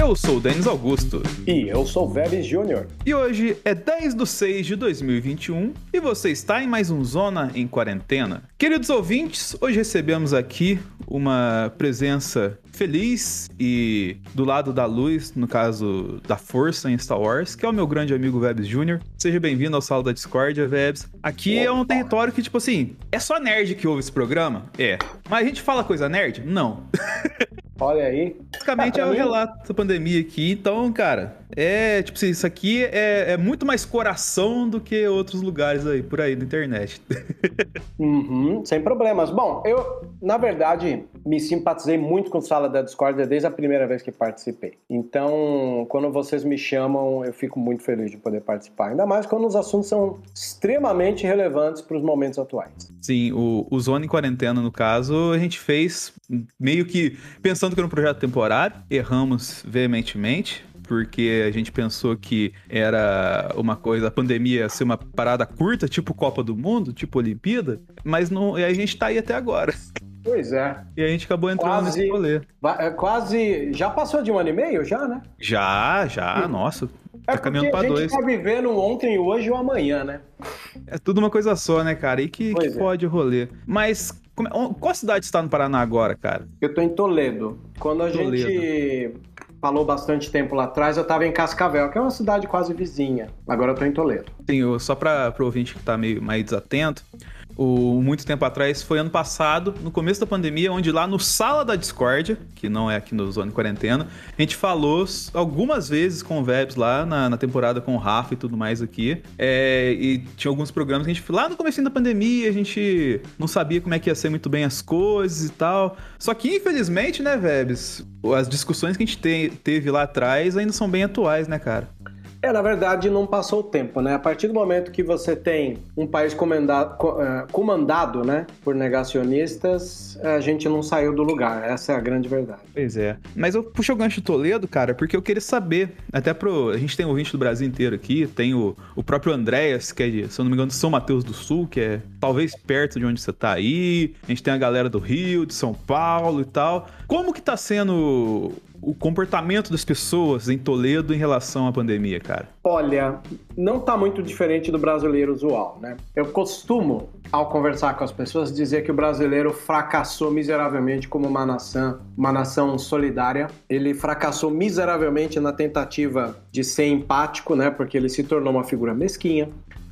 Eu sou o Denis Augusto. E eu sou o Vebs Júnior. E hoje é 10/6/2021 e você está em mais um Zona em Quarentena. Queridos ouvintes, hoje recebemos aqui uma presença feliz e do lado da luz, no caso da força em Star Wars, que é o meu grande amigo Vebs Júnior. Seja bem-vindo ao Sala da Discórdia, Vebs. Aqui é um território que, tipo assim, é só nerd que ouve esse programa? É. Mas a gente fala coisa nerd? Não. Olha aí. Basicamente é o relato da pandemia aqui, então, cara, tipo assim, isso aqui é muito mais coração do que outros lugares aí, por aí na internet. Sem problemas. Bom, eu, na verdade, me simpatizei muito com o Sala da Discórdia desde a primeira vez que participei. Então, quando vocês me chamam, eu fico muito feliz de poder participar. Ainda mais quando os assuntos são extremamente relevantes para os momentos atuais. Sim, o Zona em Quarentena, no caso, a gente fez meio que pensando que era um projeto temporário, erramos veementemente, porque a gente pensou que era uma coisa, a pandemia ia ser uma parada curta, tipo Copa do Mundo, tipo Olimpíada, mas não, e a gente tá aí até agora. Pois é. E a gente acabou entrando nesse rolê. Quase, já passou de 1 ano e meio, já, né? Já, nossa. Tá caminhando pra 2. A gente tá vivendo ontem, hoje e o amanhã, né? É tudo uma coisa só, né, cara? E que pode o rolê. Mas qual cidade está no Paraná agora, cara? Eu tô em Toledo. Quando a gente falou bastante tempo lá atrás, eu tava em Cascavel, que é uma cidade quase vizinha. Agora eu tô em Toledo. Sim, só pro ouvinte que tá meio mais desatento, muito tempo atrás, foi ano passado, no começo da pandemia, onde lá no Sala da Discórdia, que não é aqui no Zona de Quarentena, a gente falou algumas vezes com o Vebs lá na temporada com o Rafa e tudo mais aqui, e tinha alguns programas que a gente, lá no começo da pandemia, a gente não sabia como é que ia ser muito bem as coisas e tal, só que infelizmente, né, Vebs, as discussões que a gente teve lá atrás ainda são bem atuais, né, cara? Na verdade, não passou o tempo, né? A partir do momento que você tem um país comandado, né, por negacionistas, a gente não saiu do lugar. Essa é a grande verdade. Pois é. Mas eu puxei o gancho de Toledo, cara, porque eu queria saber, a gente tem ouvinte do Brasil inteiro aqui, tem o próprio Andréas, que é de, se eu não me engano, de São Mateus do Sul, que é talvez perto de onde você tá aí. A gente tem a galera do Rio, de São Paulo e tal. Como que tá sendo o comportamento das pessoas em Toledo em relação à pandemia, cara? Olha, não tá muito diferente do brasileiro usual, né? Eu costumo, ao conversar com as pessoas, dizer que o brasileiro fracassou miseravelmente como uma nação solidária. Ele fracassou miseravelmente na tentativa de ser empático, né? Porque ele se tornou uma figura mesquinha.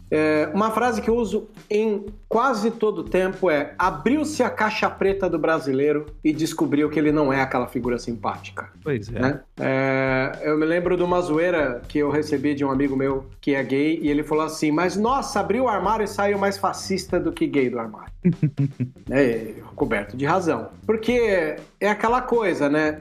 Uma frase que eu uso em quase todo o tempo é: abriu-se a caixa preta do brasileiro e descobriu que ele não é aquela figura simpática. Pois é. Né? Eu me lembro de uma zoeira que eu recebi de um amigo meu que é gay e ele falou assim: mas nossa, abriu o armário e saiu mais fascista do que gay do armário. Coberto de razão. Porque é aquela coisa, né?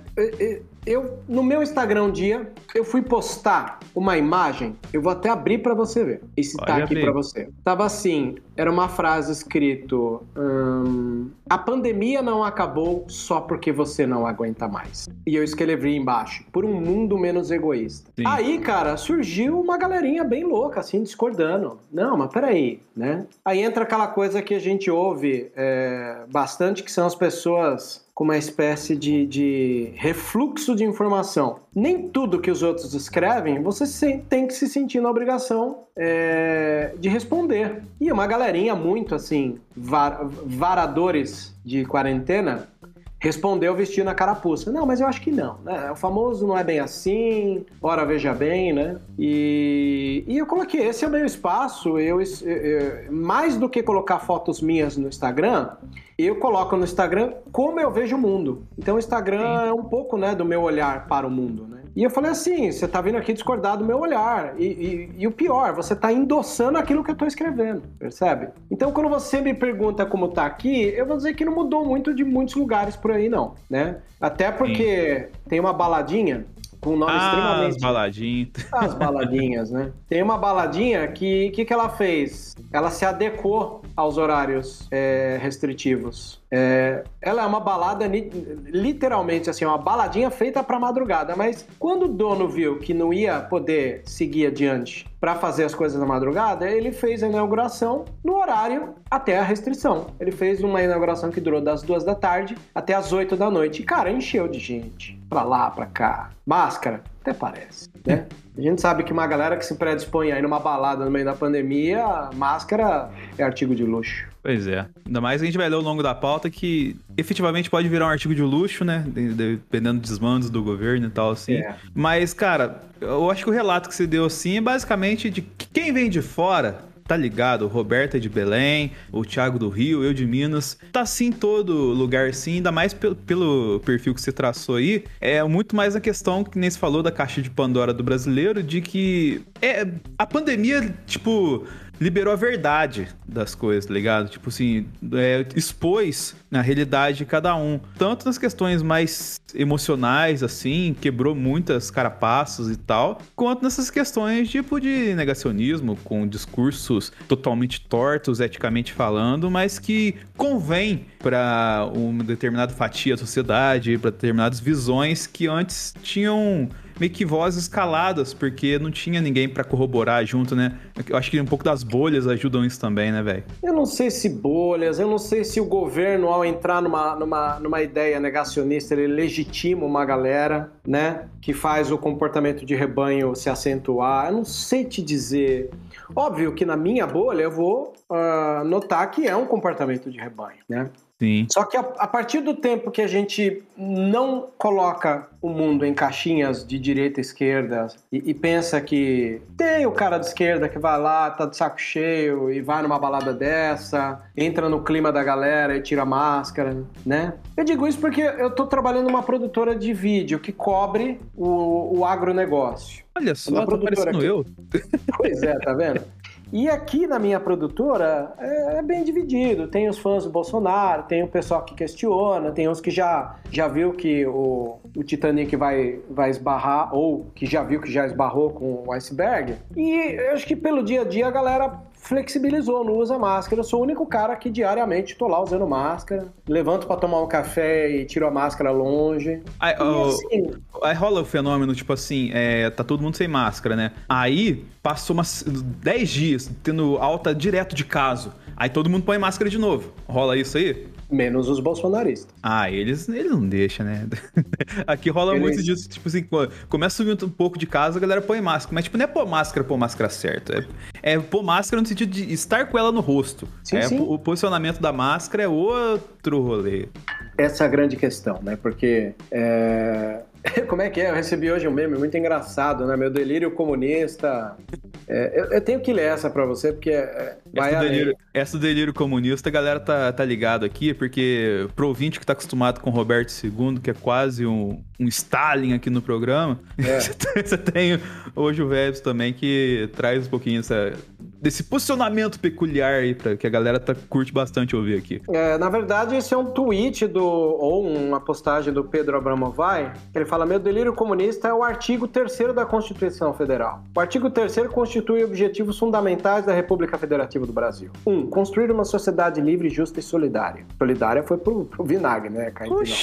No meu Instagram um dia, eu fui postar uma imagem, eu vou até abrir pra você ver, e citar aqui pra você. Tava assim, era uma frase escrito: a pandemia não acabou só porque você não aguenta mais. E eu escrevi embaixo: por um mundo menos egoísta. Sim. Aí, cara, surgiu uma galerinha bem louca, assim, discordando. Não, mas peraí, né? Aí entra aquela coisa que a gente ouve bastante, que são as pessoas com uma espécie de refluxo de informação. Nem tudo que os outros escrevem, você tem que se sentir na obrigação de responder. E uma galerinha muito, assim, varadores de quarentena, respondeu vestindo a carapuça. Não, mas eu acho que não, né? O famoso não é bem assim, ora veja bem, né? E eu coloquei, esse é o meu espaço, mais do que colocar fotos minhas no Instagram, eu coloco no Instagram como eu vejo o mundo. Então o Instagram é um pouco, né, do meu olhar para o mundo, né? E eu falei assim, você tá vindo aqui discordar do meu olhar. E o pior, você tá endossando aquilo que eu tô escrevendo, percebe? Então quando você me pergunta como tá aqui, eu vou dizer que não mudou muito de muitos lugares por aí, não, né? Até porque tem uma baladinha com um nome extremamente... As baladinhas, né? Tem uma baladinha que ela fez? Ela se adequou aos horários restritivos. Ela é uma balada, literalmente, assim, uma baladinha feita pra madrugada, mas quando o dono viu que não ia poder seguir adiante para fazer as coisas na madrugada, ele fez a inauguração no horário até a restrição. Ele fez uma inauguração que durou das 2 da tarde até as 8 da noite. E, cara, encheu de gente. Pra lá, pra cá. Máscara, até parece, né? A gente sabe que uma galera que se predispõe aí numa balada no meio da pandemia, máscara é artigo de luxo. Pois é. Ainda mais que a gente vai ler ao longo da pauta que efetivamente pode virar um artigo de luxo, né? Dependendo dos desmandos do governo e tal, assim. É. Mas, cara, eu acho que o relato que você deu, assim, é basicamente de que quem vem de fora, tá ligado? O Roberto é de Belém, o Thiago do Rio, eu de Minas. Tá assim em todo lugar, sim. Ainda mais pelo perfil que você traçou aí. É muito mais a questão que nem se falou da caixa de Pandora do brasileiro, de que a pandemia, tipo, liberou a verdade das coisas, tá ligado? Tipo assim, expôs na realidade de cada um. Tanto nas questões mais emocionais, assim, quebrou muitas carapaças e tal, quanto nessas questões, tipo, de negacionismo, com discursos totalmente tortos, eticamente falando, mas que convém para uma determinada fatia da sociedade, para determinadas visões que antes tinham meio que vozes caladas, porque não tinha ninguém pra corroborar junto, né? Eu acho que um pouco das bolhas ajudam isso também, né, velho? Eu não sei se bolhas, eu não sei se o governo, ao entrar numa ideia negacionista, ele legitima uma galera, né? Que faz o comportamento de rebanho se acentuar. Eu não sei te dizer. Óbvio que na minha bolha eu vou notar que é um comportamento de rebanho, né? Sim. Só que a partir do tempo que a gente não coloca o mundo em caixinhas de direita e esquerda e pensa que tem o cara de esquerda que vai lá, tá de saco cheio e vai numa balada dessa, entra no clima da galera e tira a máscara, né? Eu digo isso porque eu tô trabalhando numa produtora de vídeo que cobre o agronegócio. Olha só, tá parecendo eu. Pois é, tá vendo? E aqui na minha produtora é bem dividido. Tem os fãs do Bolsonaro, tem o pessoal que questiona, tem uns que já viu que o Titanic vai esbarrar, ou que já viu que já esbarrou com o iceberg. E eu acho que pelo dia a dia a galera flexibilizou, não usa máscara. Eu sou o único cara que diariamente tô lá usando máscara, levanto pra tomar um café e tiro a máscara longe. Aí rola o fenômeno, tipo assim, tá todo mundo sem máscara, né? Aí passou 10 dias tendo alta direto de caso. Aí todo mundo põe máscara de novo. Rola isso aí? Menos os bolsonaristas. Eles não deixam, né? Aqui rola muito disso, tipo assim, começa a subir um pouco de casa, a galera põe máscara. Mas, tipo, não é pôr máscara certo. É pôr máscara no sentido de estar com ela no rosto. Sim. O posicionamento da máscara é outro rolê. Essa é a grande questão, né? Porque como é que é? Eu recebi hoje um meme muito engraçado, né? Meu delírio comunista. Eu tenho que ler essa pra você, porque essa do delírio comunista, a galera tá ligado aqui, porque pro ouvinte que tá acostumado com Roberto II, que é quase um Stalin aqui no programa, você tem hoje o Vebs também, que traz um pouquinho desse posicionamento peculiar aí, que a galera curte bastante ouvir aqui. Na verdade, esse é um tweet ou uma postagem do Pedro Abramovay, que ele fala: meu delírio comunista é o artigo 3º da Constituição Federal. O artigo 3º constitui objetivos fundamentais da República Federativa do Brasil. 1. Construir uma sociedade livre, justa e solidária. Solidária foi pro vinagre, né?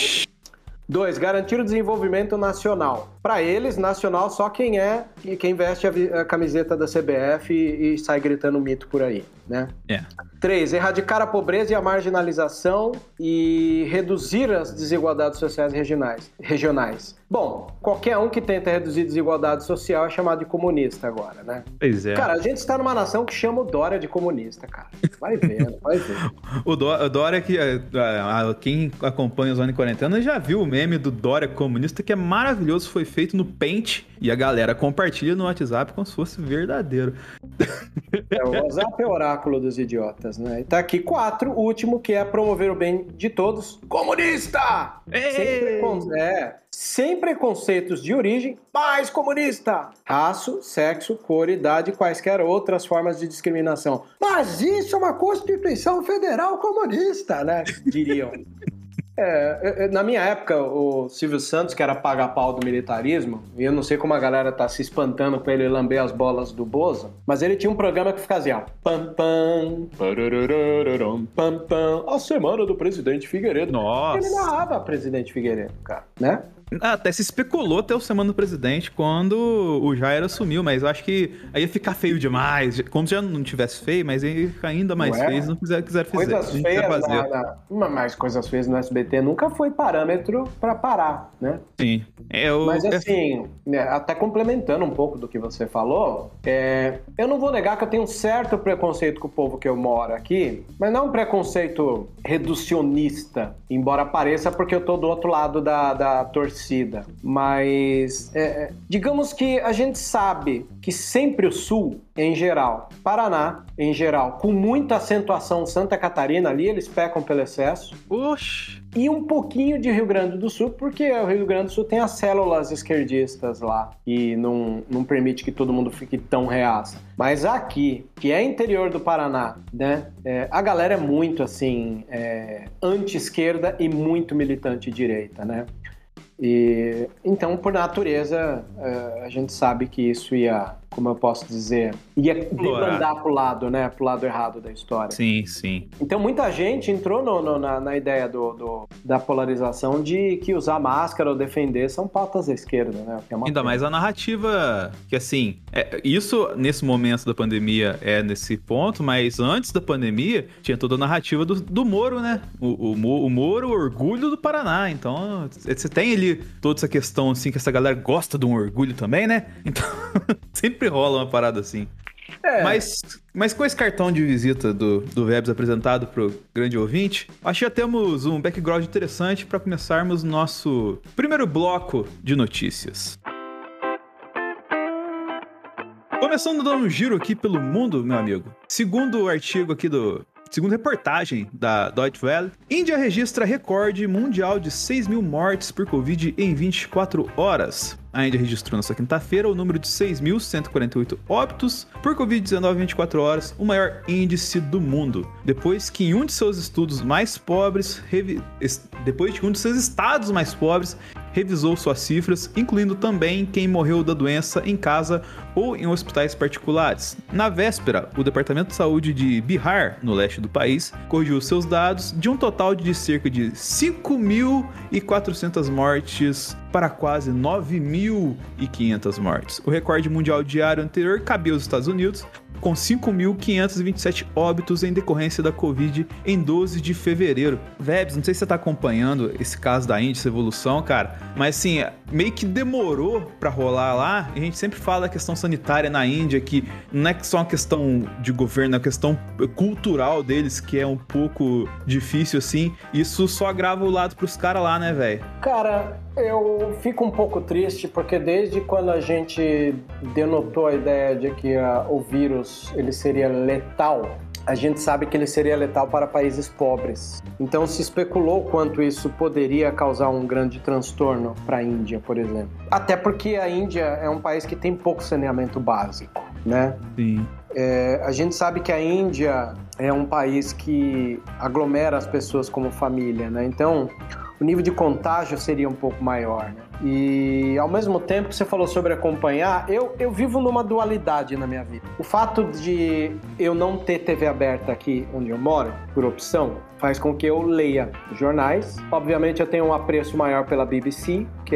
2. Garantir o desenvolvimento nacional. Para eles, nacional só quem veste a camiseta da CBF e sai gritando mito por aí, né? 3. Erradicar a pobreza e a marginalização e reduzir as desigualdades sociais regionais. Bom, qualquer um que tenta reduzir desigualdade social é chamado de comunista agora, né? Pois é. Cara, a gente está numa nação que chama o Dória de comunista, cara. Vai vendo. O Dória, quem acompanha o Zona em Quarentena já viu o meme do Dória comunista, que é maravilhoso, foi feito no Paint e a galera compartilha no WhatsApp como se fosse verdadeiro. O WhatsApp é o oráculo dos idiotas, né? E tá aqui 4, o último, que é promover o bem de todos. Comunista! Sem preconceitos de origem, mais comunista! Raça, sexo, cor, idade e quaisquer outras formas de discriminação. Mas isso é uma Constituição Federal comunista, né? Diriam. Na minha época, o Silvio Santos, que era paga-pau do militarismo, e eu não sei como a galera tá se espantando com ele lamber as bolas do Bozo, mas ele tinha um programa que fazia pam pam, pam pam, a semana do presidente Figueiredo. Nossa! Ele narrava presidente Figueiredo, cara, né? Até se especulou até o semana do presidente quando o Jair assumiu, mas eu acho que aí ia ficar feio demais. Como se já não tivesse feio, mas ia ficar ainda mais feio se não quiser fazer. Coisas feias mas coisas feias no SBT nunca foi parâmetro para parar, né? Sim. Mas assim, até complementando um pouco do que você falou, eu não vou negar que eu tenho um certo preconceito com o povo que eu moro aqui, mas não um preconceito reducionista, embora pareça porque eu tô do outro lado da torcida. Mas digamos que a gente sabe que sempre o Sul, em geral, Paraná, em geral, com muita acentuação Santa Catarina ali, eles pecam pelo excesso. Oxi! E um pouquinho de Rio Grande do Sul, porque o Rio Grande do Sul tem as células esquerdistas lá e não permite que todo mundo fique tão reaça. Mas aqui, que é interior do Paraná, né, a galera é muito, assim, anti-esquerda e muito militante direita, né? E, então, por natureza, a gente sabe que isso ia, como eu posso dizer, ia demandar pro lado, né? Pro lado errado da história. Sim, sim. Então, muita gente entrou na ideia da polarização de que usar máscara ou defender são pautas da esquerda, né? Ainda mais a narrativa, que assim, isso nesse momento da pandemia é nesse ponto, mas antes da pandemia tinha toda a narrativa do Moro, né? O Moro, o orgulho do Paraná. Então, você tem ali toda essa questão, assim, que essa galera gosta de um orgulho também, né? Então, sempre rola uma parada assim. Mas com esse cartão de visita do Vebs apresentado pro grande ouvinte, acho que já temos um background interessante para começarmos nosso primeiro bloco de notícias. Começando dando um giro aqui pelo mundo, meu amigo. Segundo o artigo aqui Segundo reportagem da Deutsche Welle, Índia registra recorde mundial de 6 mil mortes por Covid em 24 horas. A Índia registrou nesta quinta-feira o número de 6.148 óbitos por Covid-19 em 24 horas, o maior índice do mundo. Depois que em um de seus estados mais pobres revisou suas cifras, incluindo também quem morreu da doença em casa ou em hospitais particulares. Na véspera, o Departamento de Saúde de Bihar, no leste do país, corrigiu seus dados de um total de cerca de 5.400 mortes para quase 9.500 mortes. O recorde mundial diário anterior cabia aos Estados Unidos, com 5.527 óbitos em decorrência da Covid em 12 de fevereiro. Vebs, não sei se você tá acompanhando esse caso da Índia, essa evolução, cara, mas assim, meio que demorou pra rolar lá. A gente sempre fala da questão sanitária na Índia, que não é só uma questão de governo, é uma questão cultural deles, que é um pouco difícil, assim. Isso só agrava o lado pros caras lá, né, velho? Cara, eu fico um pouco triste, porque desde quando a gente denotou a ideia de que o vírus ele seria letal, a gente sabe que ele seria letal para países pobres. Então se especulou quanto isso poderia causar um grande transtorno para a Índia, por exemplo. Até porque a Índia é um país que tem pouco saneamento básico, né? Sim. A gente sabe que a Índia é um país que aglomera as pessoas como família, né? Então o nível de contágio seria um pouco maior, né? E ao mesmo tempo que você falou sobre acompanhar, eu vivo numa dualidade na minha vida. O fato de eu não ter TV aberta aqui onde eu moro, por opção, faz com que eu leia jornais. Obviamente eu tenho um apreço maior pela BBC, que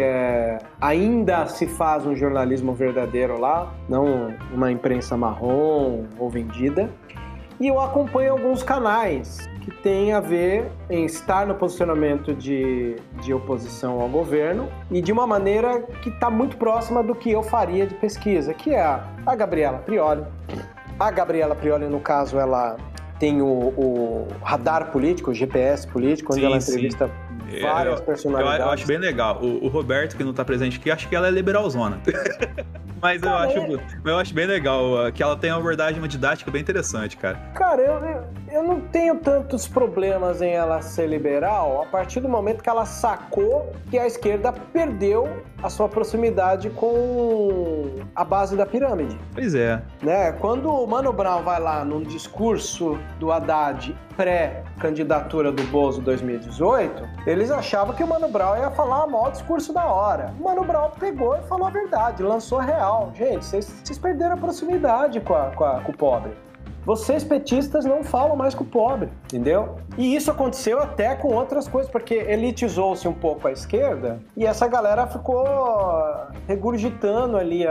ainda se faz um jornalismo verdadeiro lá, não uma imprensa marrom ou vendida. E eu acompanho alguns canais que tem a ver em estar no posicionamento de oposição ao governo e de uma maneira que está muito próxima do que eu faria de pesquisa, que é a Gabriela Prioli. A Gabriela Prioli, no caso, ela tem o radar político, o GPS político, onde ela entrevista várias personalidades. Eu acho bem legal. O Roberto, que não está presente aqui, acho que ela é liberalzona. Mas eu acho bem legal que ela tem uma abordagem, uma didática bem interessante, cara. Cara, eu não tenho tantos problemas em ela ser liberal a partir do momento que ela sacou que a esquerda perdeu a sua proximidade com a base da pirâmide. Pois é. Né? Quando o Mano Brown vai lá num discurso do Haddad pré-candidatura do Bozo 2018, eles achavam que o Mano Brown ia falar o maior discurso da hora. O Mano Brown pegou e falou a verdade, lançou a real. Gente, vocês perderam a proximidade com o pobre. vocês petistas não falam mais com o pobre, entendeu? E isso aconteceu até com outras coisas, porque elitizou-se um pouco a esquerda e essa galera ficou regurgitando ali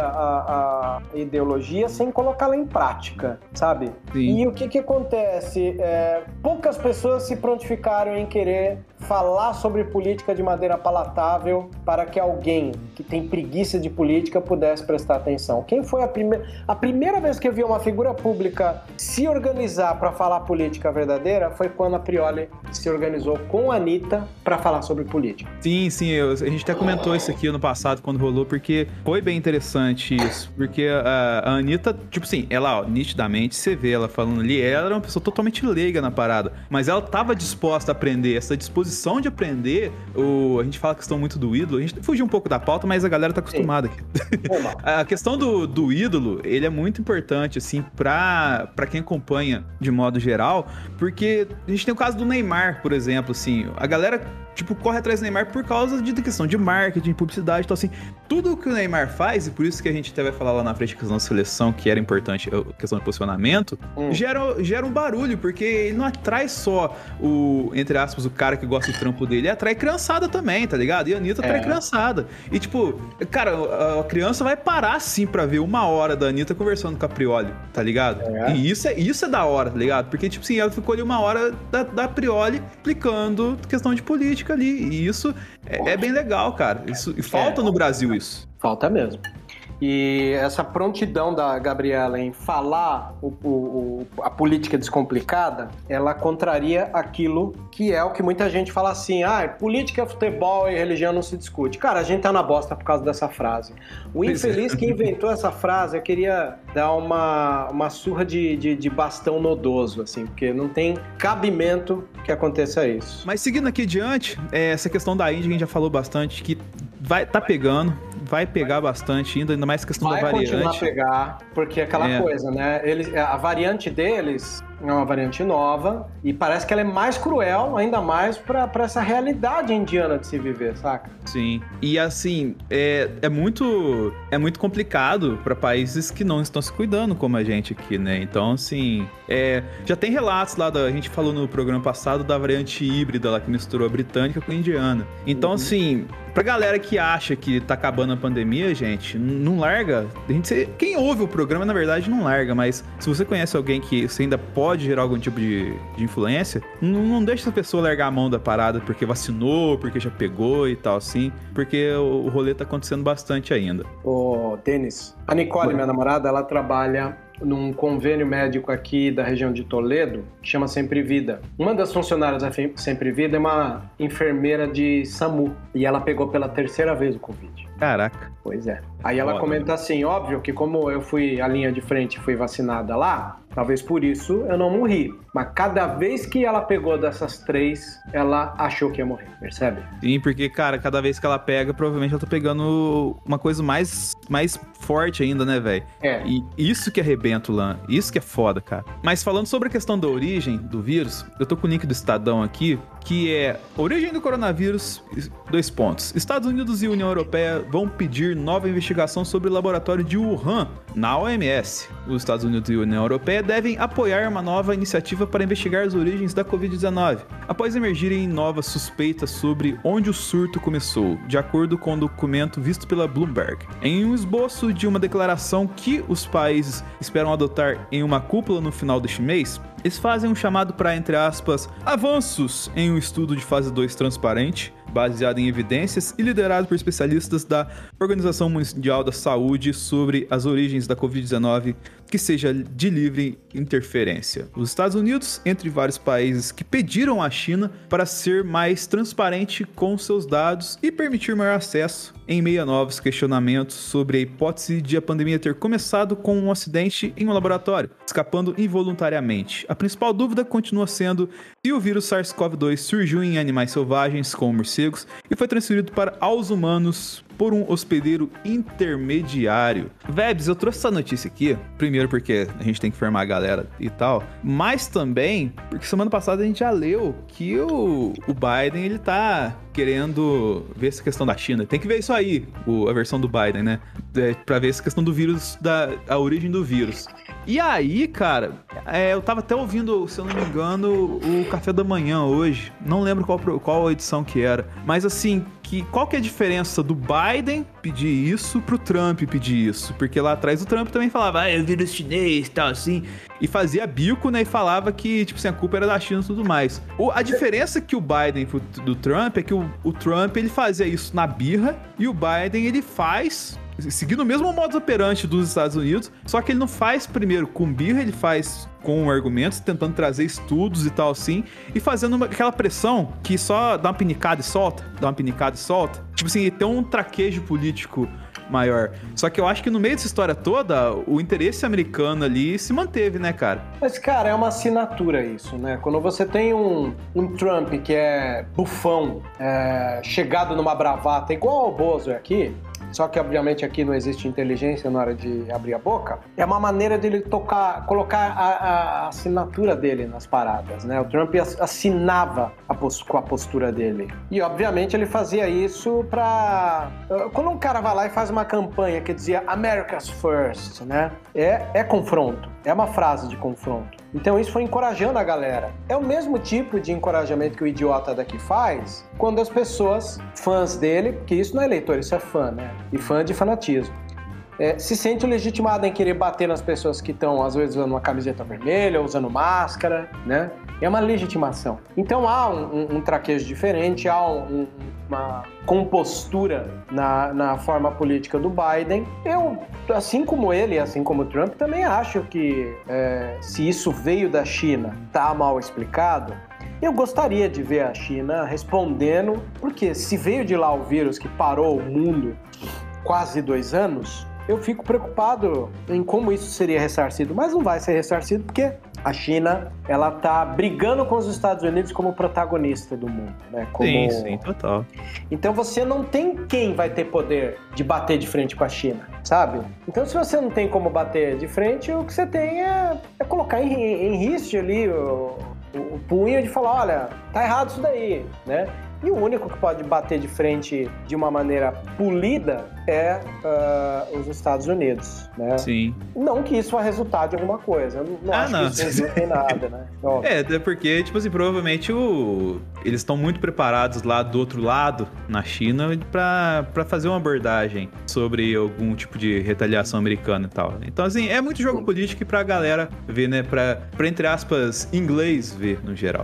a ideologia sem colocá-la em prática, sabe? Sim. E o que acontece? Poucas pessoas se prontificaram em querer falar sobre política de maneira palatável para que alguém que tem preguiça de política pudesse prestar atenção. Quem foi a primeira vez que eu vi uma figura pública se organizar para falar política verdadeira foi quando a Prioli se organizou com a Anitta para falar sobre política. Sim, a gente até comentou isso aqui ano passado quando rolou, porque foi bem interessante isso, porque a Anitta, tipo assim, ela, ó, nitidamente, você vê ela falando ali, ela era uma pessoa totalmente leiga na parada, mas ela tava disposta a aprender, essa disposição de aprender, a gente fala a questão muito do ídolo, a gente fugiu um pouco da pauta, mas a galera tá acostumada aqui. A questão do ídolo, ele é muito importante, assim, pra quem acompanha de modo geral, porque a gente tem o caso do Neymar, por exemplo, assim, a galera, tipo, corre atrás do Neymar por causa de questão de marketing, publicidade, então assim, tudo que o Neymar faz, e por isso que a gente até vai falar lá na frente a questão da seleção, que era importante, a questão de posicionamento, gera um barulho, porque ele não atrai só entre aspas, o cara que gosta do trampo dele, ele atrai criançada também, tá ligado? E a Anitta atrai criançada. E tipo, cara, a criança vai parar sim pra ver 1 hora da Anitta conversando com a Prioli, tá ligado? E isso é da hora, tá ligado? Porque, tipo assim, ela ficou ali 1 hora da Prioli explicando questão de política ali. E isso é bem legal, cara. E falta no Brasil isso. Falta mesmo. E essa prontidão da Gabriela em falar a política descomplicada, ela contraria aquilo que é o que muita gente fala assim, política, futebol e religião não se discute. Cara, a gente tá na bosta por causa dessa frase. O infeliz que inventou essa frase, eu queria dar uma surra de bastão nodoso, assim, porque não tem cabimento que aconteça isso. Mas seguindo aqui adiante, essa questão da Índia, a gente já falou bastante, que vai pegar bastante ainda mais questão da variante. Vai continuar a pegar, porque aquela coisa, né? A variante deles é uma variante nova e parece que ela é mais cruel, ainda mais pra essa realidade indiana de se viver, saca? Sim. E assim, é muito complicado pra países que não estão se cuidando como a gente aqui, né? Então, assim, já tem relatos lá, a gente falou no programa passado da variante híbrida lá que misturou a britânica com a indiana. Então, assim, pra galera que acha que tá acabando a pandemia, gente, não larga. Quem ouve o programa, na verdade, não larga, mas se você conhece alguém que você ainda pode gerar algum tipo de influência, não deixa essa pessoa largar a mão da parada porque vacinou, porque já pegou e tal, assim, porque o rolê tá acontecendo bastante ainda. Ô, Denis, a Nicole, minha namorada, ela trabalha num convênio médico aqui da região de Toledo, que chama Sempre Vida. Uma das funcionárias da Sempre Vida é uma enfermeira de SAMU, e ela pegou pela 3ª vez o Covid. Caraca. Pois é. Aí ela comenta assim, óbvio que como eu fui a linha de frente e fui vacinada lá, talvez por isso eu não morri. Mas cada vez que ela pegou dessas 3, ela achou que ia morrer, percebe? Sim, porque, cara, cada vez que ela pega, provavelmente ela tá pegando uma coisa mais forte ainda, né, velho? E isso que arrebenta o lã. Isso que é foda, cara. Mas falando sobre a questão da origem do vírus, eu tô com o link do Estadão aqui, que é origem do coronavírus, 2 pontos. Estados Unidos e União Europeia vão pedir nova investigação sobre o laboratório de Wuhan na OMS. Os Estados Unidos e a União Europeia devem apoiar uma nova iniciativa para investigar as origens da Covid-19, após emergirem novas suspeitas sobre onde o surto começou, de acordo com o documento visto pela Bloomberg. Em um esboço de uma declaração que os países esperam adotar em uma cúpula no final deste mês, eles fazem um chamado para, entre aspas, avanços em um estudo de fase 2 transparente, baseado em evidências e liderado por especialistas da Organização Mundial da Saúde sobre as origens da Covid-19, que seja de livre interferência. Os Estados Unidos, entre vários países que pediram à China para ser mais transparente com seus dados e permitir maior acesso, em meio a novos questionamentos sobre a hipótese de a pandemia ter começado com um acidente em um laboratório, escapando involuntariamente. A principal dúvida continua sendo se o vírus SARS-CoV-2 surgiu em animais selvagens, como morcegos, e foi transferido aos humanos por um hospedeiro intermediário. Vebs, eu trouxe essa notícia aqui, primeiro porque a gente tem que informar a galera e tal, mas também porque semana passada a gente já leu que o Biden, ele tá querendo ver essa questão da China. Tem que ver isso aí, a versão do Biden, né? Pra ver essa questão do vírus, a origem do vírus. E aí, cara, eu tava até ouvindo, se eu não me engano, o Café da Manhã hoje. Não lembro qual edição que era. Mas assim, qual que é a diferença do Biden pedir isso pro Trump pedir isso? Porque lá atrás o Trump também falava, eu viro chinês e tal, assim. E fazia bico, né? E falava que, tipo assim, a culpa era da China e tudo mais. A diferença que o Biden do Trump é que o Trump, ele fazia isso na birra. E o Biden, ele faz... seguindo o mesmo modus operandi dos Estados Unidos, só que ele não faz primeiro com birra, ele faz com argumentos, tentando trazer estudos e tal assim, e fazendo aquela pressão que só dá uma pinicada e solta, tipo assim, tem um traquejo político maior. Só que eu acho que no meio dessa história toda, o interesse americano ali se manteve, né, cara? Mas, cara, é uma assinatura isso, né? Quando você tem um Trump que é bufão, chegado numa bravata, igual ao Bozo aqui, só que obviamente aqui não existe inteligência na hora de abrir a boca, é uma maneira dele colocar a assinatura dele nas paradas, né? O Trump assinava com a postura dele. E obviamente ele fazia isso pra... Quando um cara vai lá e faz uma campanha que dizia America's First, né? É confronto, é uma frase de confronto. Então isso foi encorajando a galera. É o mesmo tipo de encorajamento que o idiota daqui faz quando as pessoas, fãs dele, porque isso não é eleitor, isso é fã, né? E fã de fanatismo. Se sente legitimado em querer bater nas pessoas que estão, às vezes, usando uma camiseta vermelha, usando máscara, né? É uma legitimação. Então há um traquejo diferente, há uma compostura na forma política do Biden. Eu, assim como ele, assim como o Trump, também acho que se isso veio da China, tá mal explicado, eu gostaria de ver a China respondendo, porque se veio de lá o vírus que parou o mundo quase 2 anos, eu fico preocupado em como isso seria ressarcido, mas não vai ser ressarcido porque a China, ela tá brigando com os Estados Unidos como protagonista do mundo, né? Sim, total. Então você não tem quem vai ter poder de bater de frente com a China, sabe? Então se você não tem como bater de frente, o que você tem é colocar em riste ali o punho de falar, olha, tá errado isso daí, né? E o único que pode bater de frente de uma maneira polida é os Estados Unidos, né? Sim. Não que isso vá resultar de alguma coisa. Eu não acho que isso resulta em nada, né? Até porque, tipo assim, provavelmente eles estão muito preparados lá do outro lado, na China, pra fazer uma abordagem sobre algum tipo de retaliação americana e tal. Então, assim, é muito jogo político pra galera ver, né? Pra entre aspas, inglês ver, no geral.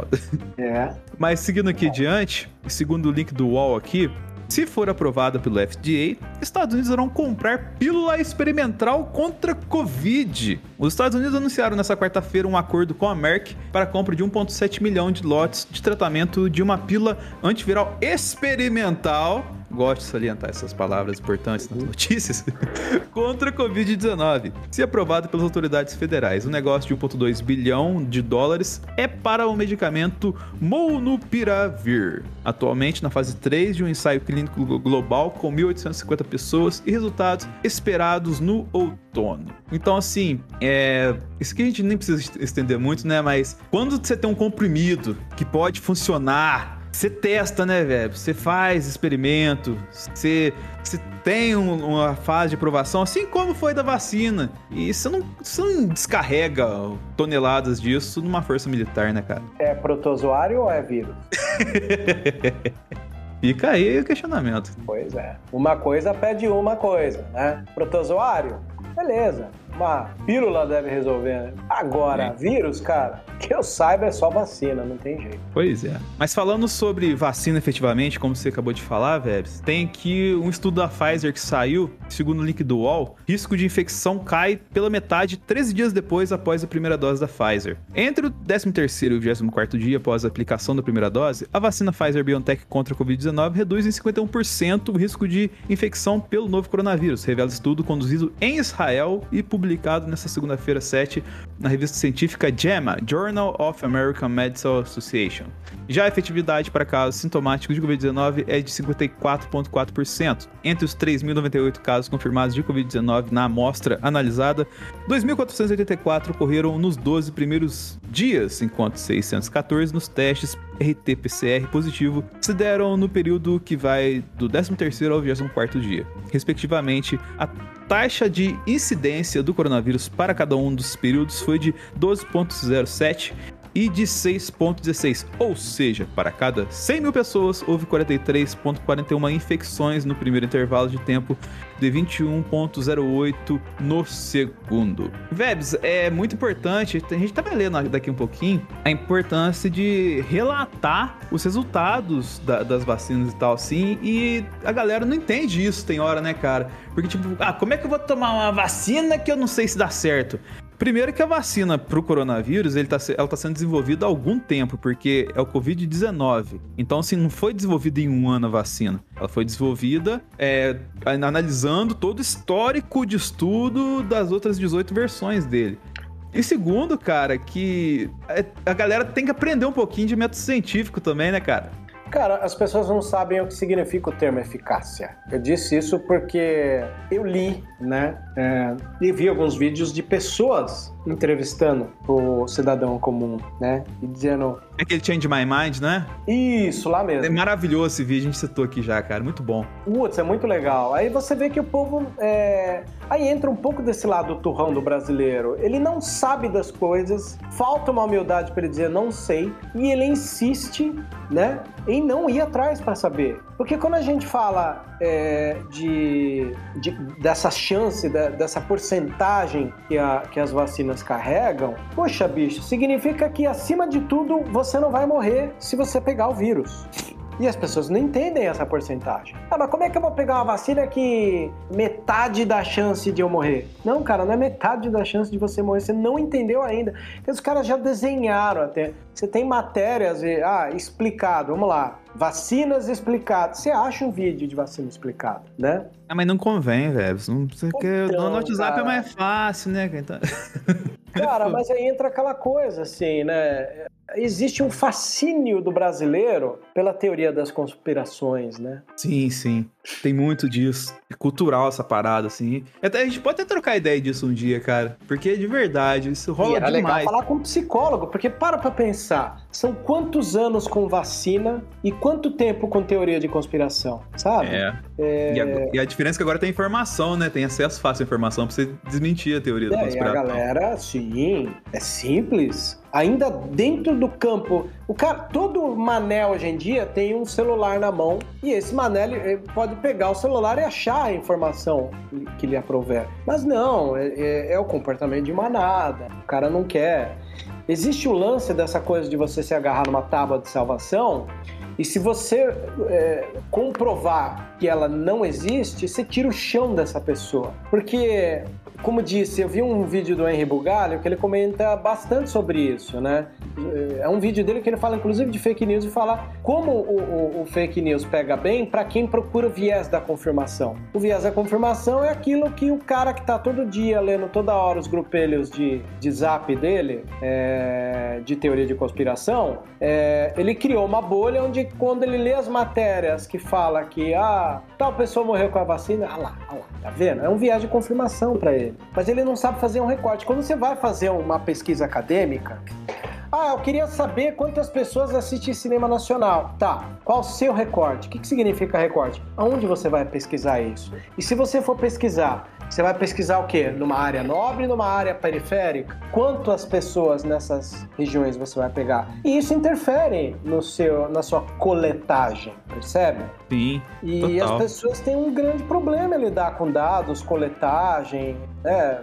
Mas seguindo aqui adiante, segundo o link do UOL aqui, se for aprovada pelo FDA, Estados Unidos irão comprar pílula experimental contra Covid. Os Estados Unidos anunciaram nessa quarta-feira um acordo com a Merck para a compra de 1,7 milhão de lotes de tratamento de uma pílula antiviral experimental, gosto de salientar essas palavras importantes nas notícias, contra a Covid-19. Se aprovado pelas autoridades federais, o negócio de 1,2 bilhão de dólares é para o medicamento Molnupiravir, atualmente na fase 3 de um ensaio clínico global com 1.850 pessoas e resultados esperados no outono. Então, assim, isso aqui a gente nem precisa estender muito, né? Mas quando você tem um comprimido que pode funcionar, você testa, né, velho? Você faz experimento, você tem uma fase de aprovação, assim como foi da vacina. E você não descarrega toneladas disso numa força militar, né, cara? É protozoário ou é vírus? Fica aí o questionamento. Pois é. Uma coisa pede uma coisa, né? Protozoário? Beleza. Uma pílula deve resolver, né? Agora, vírus, cara, que eu saiba é só vacina, não tem jeito. Pois é. Mas falando sobre vacina efetivamente, como você acabou de falar, Vebs, tem aqui um estudo da Pfizer que saiu, segundo o link do UOL, risco de infecção cai pela metade 13 dias depois após a primeira dose da Pfizer. Entre o 13º e o 24º dia após a aplicação da primeira dose, a vacina Pfizer-BioNTech contra a Covid-19 reduz em 51% o risco de infecção pelo novo coronavírus, revela estudo conduzido em Israel e publicado nesta segunda-feira 7 na revista científica JAMA, Journal of American Medical Association. Já a efetividade para casos sintomáticos de Covid-19 é de 54,4%. Entre os 3.098 casos confirmados de Covid-19 na amostra analisada, 2.484 ocorreram nos 12 primeiros dias, enquanto 614 nos testes RT-PCR positivo se deram no período que vai do 13º ao 24º dia. Respectivamente, a taxa de incidência do coronavírus para cada um dos períodos foi de 12,07 e de 6,16, ou seja, para cada 100 mil pessoas, houve 43,41 infecções no primeiro intervalo de tempo de 21,08 no segundo. Vebs, é muito importante, a gente vai ler daqui um pouquinho, a importância de relatar os resultados das vacinas e tal, assim, e a galera não entende isso, tem hora, né, cara? Porque, tipo, como é que eu vou tomar uma vacina que eu não sei se dá certo? Primeiro que a vacina pro coronavírus, ela tá sendo desenvolvida há algum tempo, porque é o Covid-19. Então, assim, não foi desenvolvida em um ano a vacina. Ela foi desenvolvida analisando todo o histórico de estudo das outras 18 versões dele. E segundo, cara, que a galera tem que aprender um pouquinho de método científico também, né, cara? Cara, as pessoas não sabem o que significa o termo eficácia. Eu disse isso porque eu li, né, e vi alguns vídeos de pessoas entrevistando o cidadão comum, né, e dizendo... É aquele Change My Mind, né? Isso, lá mesmo. É maravilhoso esse vídeo, a gente citou aqui já, cara, muito bom. Putz, é muito legal. Aí você vê que o povo... Aí entra um pouco desse lado turrão do brasileiro. Ele não sabe das coisas, falta uma humildade para ele dizer não sei, e ele insiste, né, em não ir atrás para saber. Porque quando a gente fala dessa chance, dessa porcentagem que as vacinas carregam, poxa, bicho, significa que acima de tudo você não vai morrer se você pegar o vírus. E as pessoas não entendem essa porcentagem. Mas como é que eu vou pegar uma vacina que metade da chance de eu morrer? Não, cara, não é metade da chance de você morrer. Você não entendeu ainda. Porque os caras já desenharam até. Você tem matérias explicado. Vamos lá. Vacinas explicadas. Você acha um vídeo de vacina explicada, né? Mas não convém, velho. No WhatsApp cara, é mais fácil, né? Então... Cara, mas aí entra aquela coisa, assim, né? Existe um fascínio do brasileiro pela teoria das conspirações, né? Sim, sim. Tem muito disso. É cultural essa parada, assim. A gente pode até trocar ideia disso um dia, cara. Porque de verdade, isso rola demais. Legal falar com um psicólogo, porque para pensar. São quantos anos com vacina e quanto tempo com teoria de conspiração, sabe? E a diferença é que agora tem informação, né? Tem acesso fácil à informação pra você desmentir a teoria da conspiração. E a galera, sim, é simples. Ainda dentro do campo, todo mané hoje em dia tem um celular na mão e esse mané ele pode pegar o celular e achar a informação que lhe aprouver. Mas não, é o comportamento de manada, o cara não quer. Existe o lance dessa coisa de você se agarrar numa tábua de salvação e se você comprovar que ela não existe, você tira o chão dessa pessoa. Porque... Como disse, eu vi um vídeo do Henry Bugalho que ele comenta bastante sobre isso, né? É um vídeo dele que ele fala, inclusive, de fake news e fala como o fake news pega bem para quem procura o viés da confirmação. O viés da confirmação é aquilo que o cara que tá todo dia lendo toda hora os grupelhos de zap dele, de teoria de conspiração, ele criou uma bolha onde quando ele lê as matérias que fala que tal pessoa morreu com a vacina, lá, tá vendo? É um viés de confirmação para ele. Mas ele não sabe fazer um recorte. Quando você vai fazer uma pesquisa acadêmica, eu queria saber quantas pessoas assistem cinema nacional. Tá, qual o seu recorte? O que significa recorte? Aonde você vai pesquisar isso? E se você for pesquisar, você vai pesquisar o quê? Numa área nobre, numa área periférica? Quantas pessoas nessas regiões você vai pegar? E isso interfere na sua coletagem, percebe? Sim, e total. As pessoas têm um grande problema em lidar com dados, coletagem, né?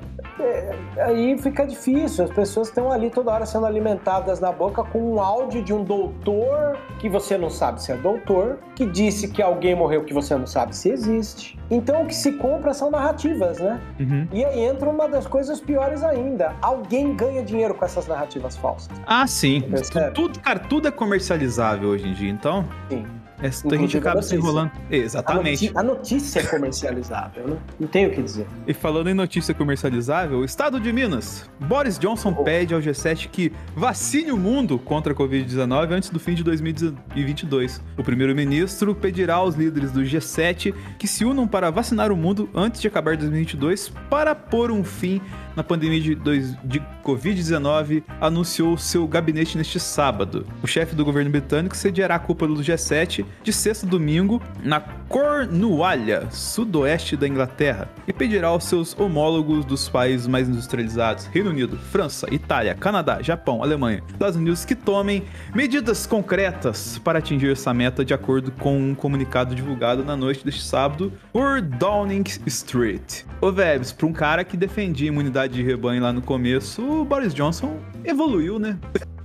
Aí fica difícil, as pessoas estão ali toda hora sendo alimentadas na boca com um áudio de um doutor que você não sabe se é doutor, que disse que alguém morreu que você não sabe se existe. Então o que se compra são narrativas, né? Uhum. E aí entra uma das coisas piores ainda. Alguém ganha dinheiro com essas narrativas falsas. Sim. Tudo é comercializável hoje em dia, então... Sim. a gente acaba se enrolando. Exatamente. A notícia é comercializável, né? Não tenho o que dizer. E falando em notícia comercializável, o Estado de Minas. Boris Johnson pede ao G7 que vacine o mundo contra a Covid-19 antes do fim de 2022. O primeiro-ministro pedirá aos líderes do G7 que se unam para vacinar o mundo antes de acabar 2022 para pôr um fim na pandemia de Covid-19, anunciou seu gabinete neste sábado. O chefe do governo britânico sediará a cúpula do G7 de sexta a domingo na Cornualha, sudoeste da Inglaterra, e pedirá aos seus homólogos dos países mais industrializados, Reino Unido, França, Itália, Canadá, Japão, Alemanha, Estados Unidos, que tomem medidas concretas para atingir essa meta, de acordo com um comunicado divulgado na noite deste sábado por Downing Street. Ô Vebs, para um cara que defendia imunidade de rebanho lá no começo, o Boris Johnson evoluiu, né?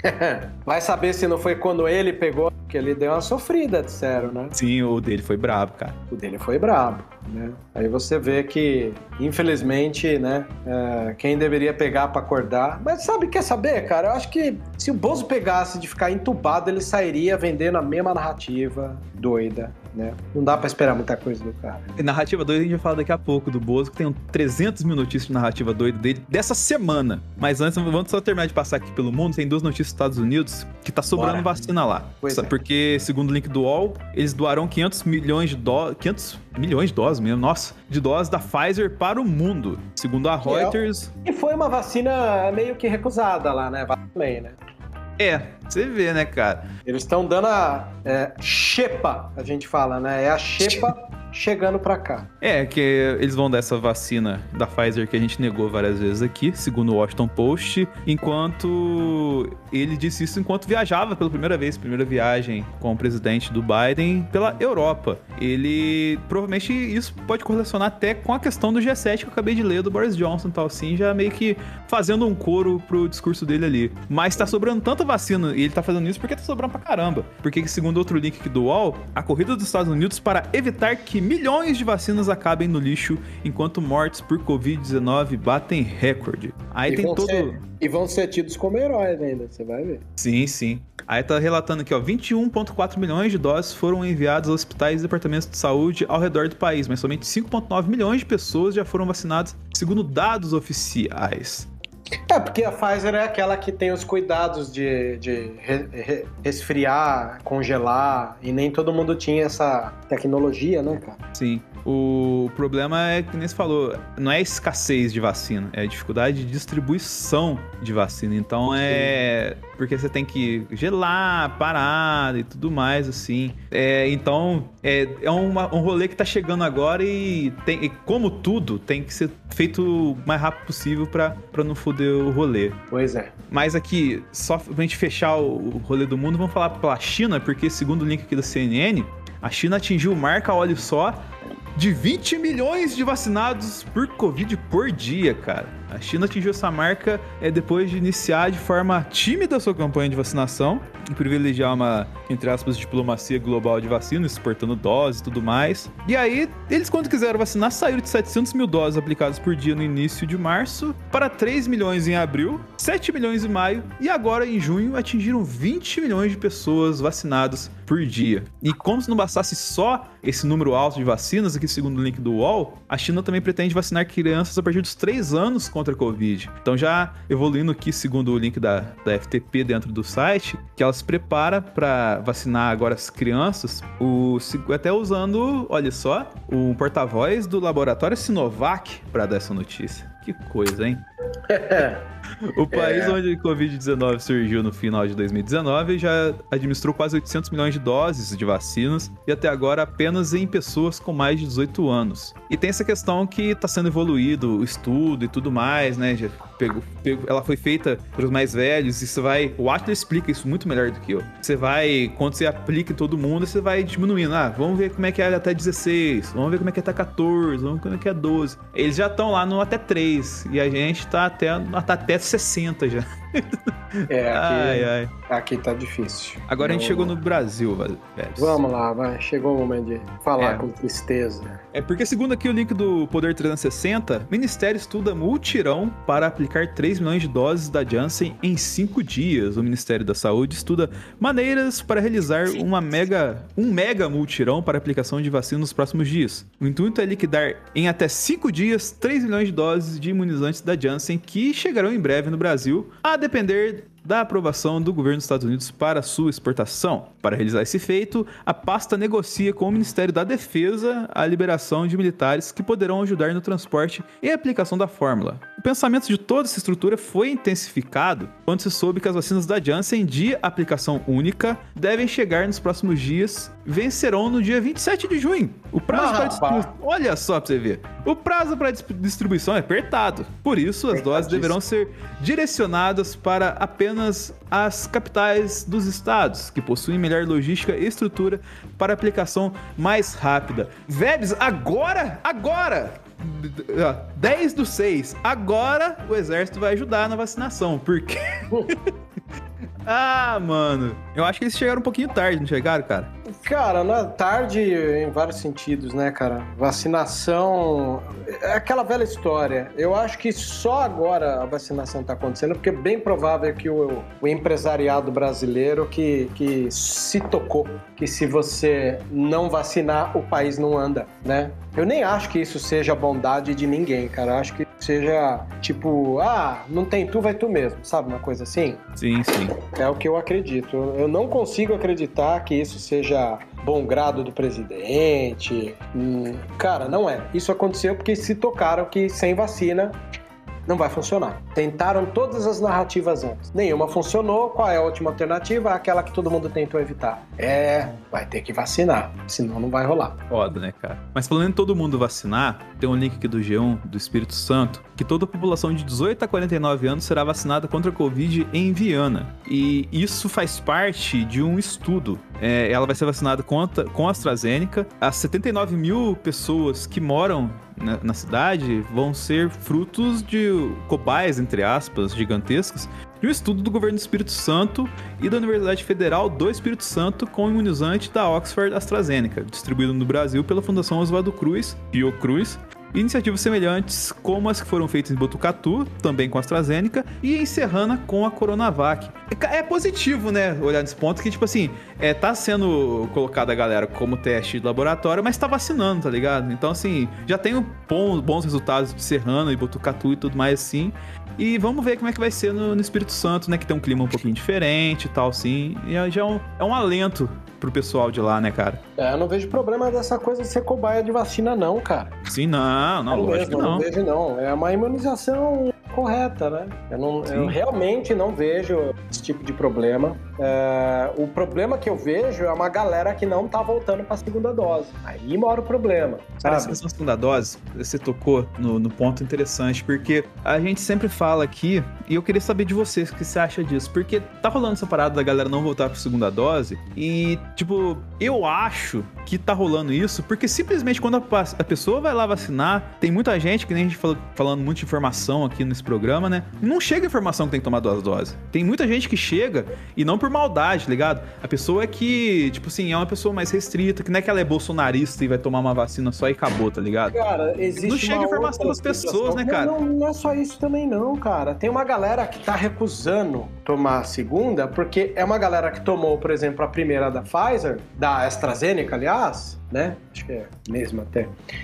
Vai saber se não foi quando ele pegou, que ele deu uma sofrida, disseram, né? Sim, o dele foi brabo, cara. O dele foi brabo, né? Aí você vê que, infelizmente, né, quem deveria pegar pra acordar... Mas quer saber, cara? Eu acho que se o Bozo pegasse de ficar entubado, ele sairia vendendo a mesma narrativa doida, né? Não dá pra esperar muita coisa do cara. E narrativa doida a gente vai falar daqui a pouco do Bozo, que tem 300 mil notícias de narrativa doida dele dessa semana. Mas antes, vamos só terminar de passar aqui pelo mundo. Tem 2 notícias dos Estados Unidos que tá sobrando vacina lá. Porque, segundo o link do UOL, eles doaram 500 milhões de doses... 500 milhões de doses mesmo, nossa, de doses da Pfizer para o mundo, segundo a Reuters. E foi uma vacina meio que recusada lá, né? Também, né? Você vê, né, cara? Eles estão dando a xepa, a gente fala, né? É a xepa chegando pra cá. Que eles vão dar essa vacina da Pfizer que a gente negou várias vezes aqui, segundo o Washington Post, enquanto ele disse isso enquanto viajava pela primeira viagem com o presidente do Biden pela Europa. Ele, provavelmente, isso pode correlacionar até com a questão do G7 que eu acabei de ler do Boris Johnson e tal, assim, já meio que fazendo um coro pro discurso dele ali. Mas tá sobrando tanta vacina, e ele tá fazendo isso porque tá sobrando pra caramba. Porque, segundo outro link aqui do UOL, a corrida dos Estados Unidos para evitar que milhões de vacinas acabem no lixo, enquanto mortes por Covid-19 batem recorde. Aí tem todo... E vão ser tidos como heróis ainda, você vai ver. Sim. Aí tá relatando aqui, 21,4 milhões de doses foram enviadas aos hospitais e departamentos de saúde ao redor do país, mas somente 5,9 milhões de pessoas já foram vacinadas, segundo dados oficiais. Porque a Pfizer é aquela que tem os cuidados de resfriar, congelar, e nem todo mundo tinha essa tecnologia, né, cara? Sim. O problema é que nem você falou, não é a escassez de vacina, é a dificuldade de distribuição de vacina. Então porque você tem que gelar, parar e tudo mais, assim. Então é um rolê que tá chegando agora e como tudo, tem que ser feito o mais rápido possível pra não foder o rolê. Pois é. Mas aqui, só pra gente fechar o rolê do mundo, vamos falar pela China, porque segundo o link aqui da CNN, a China atingiu marca, olha só, de 20 milhões de vacinados por Covid por dia, cara. A China atingiu essa marca depois de iniciar de forma tímida sua campanha de vacinação e privilegiar uma, entre aspas, diplomacia global de vacina, exportando doses e tudo mais. E aí, eles quando quiseram vacinar, saíram de 700 mil doses aplicadas por dia no início de março para 3 milhões em abril, 7 milhões em maio e agora em junho atingiram 20 milhões de pessoas vacinadas por dia. E como se não bastasse só esse número alto de vacinas, aqui segundo o link do UOL, a China também pretende vacinar crianças a partir dos 3 anos contra a Covid. Então já evoluindo aqui, segundo o link da FTP dentro do site, que ela se prepara para vacinar agora as crianças, até usando, olha só, o porta-voz do laboratório Sinovac para dar essa notícia. Que coisa, hein? O país onde o Covid-19 surgiu no final de 2019 já administrou quase 800 milhões de doses de vacinas e até agora apenas em pessoas com mais de 18 anos. E tem essa questão que está sendo evoluído o estudo e tudo mais, né? Ela foi feita para os mais velhos e você vai... O Atlas explica isso muito melhor do que eu. Quando você aplica em todo mundo, você vai diminuindo. Vamos ver como é que é até 16, vamos ver como é que é até 14, vamos ver como é que é 12. Eles já estão lá no até 3 e a gente tá até 60 já. Aqui tá difícil. Agora a gente chegou no Brasil, velho. Vamos lá, vai. Chegou o momento de falar com tristeza. É porque, segundo aqui o link do Poder 360, o Ministério estuda multirão para aplicar 3 milhões de doses da Janssen em 5 dias. O Ministério da Saúde estuda maneiras para realizar um mega multirão para aplicação de vacina nos próximos dias. O intuito é liquidar em até 5 dias 3 milhões de doses de imunizantes da Janssen que chegarão em breve no Brasil, a depender da aprovação do governo dos Estados Unidos para sua exportação. Para realizar esse feito, a pasta negocia com o Ministério da Defesa a liberação de militares que poderão ajudar no transporte e aplicação da fórmula. O pensamento de toda essa estrutura foi intensificado quando se soube que as vacinas da Janssen de aplicação única devem chegar nos próximos dias, vencerão no dia 27 de junho. O prazo para distribuição... Olha só pra você ver. O prazo para distribuição é apertado. Por isso, as doses deverão ser direcionadas para apenas as capitais dos estados, que possuem melhor logística e estrutura para aplicação mais rápida. Vebs, agora, 10/6, agora o exército vai ajudar na vacinação, porque... mano, eu acho que eles chegaram um pouquinho tarde, não chegaram, cara? Cara, não é tarde em vários sentidos, né, cara? Vacinação é aquela velha história. Eu acho que só agora a vacinação tá acontecendo, porque é bem provável que o empresariado brasileiro que se tocou que se você não vacinar, o país não anda, né? Eu nem acho que isso seja bondade de ninguém, cara. Eu acho que seja tipo, não tem tu, vai tu mesmo, sabe? Uma coisa assim. Sim. É o que eu acredito. Eu não consigo acreditar que isso seja bom grado do presidente. Cara, não é. Isso aconteceu porque se tocaram que sem vacina não vai funcionar. Tentaram todas as narrativas antes. Nenhuma funcionou. Qual é a última alternativa? Aquela que todo mundo tentou evitar. Vai ter que vacinar, senão não vai rolar. Foda, né, cara? Mas falando em todo mundo vacinar, tem um link aqui do G1, do Espírito Santo, que toda a população de 18 a 49 anos será vacinada contra a Covid em Viana. E isso faz parte de um estudo. Ela vai ser vacinada com a AstraZeneca. As 79 mil pessoas que moram na cidade vão ser frutos de cobaias, entre aspas, gigantescas, de um estudo do governo do Espírito Santo e da Universidade Federal do Espírito Santo com o imunizante da Oxford AstraZeneca, distribuído no Brasil pela Fundação Oswaldo Cruz, Fiocruz, e iniciativas semelhantes como as que foram feitas em Botucatu, também com a AstraZeneca, e em Serrana com a Coronavac. É positivo, né, olhar nesse ponto, que tipo assim, tá sendo colocada a galera como teste de laboratório, mas tá vacinando, tá ligado? Então assim, já tem bons resultados de Serrana e Botucatu e tudo mais assim, e vamos ver como é que vai ser no Espírito Santo, né, que tem um clima um pouquinho diferente e tal, assim, e já é um alento pro pessoal de lá, né, cara? Eu não vejo problema dessa coisa de ser cobaia de vacina, não, cara. Sim, não, lógico que não. Não vejo, não. É uma imunização correta, né? Eu realmente não vejo esse tipo de problema. O problema que eu vejo é uma galera que não tá voltando pra segunda dose. Aí mora o problema, sabe? Essa questão da segunda dose, você tocou no ponto interessante, porque a gente sempre fala aqui, e eu queria saber de vocês o que você acha disso, porque tá rolando essa parada da galera não voltar pra segunda dose, e, tipo, eu acho que tá rolando isso, porque simplesmente quando a pessoa vai lá vacinar, tem muita gente, que nem a gente falando muito de informação aqui nesse programa, né? Não chega a informação que tem que tomar 2 doses. Tem muita gente que chega, e não por maldade, tá ligado? A pessoa é que, tipo assim, é uma pessoa mais restrita, que não é que ela é bolsonarista e vai tomar uma vacina só e acabou, tá ligado? Cara, existe não chega informação das pessoas, né, cara? Não é só isso também não, cara. Tem uma galera que tá recusando tomar a segunda, porque é uma galera que tomou, por exemplo, a primeira da Pfizer, da AstraZeneca, aliás, né? Acho que é mesmo até.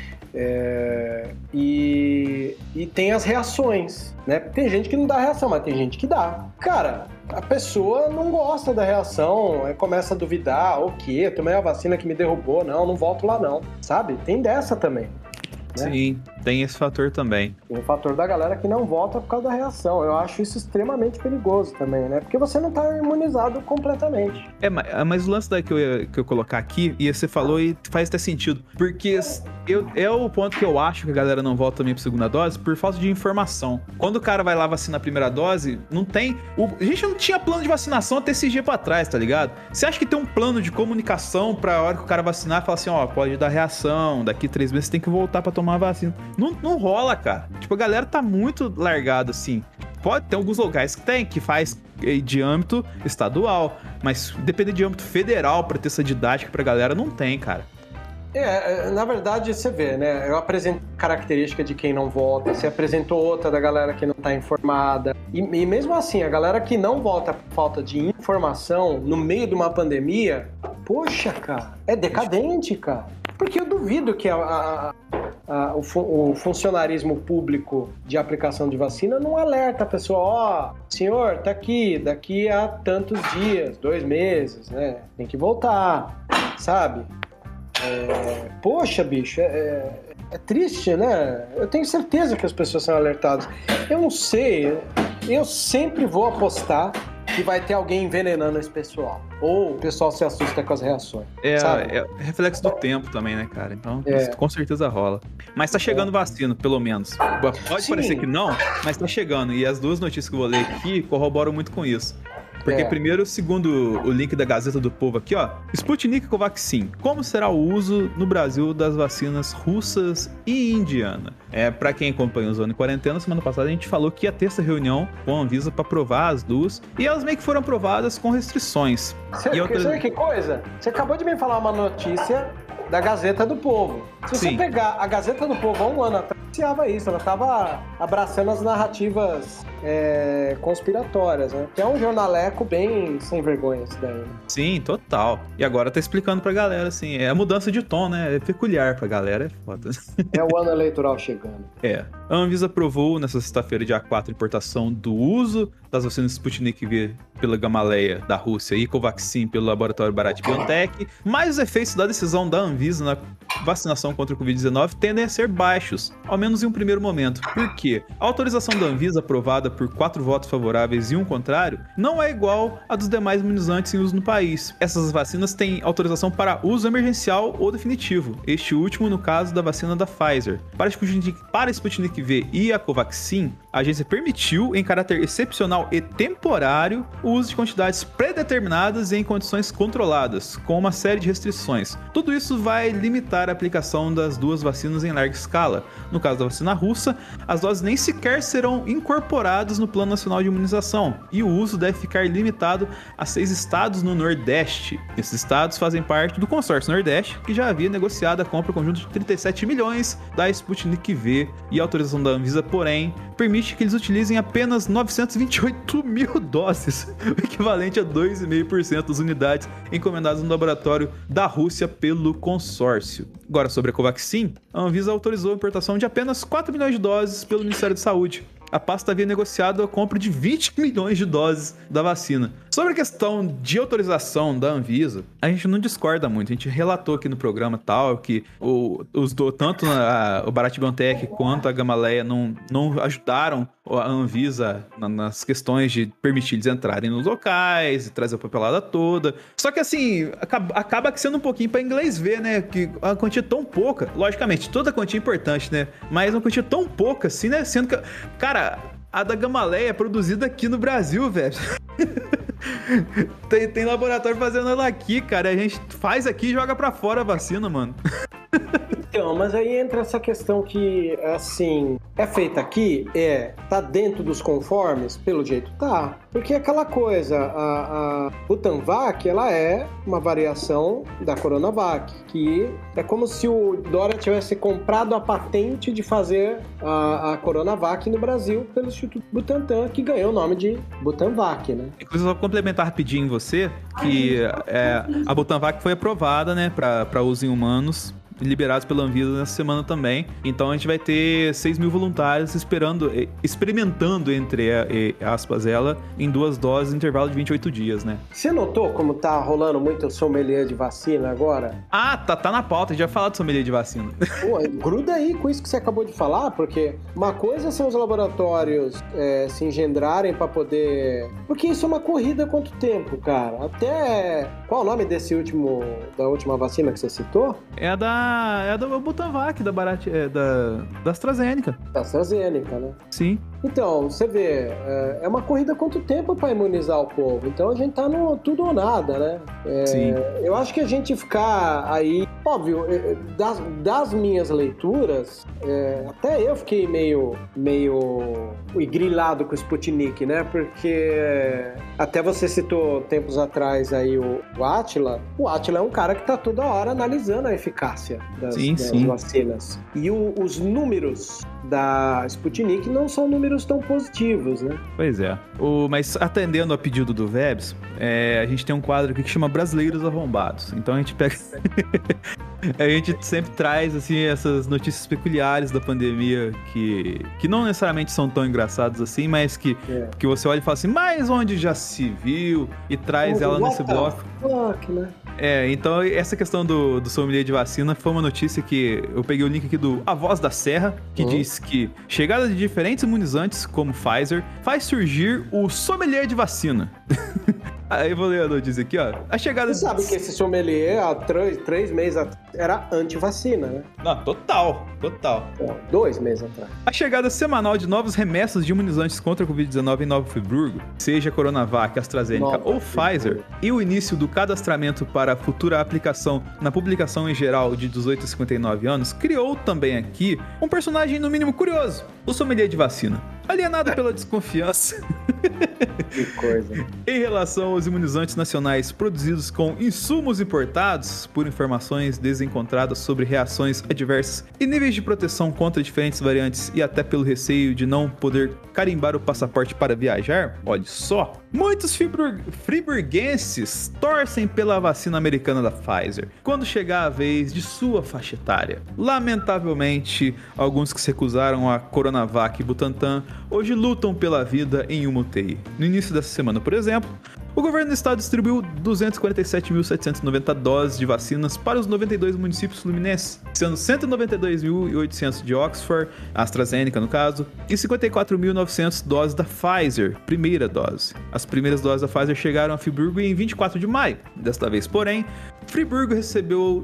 E tem as reações, né? Tem gente que não dá reação, mas tem gente que dá. Cara, a pessoa não gosta da reação, começa a duvidar, o quê? Tomei a vacina que me derrubou, não volto lá não, sabe? Tem dessa também. Né? Sim, tem esse fator também. Tem o fator da galera que não volta por causa da reação. Eu acho isso extremamente perigoso também, né? Porque você não tá imunizado completamente. Mas o lance que eu ia colocar aqui, e você falou e faz até sentido, porque é o ponto que eu acho que a galera não volta também pra segunda dose por falta de informação. Quando o cara vai lá vacinar a primeira dose, não tem... A gente não tinha plano de vacinação até esse dia pra trás, tá ligado? Você acha que tem um plano de comunicação pra hora que o cara vacinar, falar assim, pode dar reação, daqui 3 meses você tem que voltar pra tomar a vacina. Não rola, cara. Tipo, a galera tá muito largada, assim. pode ter alguns locais que faz de âmbito estadual, mas depender de âmbito federal pra ter essa didática pra galera, não tem, cara. Na verdade, você vê, né? Eu apresento característica de quem não vota, você apresentou outra da galera que não tá informada. E mesmo assim, a galera que não vota por falta de informação no meio de uma pandemia, poxa, cara, é decadente, cara. Porque eu duvido que o funcionarismo público de aplicação de vacina não alerta a pessoa, senhor, tá aqui, daqui a tantos dias, 2 meses, né? Tem que voltar, sabe? Poxa, bicho, é triste, né? Eu tenho certeza que as pessoas são alertadas. Eu não sei, eu sempre vou apostar que vai ter alguém envenenando esse pessoal. Ou o pessoal se assusta com as reações. É reflexo do tempo também, né, cara? Então, isso com certeza rola. Mas tá chegando vacina, pelo menos. Pode parecer que não, mas tá chegando. E as 2 notícias que eu vou ler aqui corroboram muito com isso. Porque primeiro, segundo o link da Gazeta do Povo aqui, ó, Sputnik e Covaxin, como será o uso no Brasil das vacinas russas e indiana? Pra quem acompanha o Zona em Quarentena, semana passada a gente falou que ia ter essa reunião com a Anvisa pra aprovar as 2, e elas meio que foram aprovadas com restrições. Sabe que coisa? Você acabou de me falar uma notícia da Gazeta do Povo. Se você pegar a Gazeta do Povo há um ano atrás, isso, ela estava abraçando as narrativas conspiratórias, né? Que é um jornaleco bem sem vergonha isso daí. Né? Sim, total. E agora tá explicando pra galera, assim, a mudança de tom, né? É peculiar pra galera, é foda. É o ano eleitoral chegando. A Anvisa aprovou nessa sexta-feira, dia 4, a importação do uso das vacinas Sputnik V pela Gamaleya da Rússia e Covaxin pelo laboratório Bharat Biotech, mas os efeitos da decisão da Anvisa na vacinação contra o Covid-19 tendem a ser baixos, ao menos em um primeiro momento. Por quê? A autorização da Anvisa, aprovada por 4 votos favoráveis e 1 contrário, não é igual a dos demais imunizantes em uso no país. Essas vacinas têm autorização para uso emergencial ou definitivo, este último no caso da vacina da Pfizer. Para a Sputnik V e a Covaxin, a agência permitiu, em caráter excepcional e temporário, o uso de quantidades predeterminadas e em condições controladas, com uma série de restrições. Tudo isso vai limitar a aplicação das 2 vacinas em larga escala. No caso da vacina russa, as doses nem sequer serão incorporadas no Plano Nacional de Imunização, e o uso deve ficar limitado a 6 estados no Nordeste. Esses estados fazem parte do consórcio Nordeste, que já havia negociado a compra conjunta de 37 milhões da Sputnik V, e a autorização da Anvisa, porém, permite que eles utilizem apenas 928 mil doses, o equivalente a 2,5% das unidades encomendadas no laboratório da Rússia pelo consórcio. Agora, sobre a Covaxin, a Anvisa autorizou a importação de apenas 4 milhões de doses pelo Ministério da Saúde. A pasta havia negociado a compra de 20 milhões de doses da vacina. Sobre a questão de autorização da Anvisa, a gente não discorda muito. A gente relatou aqui no programa tal que tanto o Bharat Biotech quanto a Gamaleya não ajudaram a Anvisa nas questões de permitir eles entrarem nos locais e trazer a papelada toda. Só que assim, acaba sendo um pouquinho para inglês ver, né? Que a quantia é tão pouca. Logicamente, toda quantia é importante, né? Mas uma quantia tão pouca assim, né? Sendo que, cara, a da Gamaleya é produzida aqui no Brasil, velho. tem laboratório fazendo ela aqui, cara. A gente faz aqui e joga pra fora a vacina, mano. Então, mas aí entra essa questão que, assim, é feita aqui? Tá dentro dos conformes? Pelo jeito tá. Porque aquela coisa, a Butanvac, ela é uma variação da Coronavac, que é como se o Dória tivesse comprado a patente de fazer a Coronavac no Brasil pelo Instituto Butantan, que ganhou o nome de Butanvac, né? Inclusive, eu vou complementar rapidinho você, que a Butanvac foi aprovada, né, para uso em humanos, liberados pela Anvisa nessa semana também. Então a gente vai ter 6 mil voluntários experimentando, entre aspas, ela em 2 doses em intervalo de 28 dias, né? Você notou como tá rolando muito sommelier de vacina agora? Ah, tá na pauta, a gente vai falar de sommelier de vacina. Pô, gruda aí com isso que você acabou de falar, porque uma coisa são os laboratórios se engendrarem pra poder... Porque isso é uma corrida quanto tempo, cara? Até... Qual o nome da última vacina que você citou? É a da é da Butanvac, da AstraZeneca. Da AstraZeneca, né? Sim. Então, você vê, é uma corrida quanto tempo para imunizar o povo. Então a gente tá no tudo ou nada, né? Sim. Eu acho que a gente ficar aí... Óbvio, das minhas leituras, até eu fiquei meio grilado com o Sputnik, né? Porque até você citou tempos atrás aí o Átila. O Átila é um cara que tá toda hora analisando a eficácia das vacinas. E os números da Sputnik não são números tão positivos, né? Pois é. Mas atendendo a pedido do Vebs, a gente tem um quadro aqui que chama Brasileiros Arrombados. Então a gente pega... A gente sempre traz, assim, essas notícias peculiares da pandemia que não necessariamente são tão engraçadas assim, mas que você olha e fala assim, mas onde já se viu? E traz ela nesse bloco. Né? Então essa questão do sommelier de vacina foi uma notícia que eu peguei o link aqui do A Voz da Serra, que diz que chegada de diferentes imunizantes, como Pfizer, faz surgir o sommelier de vacina. Aí eu vou ler a notícia aqui, ó. A chegada... Você sabe que esse sommelier, há 3 meses atrás, era anti-vacina, né? Não, total. 2 meses atrás. A chegada semanal de novas remessas de imunizantes contra a Covid-19 em Nova Friburgo, seja Coronavac, AstraZeneca ou Pfizer, e o início do cadastramento para a futura aplicação na publicação em geral de 18 a 59 anos, criou também aqui um personagem no mínimo curioso, o sommelier de vacina. Alienado pela desconfiança que coisa. em relação aos imunizantes nacionais produzidos com insumos importados, por informações desencontradas sobre reações adversas e níveis de proteção contra diferentes variantes e até pelo receio de não poder carimbar o passaporte para viajar, olha só, muitos friburguenses torcem pela vacina americana da Pfizer quando chegar a vez de sua faixa etária. Lamentavelmente, alguns que se recusaram a Coronavac e Butantan hoje lutam pela vida em uma UTI. No início dessa semana, por exemplo, o governo do estado distribuiu 247.790 doses de vacinas para os 92 municípios fluminenses, sendo 192.800 de Oxford, AstraZeneca no caso, e 54.900 doses da Pfizer, primeira dose. As primeiras doses da Pfizer chegaram a Friburgo em 24 de maio. Desta vez, porém, Friburgo recebeu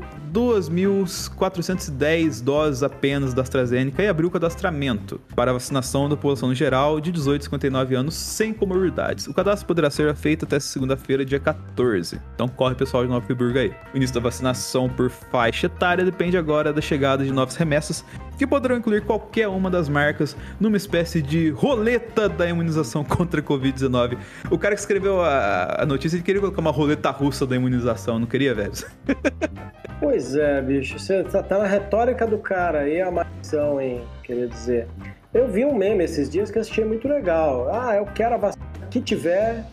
2.410 doses apenas da AstraZeneca e abriu o cadastramento para a vacinação da população no geral de 18 a 59 anos sem comorbidades. O cadastro poderá ser feito até segunda-feira, dia 14. Então corre, pessoal de Nova Friburgo aí. O início da vacinação por faixa etária depende agora da chegada de novas remessas, que poderão incluir qualquer uma das marcas numa espécie de roleta da imunização contra a Covid-19. O cara que escreveu a notícia, ele queria colocar uma roleta russa da imunização, não queria, velho? Pois é, bicho, você tá na retórica do cara aí, a maldição, hein, queria dizer. Eu vi um meme esses dias que eu achei muito legal. Eu quero a vacina que tiver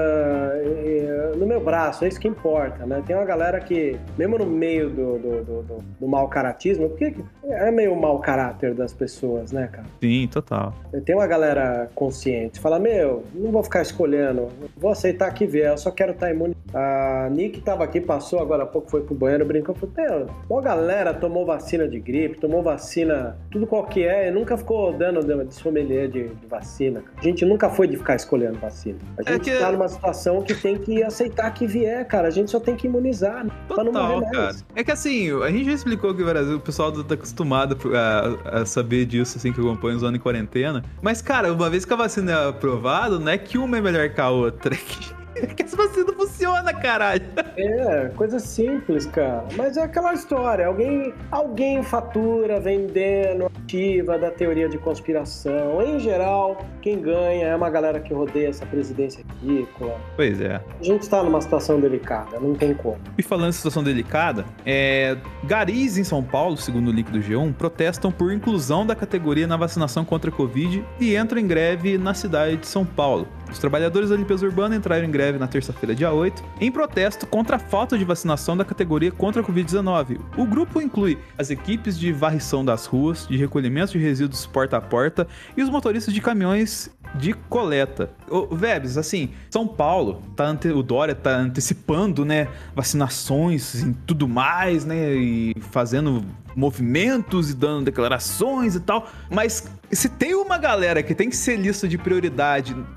no meu braço, é isso que importa, né? Tem uma galera que, mesmo no meio do mau caratismo, porque é meio mau caráter das pessoas, né, cara? Sim, total. Tem uma galera consciente, fala, não vou ficar escolhendo, vou aceitar que vier, eu só quero estar imune. A Nick tava aqui, passou agora há pouco, foi pro banheiro, brincou, falou, uma galera tomou vacina de gripe, tomou vacina, tudo qual que é, e nunca ficou dando de sommelier de vacina. A gente nunca foi de ficar escolhendo vacina. A gente tá numa situação que tem que aceitar que vier, cara. A gente só tem que imunizar, né? Pra não morrer mais. Cara. É que assim, a gente já explicou que o Brasil, o pessoal tá acostumado a saber disso, assim, que acompanha o Zona em Quarentena. Mas, cara, uma vez que a vacina é aprovada, não é que uma é melhor que a outra. Que essa vacina funciona, caralho. Coisa simples, cara. Mas é aquela história. Alguém fatura vendendo ativa da teoria de conspiração. Em geral, quem ganha é uma galera que rodeia essa presidência ridícula. Pois é. A gente está numa situação delicada, não tem como. E falando em situação delicada, garis em São Paulo, segundo o link do G1, protestam por inclusão da categoria na vacinação contra a Covid e entram em greve na cidade de São Paulo. Os trabalhadores da limpeza urbana entraram em greve na terça-feira, dia 8, em protesto contra a falta de vacinação da categoria contra a Covid-19. O grupo inclui as equipes de varrição das ruas, de recolhimento de resíduos porta a porta e os motoristas de caminhões de coleta. Vebs, assim, São Paulo, o Dória tá antecipando, né, vacinações e tudo mais, né, e fazendo movimentos e dando declarações e tal, mas se tem uma galera que tem que ser lista de prioridade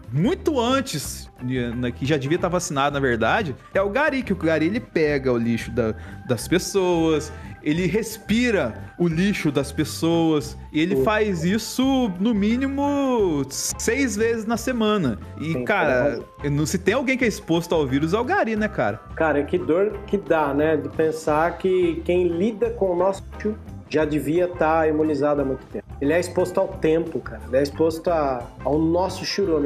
muito antes, que já devia estar vacinado, na verdade, é o Gari, que o Gari ele pega o lixo das pessoas, ele respira o lixo das pessoas, e ele faz isso, no mínimo, 6 vezes na semana. E, cara, se tem alguém que é exposto ao vírus, é o Gari, né, cara? Cara, que dor que dá, né, de pensar que quem lida com o nosso lixo já devia estar imunizado há muito tempo. Ele é exposto ao tempo, cara. Ele é exposto ao nosso churume.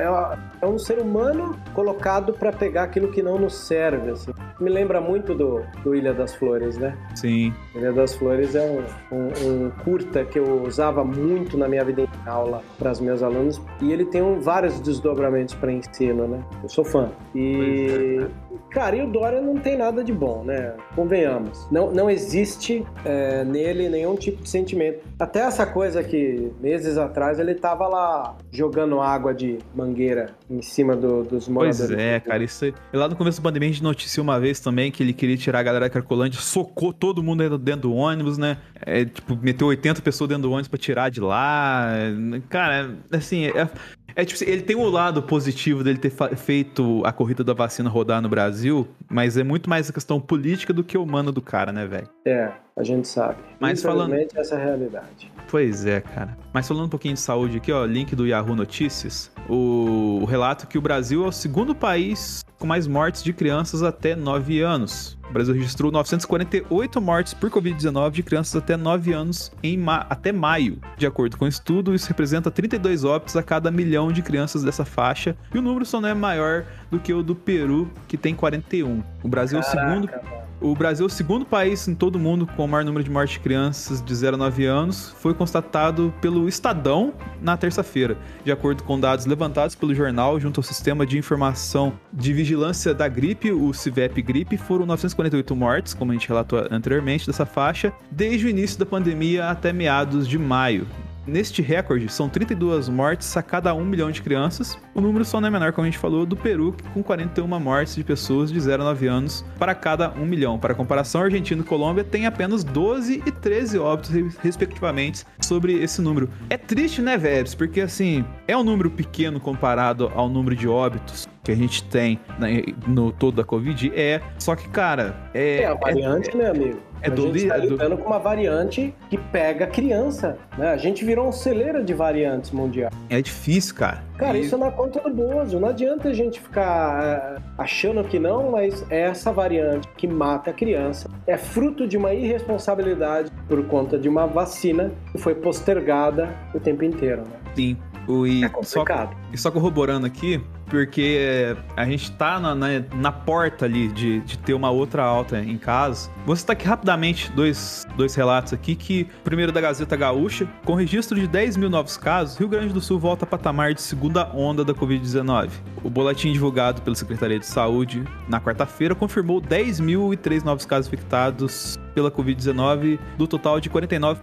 É um ser humano colocado para pegar aquilo que não nos serve, assim. Me lembra muito do Ilha das Flores, né? Sim. Ilha das Flores é um curta que eu usava muito na minha vida em aula para os meus alunos. E ele tem vários desdobramentos para ensino, né? Eu sou fã. E... Cara, e o Dória não tem nada de bom, né? Convenhamos. Não existe nele nenhum tipo de sentimento. Até essa coisa que, meses atrás, ele tava lá jogando água de mangueira em cima dos moradores. Pois é, cara. Isso aí. Lá no começo da pandemia, a gente noticiou uma vez também que ele queria tirar a galera da Cracolândia, socou todo mundo dentro do ônibus, né? Meteu 80 pessoas dentro do ônibus pra tirar de lá. Cara, assim... tipo, ele tem o lado positivo dele ter feito a corrida da vacina rodar no Brasil, mas é muito mais a questão política do que humana do cara, né, velho? A gente sabe. Mas infelizmente, essa é a realidade. Pois é, cara. Mas falando um pouquinho de saúde aqui, ó, link do Yahoo Notícias, o relato que o Brasil é o segundo país com mais mortes de crianças até 9 anos. O Brasil registrou 948 mortes por Covid-19 de crianças até 9 anos até maio. De acordo com o estudo, isso representa 32 óbitos a cada 1 milhão de crianças dessa faixa, e o número só não é maior do que o do Peru, que tem 41. O Brasil é o segundo país em todo o mundo com o maior número de mortes de crianças de 0 a 9 anos. Foi constatado pelo Estadão na terça-feira. De acordo com dados levantados pelo jornal, junto ao Sistema de Informação de Vigilância da Gripe, o CIVEP-Gripe, foram 948 mortes, como a gente relatou anteriormente, dessa faixa, desde o início da pandemia até meados de maio. Neste recorde, são 32 mortes a cada 1 milhão de crianças. O número só não é menor, como a gente falou, do Peru, com 41 mortes de pessoas de 0 a 9 anos para cada 1 milhão. Para comparação, Argentina e Colômbia têm apenas 12 e 13 óbitos, respectivamente, sobre esse número. É triste, né, Vebs? Porque, assim, é um número pequeno comparado ao número de óbitos que a gente tem no todo da Covid. Só que, cara... É a variante, né, amigo? A gente tá lidando com uma variante que pega criança, né? A gente virou um celeiro de variantes mundial. É difícil, cara. Cara, isso é na conta do Bozo. Não adianta a gente ficar achando que não, mas é essa variante que mata a criança. É fruto de uma irresponsabilidade por conta de uma vacina que foi postergada o tempo inteiro, né? Sim. É complicado. Só corroborando aqui, porque a gente tá na porta ali de ter uma outra alta em casos. Vou citar aqui rapidamente dois relatos aqui, que primeiro da Gazeta Gaúcha, com registro de 10 mil novos casos, Rio Grande do Sul volta a patamar de segunda onda da Covid-19. O boletim divulgado pela Secretaria de Saúde na quarta-feira confirmou 10.003 novos casos infectados pela Covid-19, do total de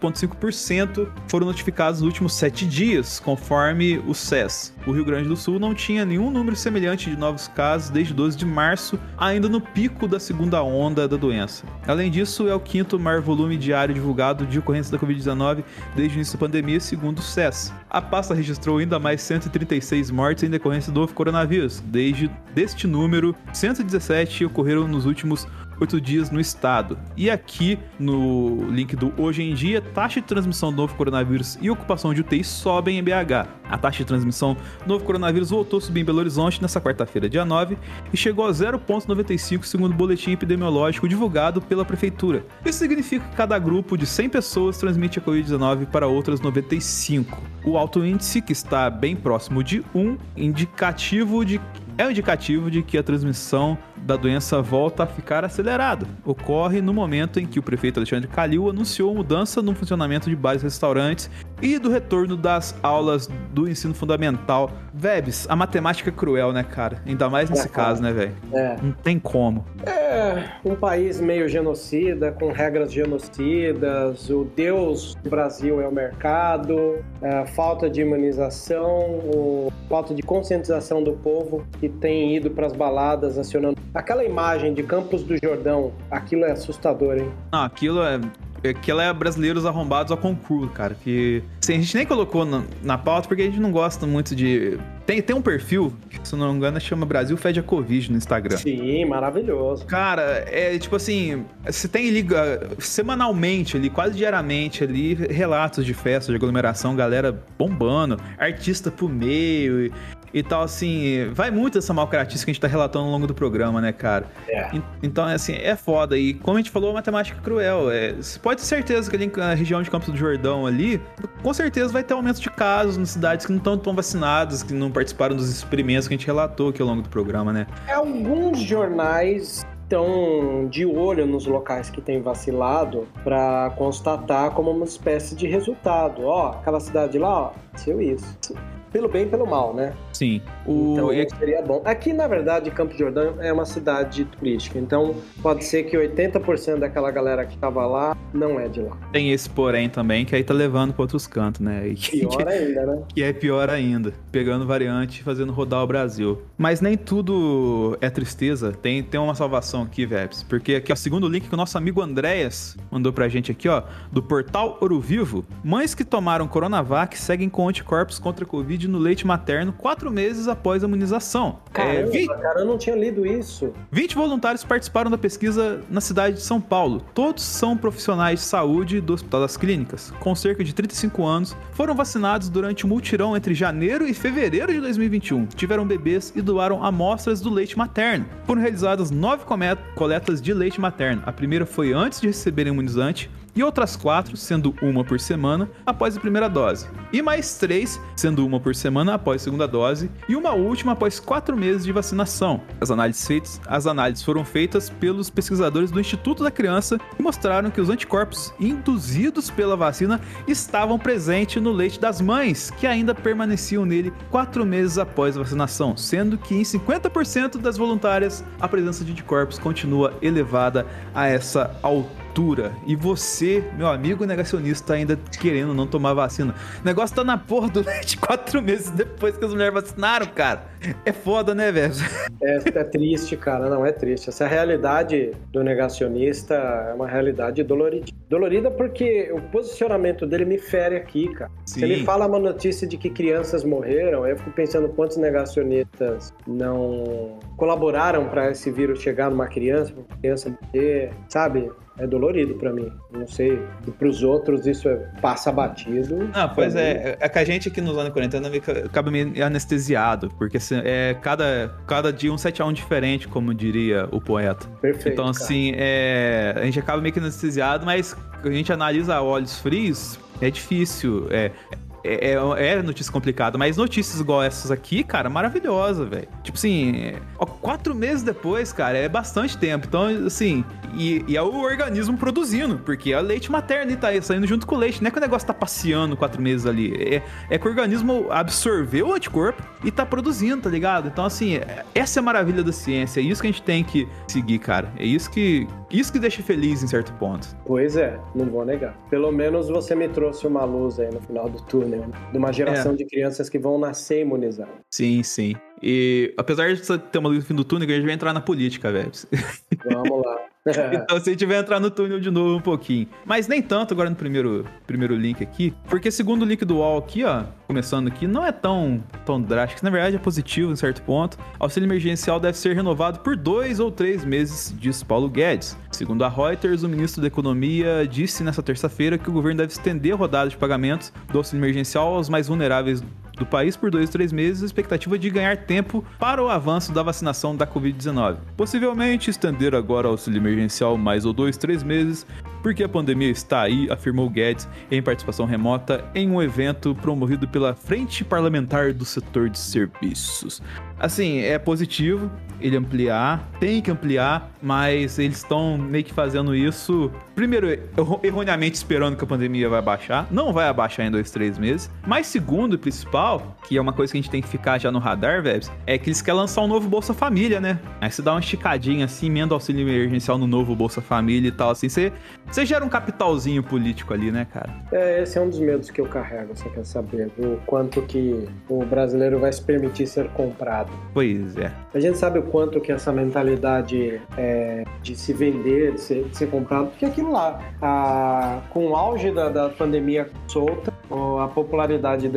49,5% foram notificados nos últimos 7 dias, conforme o SES. O Rio Grande do Sul não tinha nenhum número semelhante de novos casos desde 12 de março, ainda no pico da segunda onda da doença. Além disso, é o quinto maior volume diário divulgado de ocorrências da Covid-19 desde o início da pandemia, segundo o SES. A pasta registrou ainda mais 136 mortes em decorrência do coronavírus. Deste número, 117 ocorreram nos últimos 8 dias no estado. E aqui no link do Hoje em Dia, taxa de transmissão do novo coronavírus e ocupação de UTI sobem em BH. A taxa de transmissão do novo coronavírus voltou a subir em Belo Horizonte nesta quarta-feira, dia 9, e chegou a 0,95 segundo o boletim epidemiológico divulgado pela prefeitura. Isso significa que cada grupo de 100 pessoas transmite a Covid-19 para outras 95. O alto índice, que está bem próximo de 1, é um indicativo de que a transmissão da doença volta a ficar acelerada. Ocorre no momento em que o prefeito Alexandre Calil anunciou mudança no funcionamento de bares e restaurantes e do retorno das aulas do ensino fundamental. Vebs, a matemática é cruel, né, cara? Ainda mais nesse caso, né, velho? Não tem como. Um país meio genocida, com regras genocidas, o Deus do Brasil é o mercado, falta de imunização, falta de conscientização do povo que tem ido para as baladas acionando. Aquela imagem de Campos do Jordão, aquilo é assustador, hein? Não, aquilo é brasileiros arrombados ao concurso, cara. Que assim, a gente nem colocou na pauta porque a gente não gosta muito de Tem um perfil, que, se não me engano, chama Brasil Fede a Covid no Instagram. Sim, maravilhoso. Cara, é tipo assim, você tem liga semanalmente ali, quase diariamente ali, relatos de festa, de aglomeração, galera bombando, artista pro meio e tal, assim, vai muito dessa malcratice que a gente tá relatando ao longo do programa, né, cara? Então, assim, é foda. E como a gente falou, a matemática cruel. Você pode ter certeza que ali na região de Campos do Jordão ali, com certeza vai ter aumento de casos nas cidades que não estão vacinadas, que não participaram dos experimentos que a gente relatou aqui ao longo do programa, né? Alguns jornais estão de olho nos locais que têm vacilado para constatar como uma espécie de resultado. Ó, aquela cidade lá, ó, seu isso. Pelo bem e pelo mal, né? Sim. Então seria bom. Aqui, na verdade, Campos do Jordão é uma cidade turística, então pode ser que 80% daquela galera que tava lá não é de lá. Tem esse porém também, que aí tá levando pra outros cantos, né? Pior ainda, né? Que é pior ainda, pegando variante e fazendo rodar o Brasil. Mas nem tudo é tristeza, tem uma salvação aqui, Vebs, porque aqui, ó, segundo o link que o nosso amigo Andréas mandou pra gente aqui, ó, do portal Ouro Vivo, mães que tomaram Coronavac seguem com anticorpos contra a Covid no leite materno 4 meses após a imunização. Caramba, cara, eu não tinha lido isso. 20 voluntários participaram da pesquisa na cidade de São Paulo. Todos são profissionais de saúde do Hospital das Clínicas, com cerca de 35 anos, foram vacinados durante o mutirão entre janeiro e fevereiro de 2021, tiveram bebês e doaram amostras do leite materno. Foram realizadas 9 coletas de leite materno. A primeira foi antes de receberem o imunizante, e outras 4, sendo uma por semana, após a primeira dose. E mais 3, sendo uma por semana após a segunda dose, e uma última após 4 meses de vacinação. As análises foram feitas pelos pesquisadores do Instituto da Criança e mostraram que os anticorpos induzidos pela vacina estavam presentes no leite das mães, que ainda permaneciam nele 4 meses após a vacinação, sendo que em 50% das voluntárias a presença de anticorpos continua elevada a essa altura. E você, meu amigo negacionista, ainda querendo não tomar vacina. O negócio tá na porra do leite 4 meses depois que as mulheres vacinaram, cara. É foda, né, velho? É triste, cara. Não, é triste. Essa realidade do negacionista é uma realidade dolorida. Dolorida porque o posicionamento dele me fere aqui, cara. Sim. Se ele fala uma notícia de que crianças morreram, eu fico pensando quantos negacionistas não colaboraram para esse vírus chegar numa criança, pra uma criança morrer, sabe? É dolorido pra mim. Não sei. E pros outros isso passa batido. Ah, pois é. É que a gente aqui nos anos 40 acaba meio anestesiado. Porque assim, cada dia um 7-1 diferente, como diria o poeta. Perfeito. Então, assim, a gente acaba meio que anestesiado, mas a gente analisa a olhos frios, é difícil. É notícia complicada, mas notícias igual essas aqui, cara, maravilhosa, velho. Tipo assim, 4 meses depois, cara, é bastante tempo. Então, assim, e é o organismo produzindo, porque é o leite materno e tá saindo junto com o leite. Não é que o negócio tá passeando 4 meses ali. É que o organismo absorveu o anticorpo e tá produzindo, tá ligado? Então, assim, essa é a maravilha da ciência. É isso que a gente tem que seguir, cara. É isso que deixa feliz em certo ponto. Pois é, não vou negar. Pelo menos você me trouxe uma luz aí no final do túnel, né? De uma geração de crianças que vão nascer imunizadas. Sim, sim. E apesar de você ter uma luz no fim do túnel, a gente vai entrar na política, velho. Vamos lá. Então, se a gente vai entrar no túnel de novo um pouquinho. Mas nem tanto agora no primeiro link aqui. Porque segundo o link do UOL aqui, ó, começando aqui, não é tão drástico. Na verdade, é positivo em certo ponto. Auxílio emergencial deve ser renovado por 2 ou 3 meses, diz Paulo Guedes. Segundo a Reuters, o ministro da Economia disse nesta terça-feira que o governo deve estender a rodada de pagamentos do auxílio emergencial aos mais vulneráveis do país por 2 ou 3 meses, a expectativa de ganhar tempo para o avanço da vacinação da Covid-19. Possivelmente estender agora o auxílio emergencial mais ou 2, 3 meses, porque a pandemia está aí, afirmou Guedes em participação remota em um evento promovido pela Frente Parlamentar do Setor de Serviços. Assim, é positivo ele ampliar, tem que ampliar, mas eles estão meio que fazendo isso, primeiro, erroneamente esperando que a pandemia vai abaixar. Não vai abaixar em 2, 3 meses. Mas segundo e principal, que é uma coisa que a gente tem que ficar já no radar, Vebs, é que eles querem lançar um novo Bolsa Família, né? Aí você dá uma esticadinha assim, emenda o auxílio emergencial no novo Bolsa Família e tal, assim, você gera um capitalzinho político ali, né, cara? Esse é um dos medos que eu carrego, você quer saber, o quanto que o brasileiro vai se permitir ser comprado. Pois é. A gente sabe o quanto que essa mentalidade de se vender, de ser comprado, porque aquilo lá, com o auge da pandemia solta, a popularidade dele só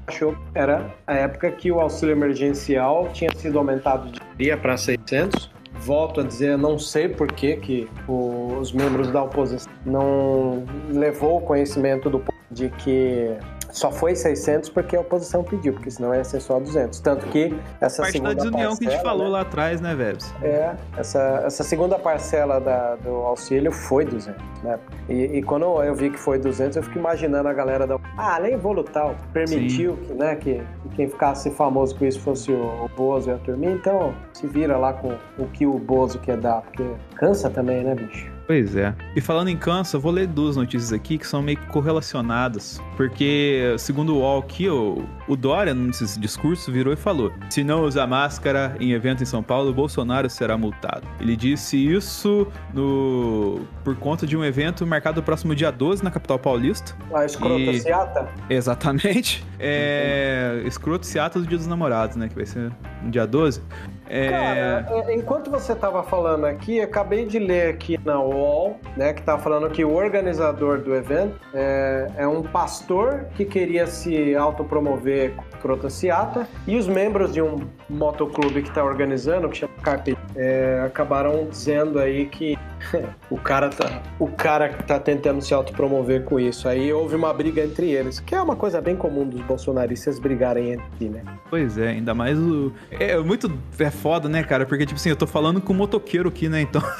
achou que era a época que o auxílio emergencial tinha sido aumentado de dia para 600. Volto a dizer, não sei por que os membros da oposição não levou o conhecimento do povo de que só foi 600 porque a oposição pediu, porque senão ia ser só 200. Tanto que essa parte segunda da desunião parcela, que a gente falou, né, lá atrás, né, Vebs? Essa segunda parcela do auxílio foi 200, né? E quando eu vi que foi 200, eu fico imaginando a galera nem vou lutar, permitiu que quem ficasse famoso com isso fosse o Bozo e a turminha, então se vira lá com o que o Bozo quer dar, porque cansa também, né, bicho? Pois é. E falando em câncer, eu vou ler duas notícias aqui que são meio que correlacionadas. Porque, segundo o UOL aqui, o Dória, nesse discurso, virou e falou: se não usar máscara em evento em São Paulo, Bolsonaro será multado. Ele disse isso por conta de um evento marcado no próximo dia 12 na capital paulista. A escrota Seata? Exatamente. Escroto Seata do Dia dos Namorados, né? Que vai ser no dia 12. Cara, enquanto você estava falando aqui, acabei de ler aqui na UOL, né, que estava falando que o organizador do evento é um pastor que queria se autopromover com escrota Seata, e os membros de um motoclube que está organizando, que chama Carpe, acabaram dizendo aí que o cara que tá tentando se autopromover com isso. Aí houve uma briga entre eles, que é uma coisa bem comum dos bolsonaristas brigarem entre si, né? Pois é, ainda mais é foda, né, cara? Porque, tipo assim, eu tô falando com um motoqueiro aqui, né? Então.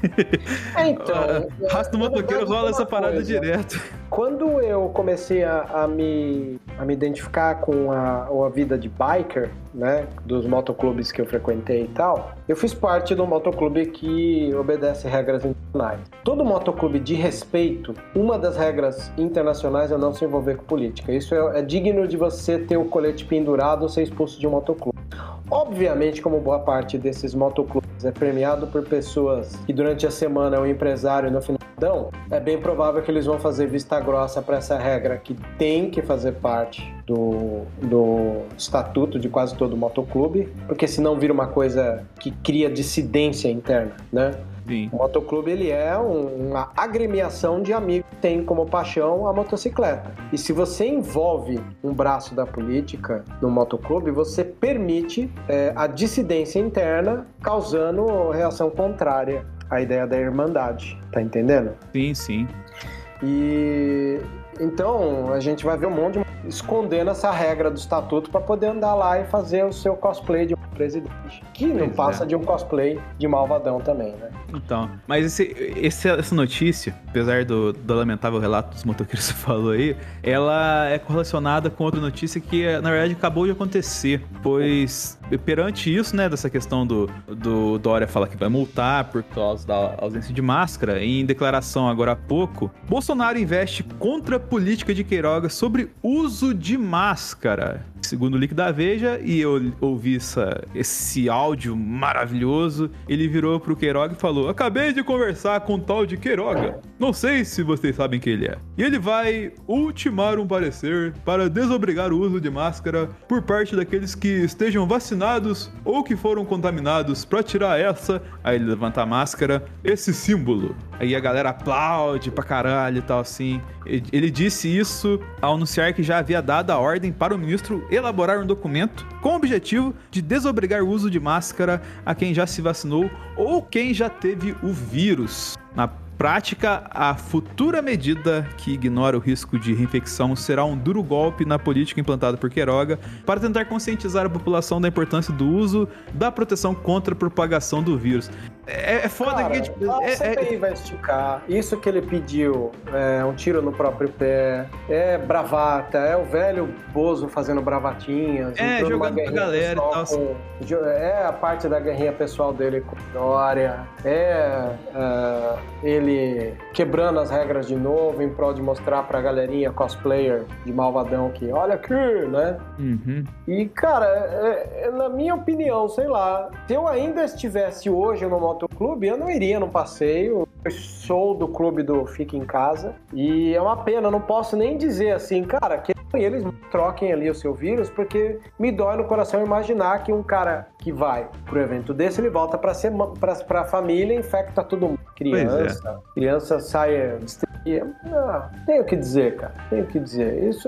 Rasta o motoqueiro, rola essa parada direto. Quando eu comecei a me identificar com a vida de biker, né, dos motoclubes que eu frequentei e tal, eu fiz parte de um motoclube que obedece regras internacionais. Todo motoclube de respeito, uma das regras internacionais é não se envolver com política. Isso é digno de você ter o colete pendurado ou ser expulso de um motoclube. Obviamente, como boa parte desses motoclubes é premiado por pessoas que durante a semana é um empresário e no final é bem provável que eles vão fazer vista grossa para essa regra que tem que fazer parte do estatuto de quase todo motoclube, porque senão vira uma coisa que cria dissidência interna, né? Sim. O motoclube, ele é uma agremiação de amigos que tem como paixão a motocicleta. E se você envolve um braço da política no motoclube, você permite a dissidência interna, causando reação contrária à ideia da irmandade. Tá entendendo? Sim, sim. E então a gente vai ver um monte de escondendo essa regra do estatuto para poder andar lá e fazer o seu cosplay de um presidente, que não passa de um cosplay de malvadão também, né? Então, mas essa notícia, apesar do lamentável relato dos motoqueiros que você falou aí, ela é correlacionada com outra notícia que, na verdade, acabou de acontecer, pois perante isso, né, dessa questão do Dória falar que vai multar por causa da ausência de máscara, em declaração agora há pouco, Bolsonaro investe contra a política de Queiroga sobre uso de máscara. Segundo o link da Veja, e eu ouvi esse áudio maravilhoso, ele virou pro Queiroga e falou: acabei de conversar com o tal de Queiroga, não sei se vocês sabem quem ele é, e ele vai ultimar um parecer para desobrigar o uso de máscara por parte daqueles que estejam vacinados ou que foram contaminados, para tirar aí ele levanta a máscara, esse símbolo. Aí a galera aplaude pra caralho e tal assim. Ele disse isso ao anunciar que já havia dado a ordem para o ministro elaborar um documento com o objetivo de desobrigar o uso de máscara a quem já se vacinou ou quem já teve o vírus. Na prática, a futura medida que ignora o risco de reinfecção será um duro golpe na política implantada por Queiroga para tentar conscientizar a população da importância do uso da proteção contra a propagação do vírus. É foda. Cara, que a CPI vai esticar. Isso que ele pediu é um tiro no próprio pé, é bravata, é o velho Bozo fazendo bravatinhas, jogando pra galera e tal. É a parte da guerrinha pessoal dele com Dória, ele quebrando as regras de novo em prol de mostrar pra galerinha cosplayer de malvadão que olha aqui, né? Uhum. E, cara, na minha opinião, sei lá, se eu ainda estivesse hoje no motoclube, eu não iria no passeio. Eu sou do clube do Fica em Casa e é uma pena, eu não posso nem dizer assim, cara, que eles troquem ali o seu vírus, porque me dói no coração imaginar que um cara que vai pro evento desse, ele volta pra família e infecta todo mundo. Criança sai Tenho o que dizer, cara. Tenho o que dizer. Isso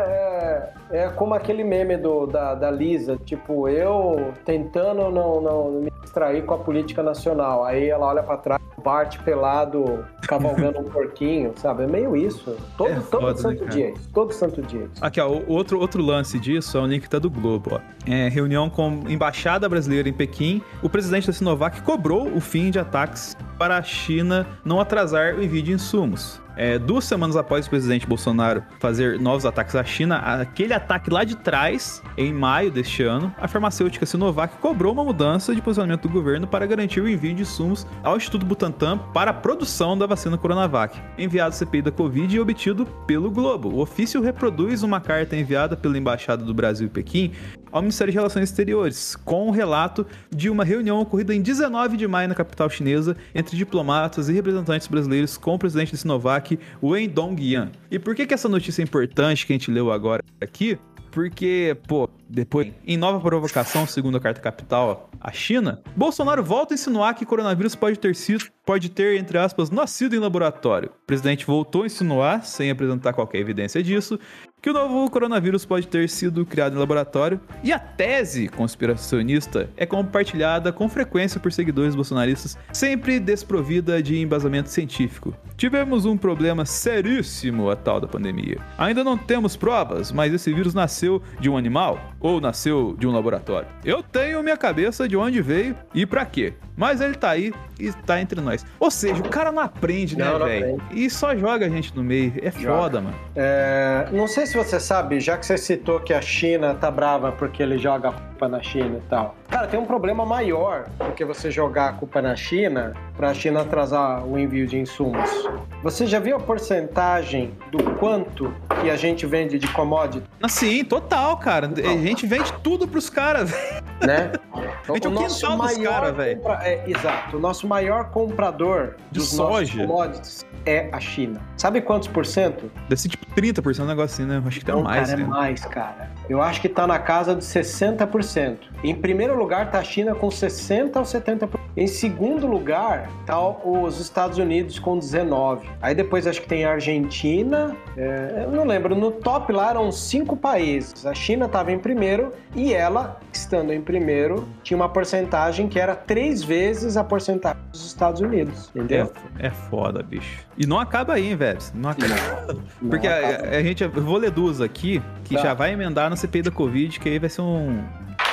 é como aquele meme da Lisa, tipo, eu tentando não me distrair com a política nacional. Aí ela olha pra trás, o Bart pelado, cavalgando um porquinho, sabe? É meio isso. Todo santo dia. Todo santo dia. Aqui, ó, outro lance disso é um link que tá do Globo, ó. Reunião com a Embaixada Brasileira em Pequim. O presidente da Sinovac cobrou o fim de ataques para a China não atrasar o envio de insumos. 2 semanas após o presidente Bolsonaro fazer novos ataques à China, aquele ataque lá de trás, em maio deste ano, a farmacêutica Sinovac cobrou uma mudança de posicionamento do governo para garantir o envio de insumos ao Instituto Butantan para a produção da vacina Coronavac, enviado à CPI da Covid e obtido pelo Globo. O ofício reproduz uma carta enviada pela Embaixada do Brasil em Pequim ao Ministério de Relações Exteriores, com um relato de uma reunião ocorrida em 19 de maio na capital chinesa entre diplomatas e representantes brasileiros com o presidente da Sinovac, Wen Dongyan. E por que essa notícia é importante que a gente leu agora aqui? Porque, depois, em nova provocação, segundo a Carta Capital, a China, Bolsonaro volta a insinuar que coronavírus pode ter, entre aspas, nascido em laboratório. O presidente voltou a insinuar, sem apresentar qualquer evidência disso, que o novo coronavírus pode ter sido criado em laboratório, e a tese conspiracionista é compartilhada com frequência por seguidores bolsonaristas, sempre desprovida de embasamento científico. Tivemos um problema seríssimo a tal da pandemia. Ainda não temos provas, mas esse vírus nasceu de um animal ou nasceu de um laboratório. Eu tenho minha cabeça de onde veio e pra quê. Mas ele tá aí e tá entre nós. Ou seja, o cara não aprende, né, velho? E só joga a gente no meio. É foda, mano. Não sei se você sabe, já que você citou que a China tá brava porque ele joga a culpa na China e tal. Cara, tem um problema maior do que você jogar a culpa na China pra China atrasar o envio de insumos. Você já viu a porcentagem do quanto que a gente vende de commodity? Sim, total, cara. A gente vende tudo pros caras, velho. Né? A gente é o quintal dos caras, velho. Exato. O nosso maior comprador de soja nossos commodities é a China. Sabe quantos por cento? Deve ser tipo 30%, um negócio assim, né? Acho que tem mais, cara, né? É mais, cara. Eu acho que tá na casa de 60%. Em primeiro lugar tá a China com 60% ou 70%. Em segundo lugar tá os Estados Unidos com 19%. Aí depois acho que tem a Argentina. Eu não lembro. No top lá eram 5 países. A China tava em primeiro e ela, estando em primeiro, tinha uma porcentagem que era 3 vezes a porcentagem dos Estados Unidos. Entendeu? É foda, bicho. E não acaba aí, hein, velho? Não acaba. Porque a gente... Eu vou ler duas aqui, que já vai emendar na CPI da Covid, que aí vai ser um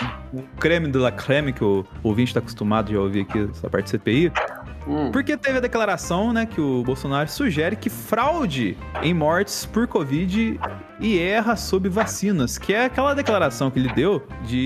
creme de la creme, que o ouvinte tá acostumado já a ouvir aqui essa parte de CPI. Porque teve a declaração, né, que o Bolsonaro sugere que fraude em mortes por Covid e erra sobre vacinas, que é aquela declaração que ele deu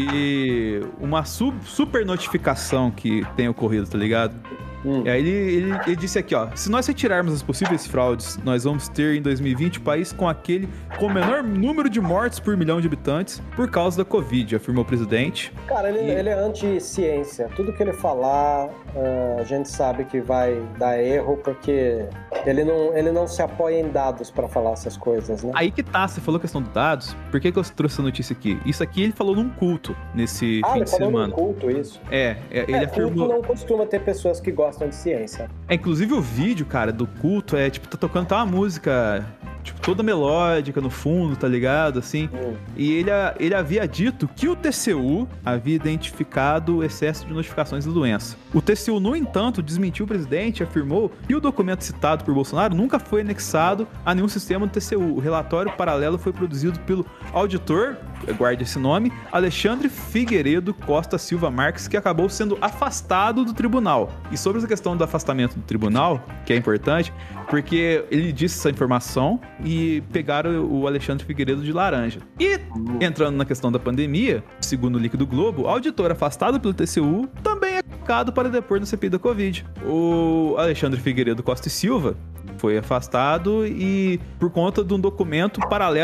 de uma super notificação que tem ocorrido, tá ligado? E aí ele disse aqui, ó: se nós retirarmos as possíveis fraudes, nós vamos ter em 2020 o país com o menor número de mortes por milhão de habitantes por causa da Covid, afirmou o presidente. Cara, ele é anti-ciência. Tudo que ele falar, a gente sabe que vai dar erro, porque ele não se apoia em dados pra falar essas coisas, né? Aí que tá, você falou a questão dos dados. Por que eu trouxe essa notícia aqui? Isso aqui ele falou num culto nesse fim de semana. Ele falou num culto, isso? Ele afirmou... Culto não costuma ter pessoas que gostam de ciência. Inclusive o vídeo, cara, do culto tá tocando uma música, toda melódica no fundo, tá ligado, assim. E ele havia dito que o TCU havia identificado o excesso de notificações da doença. O TCU, no entanto, desmentiu o presidente e afirmou que o documento citado por Bolsonaro nunca foi anexado a nenhum sistema do TCU. O relatório paralelo foi produzido pelo auditor, guarde esse nome, Alexandre Figueiredo Costa Silva Marques, que acabou sendo afastado do tribunal. E sobre essa questão do afastamento do tribunal, que é importante, porque ele disse essa informação e pegaram o Alexandre Figueiredo de laranja. E, entrando na questão da pandemia, segundo o link do Globo, o auditor afastado pelo TCU também é colocado para depor na CPI da Covid. O Alexandre Figueiredo Costa e Silva foi afastado e por conta de um documento paralelo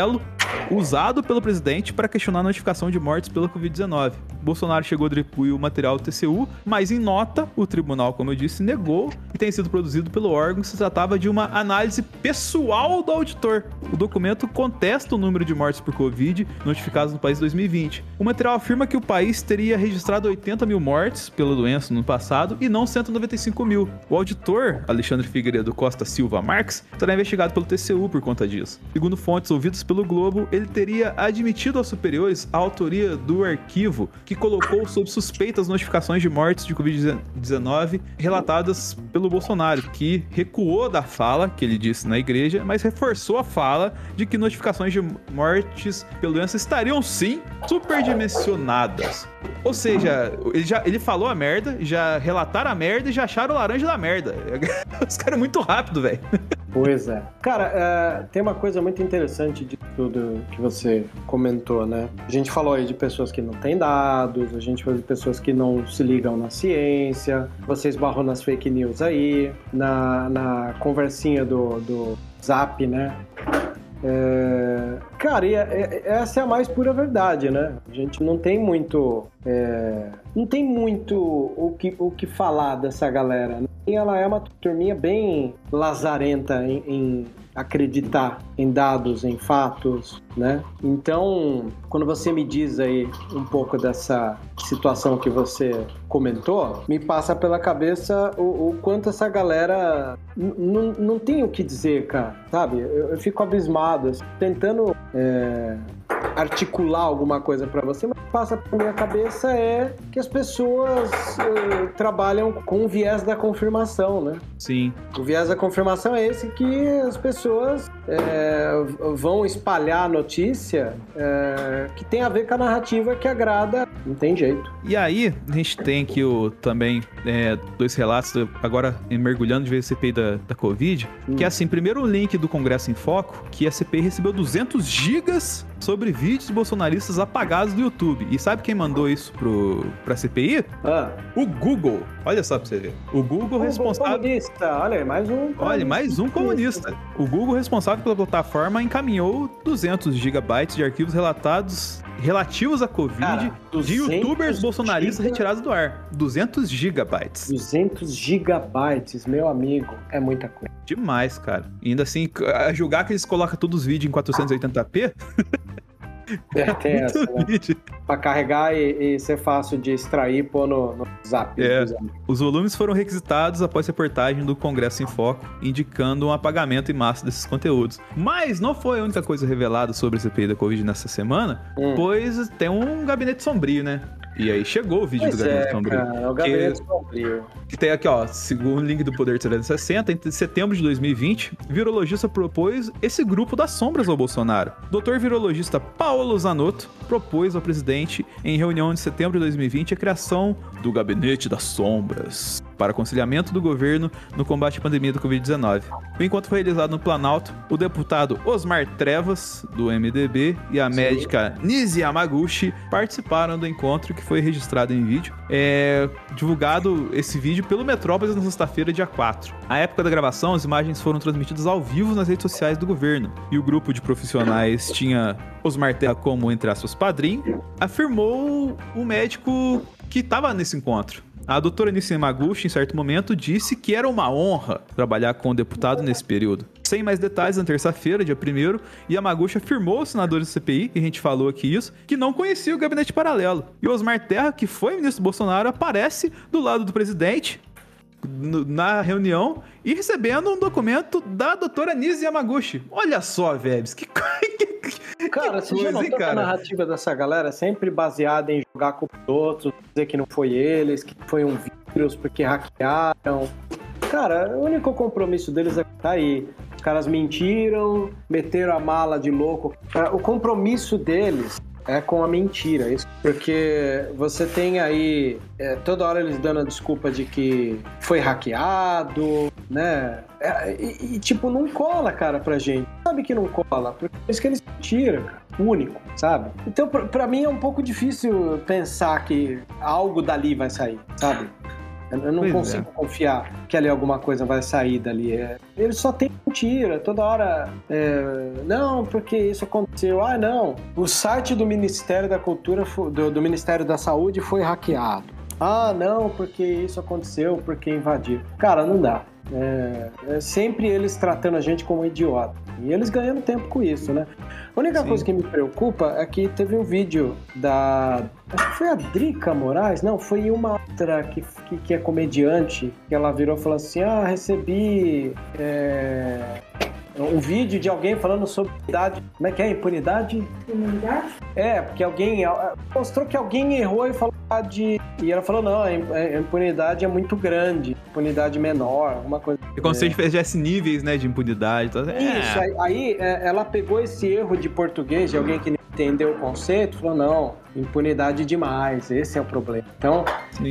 usado pelo presidente para questionar a notificação de mortes pela Covid-19. Bolsonaro chegou a atribuir o material ao TCU, mas em nota, o tribunal, como eu disse, negou que tenha sido produzido pelo órgão, se tratava de uma análise pessoal do auditor. O documento contesta o número de mortes por Covid notificadas no país em 2020. O material afirma que o país teria registrado 80 mil mortes pela doença no passado e não 195 mil. O auditor, Alexandre Figueiredo Costa Silva Marques, será investigado pelo TCU por conta disso. Segundo fontes ouvidas pelo Globo, ele teria admitido aos superiores a autoria do arquivo que colocou sob suspeita as notificações de mortes de Covid-19 relatadas pelo Bolsonaro, que recuou da fala que ele disse na igreja, mas reforçou a fala de que notificações de mortes pela doença estariam sim superdimensionadas. Ou seja, ele falou a merda, já relataram a merda e já acharam o laranja da merda. Os caras é muito rápido, velho. Pois é. Cara, tem uma coisa muito interessante de tudo que você comentou, né? A gente falou aí de pessoas que não têm dados, a gente falou de pessoas que não se ligam na ciência, você esbarrou nas fake news aí, na conversinha do Zap, né? Cara, essa é a mais pura verdade, né? A gente não tem muito o que falar dessa galera. Ela é uma turminha bem lazarenta em acreditar em dados, em fatos, né? Então, quando você me diz aí um pouco dessa situação que você comentou, me passa pela cabeça o quanto essa galera não tem o que dizer, cara, sabe? Eu fico abismado, assim, tentando articular alguma coisa pra você, mas passa pela minha cabeça é que as pessoas trabalham com o viés da confirmação, né? Sim. O viés da confirmação é esse que as pessoas vão espalhar a notícia que tem a ver com a narrativa que agrada, não tem jeito. E aí, a gente tem aqui também dois relatos, agora mergulhando de vez a CPI da Covid, que é assim, primeiro o link do Congresso em Foco, que a CPI recebeu 200 gigas sobre vídeos bolsonaristas apagados do YouTube. E sabe quem mandou isso pra CPI? O Google. Olha só pra você ver. O Google responsável... Comunista. Olha, mais um comunista. O Google responsável pela plataforma encaminhou 200 gigabytes de arquivos relativos à Covid, cara, de youtubers bolsonaristas retirados do ar. 200 gigabytes. 200 gigabytes, meu amigo, é muita coisa. Demais, cara. E ainda assim, a julgar que eles colocam todos os vídeos em 480p... tem essa, né? Pra carregar e ser fácil de extrair e pôr no Zap. Os volumes foram requisitados após reportagem do Congresso em Foco, indicando um apagamento em massa desses conteúdos. Mas não foi a única coisa revelada sobre a CPI da Covid nessa semana, pois tem um gabinete sombrio, né? E aí chegou o vídeo do Gabinete Sombrio. Cara, o Gabinete Sombrio. Que tem aqui, ó, segundo o link do Poder 360, em setembro de 2020, virologista propôs esse grupo das sombras ao Bolsonaro. O Dr. virologista Paulo Zanotto propôs ao presidente, em reunião de setembro de 2020, a criação do Gabinete das Sombras para conciliamento do governo no combate à pandemia do Covid-19. O encontro foi realizado no Planalto. O deputado Osmar Trevas, do MDB, e a médica Nise Yamaguchi participaram do encontro, que foi registrado em vídeo. Divulgado esse vídeo pelo Metrópolis na sexta-feira, dia 4. À época da gravação, as imagens foram transmitidas ao vivo nas redes sociais do governo. E o grupo de profissionais tinha Osmar Trevas como, entre aspas, padrinho, afirmou o médico que estava nesse encontro. A doutora Nise Yamaguchi, em certo momento, disse que era uma honra trabalhar com o deputado nesse período. Sem mais detalhes, na terça-feira, dia 1º, Yamaguchi afirmou aos senadores do CPI, e a gente falou aqui isso, que não conhecia o gabinete paralelo. E Osmar Terra, que foi ministro do Bolsonaro, aparece do lado do presidente na reunião e recebendo um documento da doutora Nise Yamaguchi. Olha só, Vebs, Cara, você já notou que a narrativa dessa galera é sempre baseada em jogar com os outros, dizer que não foi eles, que foi um vírus porque hackearam. Cara, o único compromisso deles é que tá aí. Os caras mentiram, meteram a mala de louco. O compromisso deles é com a mentira, isso, porque você tem aí toda hora eles dando a desculpa de que foi hackeado, né? E tipo, não cola, cara, pra gente. Sabe que não cola, porque é isso que eles tiram, cara. Único, sabe? Então, pra mim é um pouco difícil pensar que algo dali vai sair, sabe? Eu não consigo confiar que ali alguma coisa vai sair dali. Ele só tem mentira, toda hora. Não, porque isso aconteceu. Ah, não. O site do Ministério da Cultura, do Ministério da Saúde foi hackeado. Ah, não, porque isso aconteceu, porque invadiram. Cara, não dá. Sempre eles tratando a gente como idiota. E eles ganhando tempo com isso, né? A única coisa que me preocupa é que teve um vídeo acho que foi a Drica Moraes? Não, foi uma outra que é comediante, que ela virou e falou assim, recebi um vídeo de alguém falando sobre impunidade. Como é que é? Impunidade? Imunidade? Porque alguém mostrou que alguém errou e falou e ela falou, não, a impunidade é muito grande, impunidade menor, alguma coisa. É como se a gente fizesse níveis, né, de impunidade. Então, Isso, aí ela pegou esse erro de português, de alguém que não entendeu o conceito, falou, não, impunidade demais, esse é o problema. Então,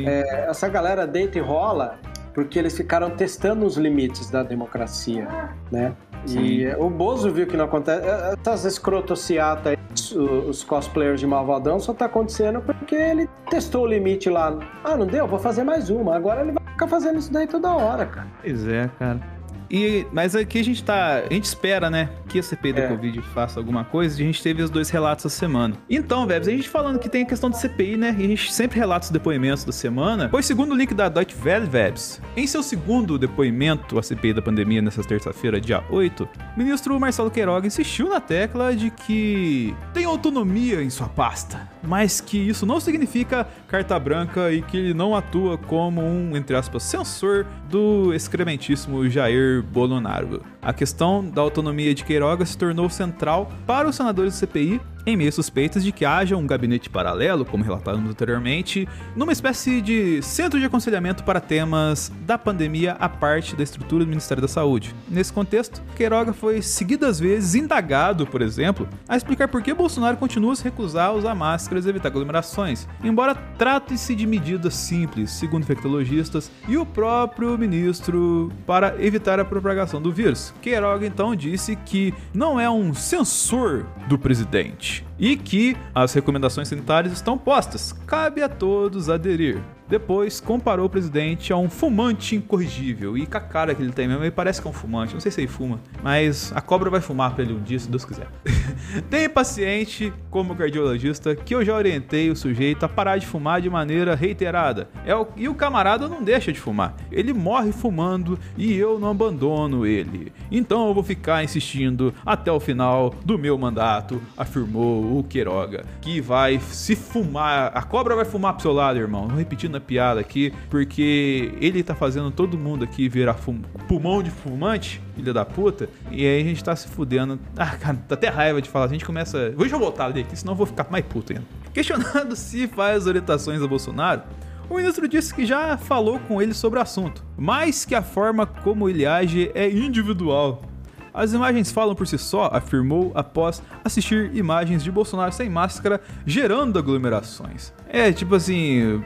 essa galera deita e rola porque eles ficaram testando os limites da democracia, né? Sim. E o Bozo viu que não acontece. Essas escrotociatas aí, os cosplayers de Malvadão, só tá acontecendo porque ele testou o limite lá. Ah, não deu? Vou fazer mais uma. Agora ele vai ficar fazendo isso daí toda hora, cara. Pois é, cara. Mas aqui a gente espera, né, que a CPI da Covid faça alguma coisa, e a gente teve os 2 relatos essa semana. Então, Vebs, a gente falando que tem a questão de CPI, né, e a gente sempre relata os depoimentos da semana, pois segundo o link da Deutsche Welle, Vebs, em seu segundo depoimento à CPI da pandemia nessa terça-feira, dia 8, o ministro Marcelo Queiroga insistiu na tecla de que tem autonomia em sua pasta, mas que isso não significa carta branca e que ele não atua como um, entre aspas, censor do excrementíssimo Jair Bolsonaro. A questão da autonomia de Queiroga se tornou central para os senadores do CPI em meio a suspeitas de que haja um gabinete paralelo, como relatamos anteriormente, numa espécie de centro de aconselhamento para temas da pandemia à parte da estrutura do Ministério da Saúde. Nesse contexto, Queiroga foi seguidas vezes indagado, por exemplo, a explicar por que Bolsonaro continua a se recusar a usar máscaras e evitar aglomerações, embora trate-se de medidas simples, segundo infectologistas e o próprio ministro, para evitar a propagação do vírus. Queiroga então disse que não é um censor do presidente e que as recomendações sanitárias estão postas, cabe a todos aderir. Depois comparou o presidente a um fumante incorrigível, e com a cara que ele tem mesmo, ele parece que é um fumante, não sei se ele fuma, mas a cobra vai fumar pra ele um dia, se Deus quiser. Tem paciente, como cardiologista, que eu já orientei o sujeito a parar de fumar de maneira reiterada, e o camarada não deixa de fumar, ele morre fumando e eu não abandono ele, então eu vou ficar insistindo até o final do meu mandato, afirmou o Queiroga, que vai se fumar, a cobra vai fumar pro seu lado, irmão, repetindo a piada aqui, porque ele tá fazendo todo mundo aqui virar pulmão de fumante, filha da puta, e aí a gente tá se fudendo. Cara, tá até raiva de falar, a gente começa... Deixa eu voltar ali, senão eu vou ficar mais puto ainda. Questionado se faz orientações a Bolsonaro, o ministro disse que já falou com ele sobre o assunto, mas que a forma como ele age é individual. As imagens falam por si só, afirmou após assistir imagens de Bolsonaro sem máscara, gerando aglomerações. Tipo assim...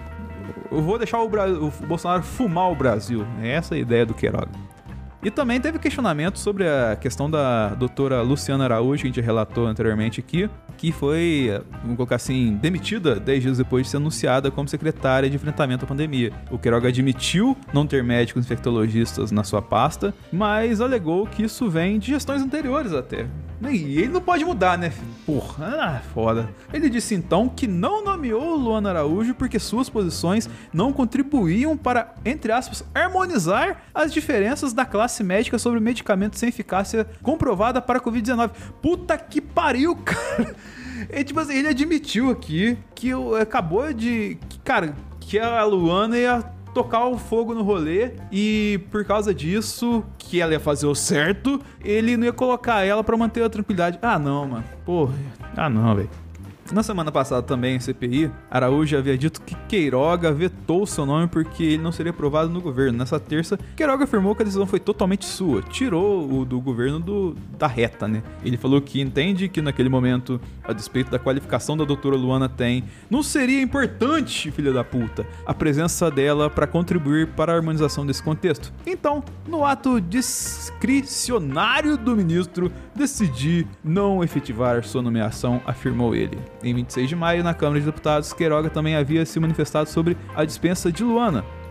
Eu vou deixar o Bolsonaro fumar o Brasil. É essa a ideia do Queiroga. E também teve questionamento sobre a questão da doutora Luciana Araújo, que a gente relatou anteriormente aqui, que foi, vamos colocar assim, demitida 10 dias depois de ser anunciada como secretária de enfrentamento à pandemia. O Queiroga admitiu não ter médicos infectologistas na sua pasta, mas alegou que isso vem de gestões anteriores até. E ele não pode mudar, né? Porra, foda. Ele disse então que não nomeou Luana Araújo porque suas posições não contribuíam para, entre aspas, harmonizar as diferenças da classe médica sobre medicamentos sem eficácia comprovada para a Covid-19. Puta que pariu, cara! Tipo assim, ele admitiu aqui que acabou de... que a Luana ia tocar o fogo no rolê e por causa disso, que ela ia fazer o certo, ele não ia colocar ela pra manter a tranquilidade. Ah não, mano. Porra. Ah não, velho. Na semana passada também, em CPI, Araújo havia dito que Queiroga vetou seu nome porque ele não seria aprovado no governo. Nessa terça, Queiroga afirmou que a decisão foi totalmente sua, tirou o do governo da reta, né? Ele falou que entende que naquele momento, a despeito da qualificação da doutora Luana tem, não seria importante, filha da puta, a presença dela para contribuir para a harmonização desse contexto. Então, no ato discricionário do ministro, decidi não efetivar sua nomeação, afirmou ele. Em 26 de maio, na Câmara de Deputados, Queiroga também havia se manifestado sobre a dispensa de Luana.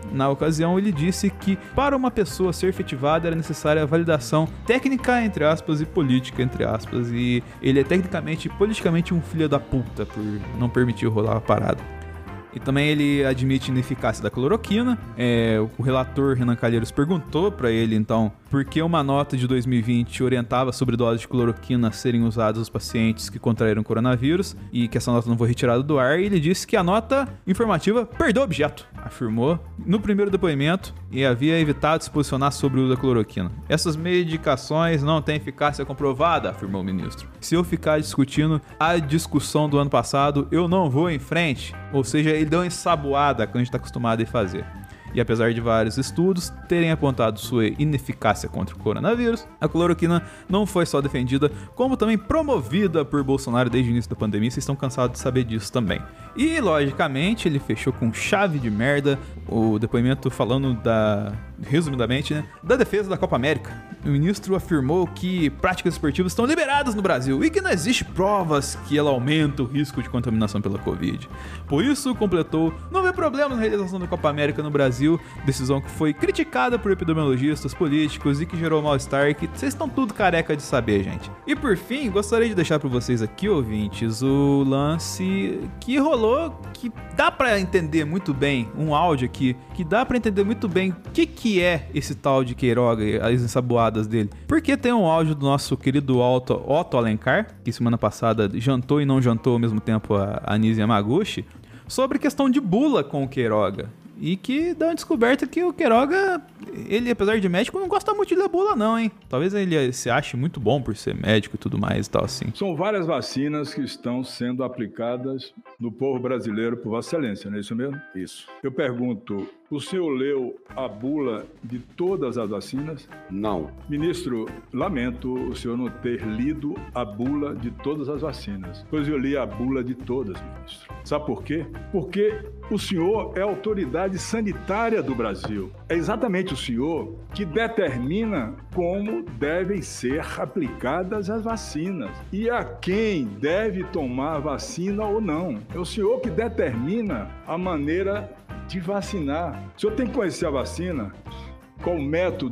Na ocasião, ele disse que para uma pessoa ser efetivada era necessária a validação técnica, entre aspas, e política, entre aspas, e ele é tecnicamente e politicamente um filho da puta por não permitir rolar a parada. E também ele admite a ineficácia da cloroquina. O relator Renan Calheiros perguntou para ele, então, por que uma nota de 2020 orientava sobre doses de cloroquina serem usadas aos pacientes que contraíram coronavírus e que essa nota não foi retirada do ar. E ele disse que a nota informativa perdeu o objeto, afirmou no primeiro depoimento, e havia evitado se posicionar sobre o uso da cloroquina. Essas medicações não têm eficácia comprovada, afirmou o ministro. Se eu ficar discutindo a discussão do ano passado, eu não vou em frente. Ou seja, ele deu uma ensaboada que a gente está acostumado a fazer. E apesar de vários estudos terem apontado sua ineficácia contra o coronavírus, a cloroquina não foi só defendida, como também promovida por Bolsonaro desde o início da pandemia. Vocês estão cansados de saber disso também. E, logicamente, ele fechou com chave de merda o depoimento falando resumidamente, da defesa da Copa América. O ministro afirmou que práticas esportivas estão liberadas no Brasil e que não existe provas que ela aumenta o risco de contaminação pela Covid. Por isso, completou, não vê problema na realização da Copa América no Brasil, decisão que foi criticada por epidemiologistas, políticos e que gerou mal-estar, que vocês estão tudo careca de saber, gente. E por fim, gostaria de deixar para vocês aqui, ouvintes, o lance que rolou, que dá para entender muito bem, um áudio aqui, que dá para entender muito bem o que é esse tal de Queiroga e as ensaboadas dele. Porque tem um áudio do nosso querido Otto Alencar, que semana passada jantou e não jantou ao mesmo tempo a Anise Yamaguchi, sobre questão de bula com o Queiroga. E que dá uma descoberta que o Queiroga, ele, apesar de médico, não gosta muito de ler bula não, hein? Talvez ele se ache muito bom por ser médico e tudo mais e tal assim. São várias vacinas que estão sendo aplicadas no povo brasileiro por Vossa Excelência, não é isso mesmo? Isso. Eu pergunto, o senhor leu a bula de todas as vacinas? Não. Ministro, lamento o senhor não ter lido a bula de todas as vacinas, pois eu li a bula de todas, ministro. Sabe por quê? Porque o senhor é a autoridade sanitária do Brasil. É exatamente o senhor que determina como devem ser aplicadas as vacinas e a quem deve tomar vacina ou não. É o senhor que determina a maneira de vacinar. O senhor tem que conhecer a vacina, qual o método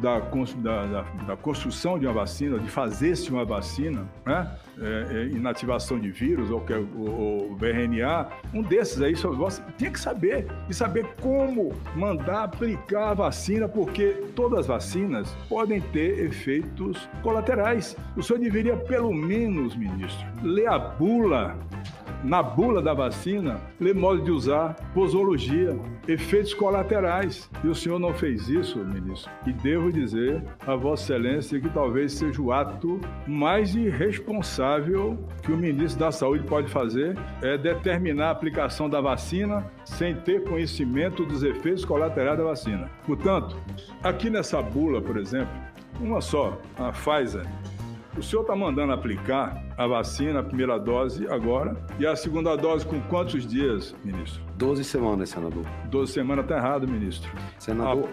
da construção de uma vacina, de fazer-se uma vacina, né? Inativação de vírus ou RNA, um desses aí, você tem que saber, e saber como mandar aplicar a vacina, porque todas as vacinas podem ter efeitos colaterais. O senhor deveria, pelo menos, ministro, ler a bula. Na bula da vacina, lê modo de usar, posologia, efeitos colaterais. E o senhor não fez isso, ministro. E devo dizer a Vossa Excelência que talvez seja o ato mais irresponsável que o ministro da Saúde pode fazer, é determinar a aplicação da vacina sem ter conhecimento dos efeitos colaterais da vacina. Portanto, aqui nessa bula, por exemplo, uma só, a Pfizer, o senhor está mandando aplicar a vacina, a primeira dose agora, e a segunda dose com quantos dias, ministro? 12 semanas, senador. 12 semanas está errado, ministro. Senador,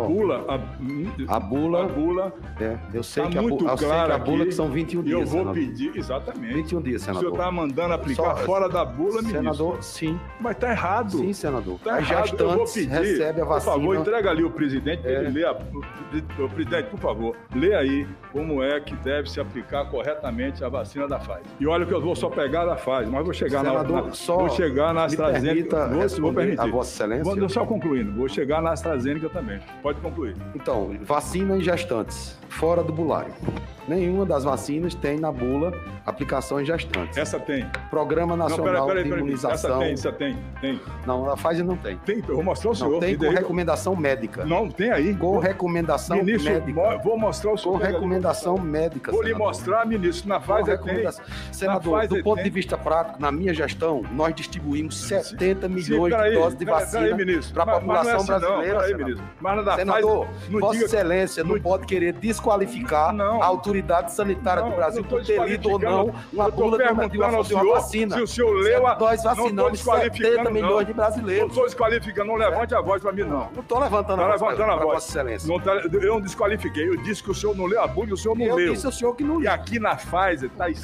a bula eu sei tá que muito clara a bula aqui, que são 21 dias, eu vou senador. pedir, exatamente. 21 dias, senador. O senhor está mandando aplicar fora da bula, ministro? Senador, sim. Mas está errado. Sim, senador. Tá As errado. Eu vou gestantes pedir, recebem a vacina. por favor, entrega ali o presidente para ele ler. O presidente, por favor, lê aí como é que deve se aplicar corretamente a vacina da Pfizer. E olha que eu vou só pegar da Pfizer, mas vou chegar na AstraZeneca. Vou permitir. A Vossa Excelência. Vou só concluindo, vou chegar na AstraZeneca também. Pode concluir. Então, vacina em gestantes, fora do bulário. Nenhuma das vacinas tem na bula aplicação em gestantes. Essa tem. Programa Nacional de Imunização. Essa tem. Não, a Pfizer não tem. Tem, eu vou mostrar o senhor. Não, tem com recomendação médica. Não, tem aí. Com recomendação ministro, médica. Vou mostrar o senhor. Com recomendação médica, Vou lhe mostrar, ministro, na Pfizer tem. Senador, do ponto de vista prático, na minha gestão, nós distribuímos 70 milhões de doses de vacina para a população brasileira. Senador, Vossa Excelência não pode querer desqualificar a autoridade sanitária do Brasil por ter lido ou não uma bula de uma vacina. Se o senhor leu, nós vacinamos 70 milhões de brasileiros. Não estou desqualificando, não levante a voz para mim, não. Não estou levantando a voz para Vossa Excelência. Eu não desqualifiquei, eu disse que o senhor não leu a bula e o senhor não leu. Eu disse ao senhor que não leu. E aqui na Pfizer está escrito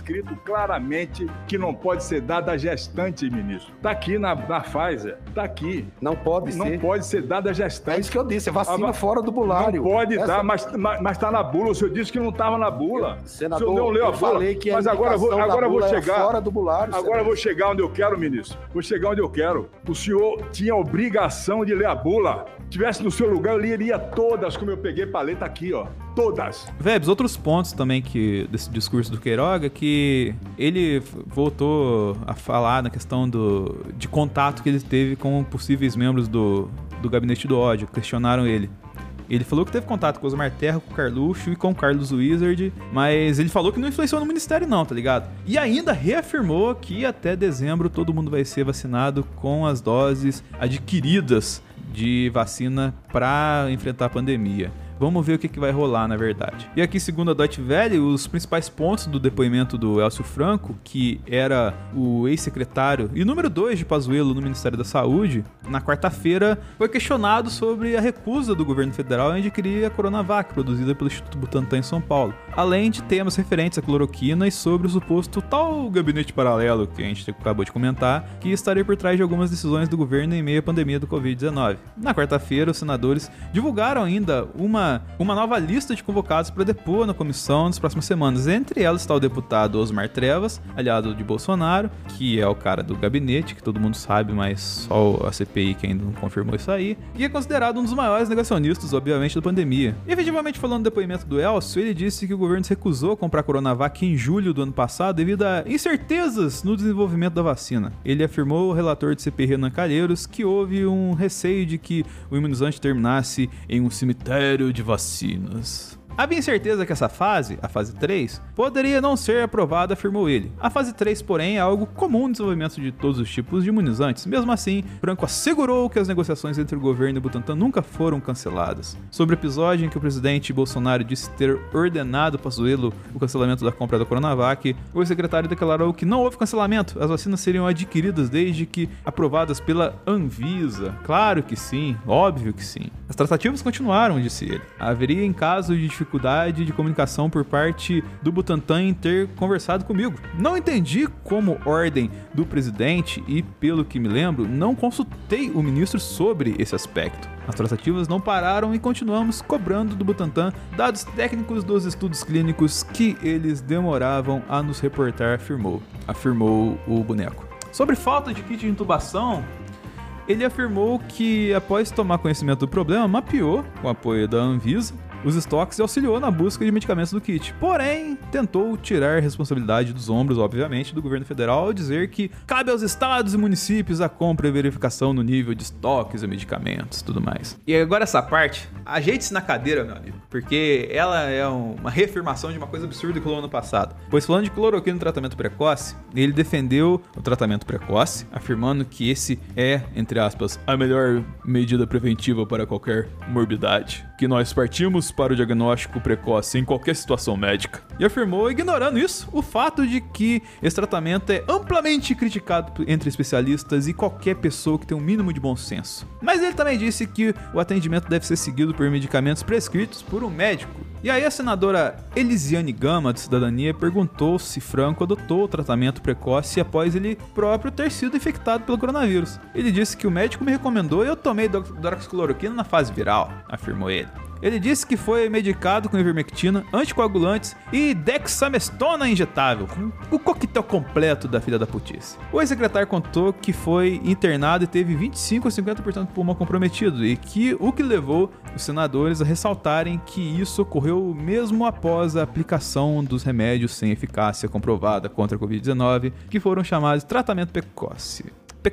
escrito claramente que não pode ser dada a gestante, ministro. Está aqui na Pfizer, está aqui. Não pode ser dada a gestante. É isso que eu disse, é vacina fora do bulário. Não pode dar, mas está na bula. O senhor disse que não estava na bula. Senador, o senhor não leu a bula. Falei que mas agora eu vou chegar fora do bulário. Agora eu vou chegar onde eu quero, ministro. Vou chegar onde eu quero. O senhor tinha a obrigação de ler a bula. Se tivesse no seu lugar, eu leria todas, como eu peguei pra ler, tá aqui, ó. Todas. Vebs, outros pontos também desse discurso do Queiroga, que ele voltou a falar na questão de contato que ele teve com possíveis membros do gabinete do ódio, questionaram ele. Ele falou que teve contato com o Osmar Terra, com o Carluxo e com o Carlos Wizard, mas ele falou que não influenciou no ministério não, tá ligado? E ainda reafirmou que até dezembro todo mundo vai ser vacinado com as doses adquiridas de vacina para enfrentar a pandemia. Vamos ver o que vai rolar, na verdade. E aqui, segundo a Deutsche Welle, os principais pontos do depoimento do Elcio Franco, que era o ex-secretário e número 2 de Pazuello no Ministério da Saúde, na quarta-feira foi questionado sobre a recusa do governo federal em adquirir a Coronavac, produzida pelo Instituto Butantan em São Paulo, além de temas referentes à cloroquina e sobre o suposto tal gabinete paralelo, que a gente acabou de comentar, que estaria por trás de algumas decisões do governo em meio à pandemia do Covid-19. Na quarta-feira, os senadores divulgaram ainda uma nova lista de convocados para depor na comissão nas próximas semanas. Entre elas está o deputado Osmar Trevas, aliado de Bolsonaro, que é o cara do gabinete, que todo mundo sabe, mas só a CPI que ainda não confirmou isso aí, e é considerado um dos maiores negacionistas, obviamente, da pandemia. E, efetivamente, falando do depoimento do Elcio, ele disse que o governo se recusou a comprar a Coronavac em julho do ano passado devido a incertezas no desenvolvimento da vacina. Ele afirmou ao relator de CPI, Renan Calheiros, que houve um receio de que o imunizante terminasse em um cemitério de vacinas. Havia certeza que essa fase, a fase 3, poderia não ser aprovada, afirmou ele. A fase 3, porém, é algo comum no desenvolvimento de todos os tipos de imunizantes. Mesmo assim, Franco assegurou que as negociações entre o governo e o Butantan nunca foram canceladas. Sobre o episódio em que o presidente Bolsonaro disse ter ordenado Pazuello o cancelamento da compra da Coronavac, o secretário declarou que não houve cancelamento, as vacinas seriam adquiridas desde que aprovadas pela Anvisa. Claro que sim, óbvio que sim. As tratativas continuaram, disse ele. Haveria, em caso de dificuldade de comunicação por parte do Butantan em ter conversado comigo. Não entendi como ordem do presidente e, pelo que me lembro, não consultei o ministro sobre esse aspecto. As tratativas não pararam e continuamos cobrando do Butantan dados técnicos dos estudos clínicos que eles demoravam a nos reportar, afirmou o boneco. Sobre falta de kit de intubação, ele afirmou que, após tomar conhecimento do problema, mapeou, com o apoio da Anvisa, os estoques e auxiliou na busca de medicamentos do kit. Porém, tentou tirar a responsabilidade dos ombros, obviamente, do governo federal ao dizer que cabe aos estados e municípios a compra e verificação no nível de estoques e medicamentos e tudo mais. E agora essa parte, ajeite-se na cadeira, meu amigo, porque ela é uma reafirmação de uma coisa absurda que rolou ano passado. Pois falando de cloroquina no tratamento precoce, ele defendeu o tratamento precoce, afirmando que esse é, entre aspas, a melhor medida preventiva para qualquer morbidade, que nós partimos para o diagnóstico precoce em qualquer situação médica. E afirmou, ignorando isso, o fato de que esse tratamento é amplamente criticado entre especialistas e qualquer pessoa que tem um mínimo de bom senso. Mas ele também disse que o atendimento deve ser seguido por medicamentos prescritos por um médico. E aí a senadora Elisiane Gama, do Cidadania, perguntou se Franco adotou o tratamento precoce após ele próprio ter sido infectado pelo coronavírus. Ele disse que o médico me recomendou e eu tomei hidroxicloroquina na fase viral, afirmou ele. Ele disse que foi medicado com ivermectina, anticoagulantes e dexamestona injetável, o coquetel completo da filha da putice. O ex-secretário contou que foi internado e teve 25 a 50% do pulmão comprometido e que o que levou os senadores a ressaltarem que isso ocorreu mesmo após a aplicação dos remédios sem eficácia comprovada contra a Covid-19, que foram chamados de tratamento precoce.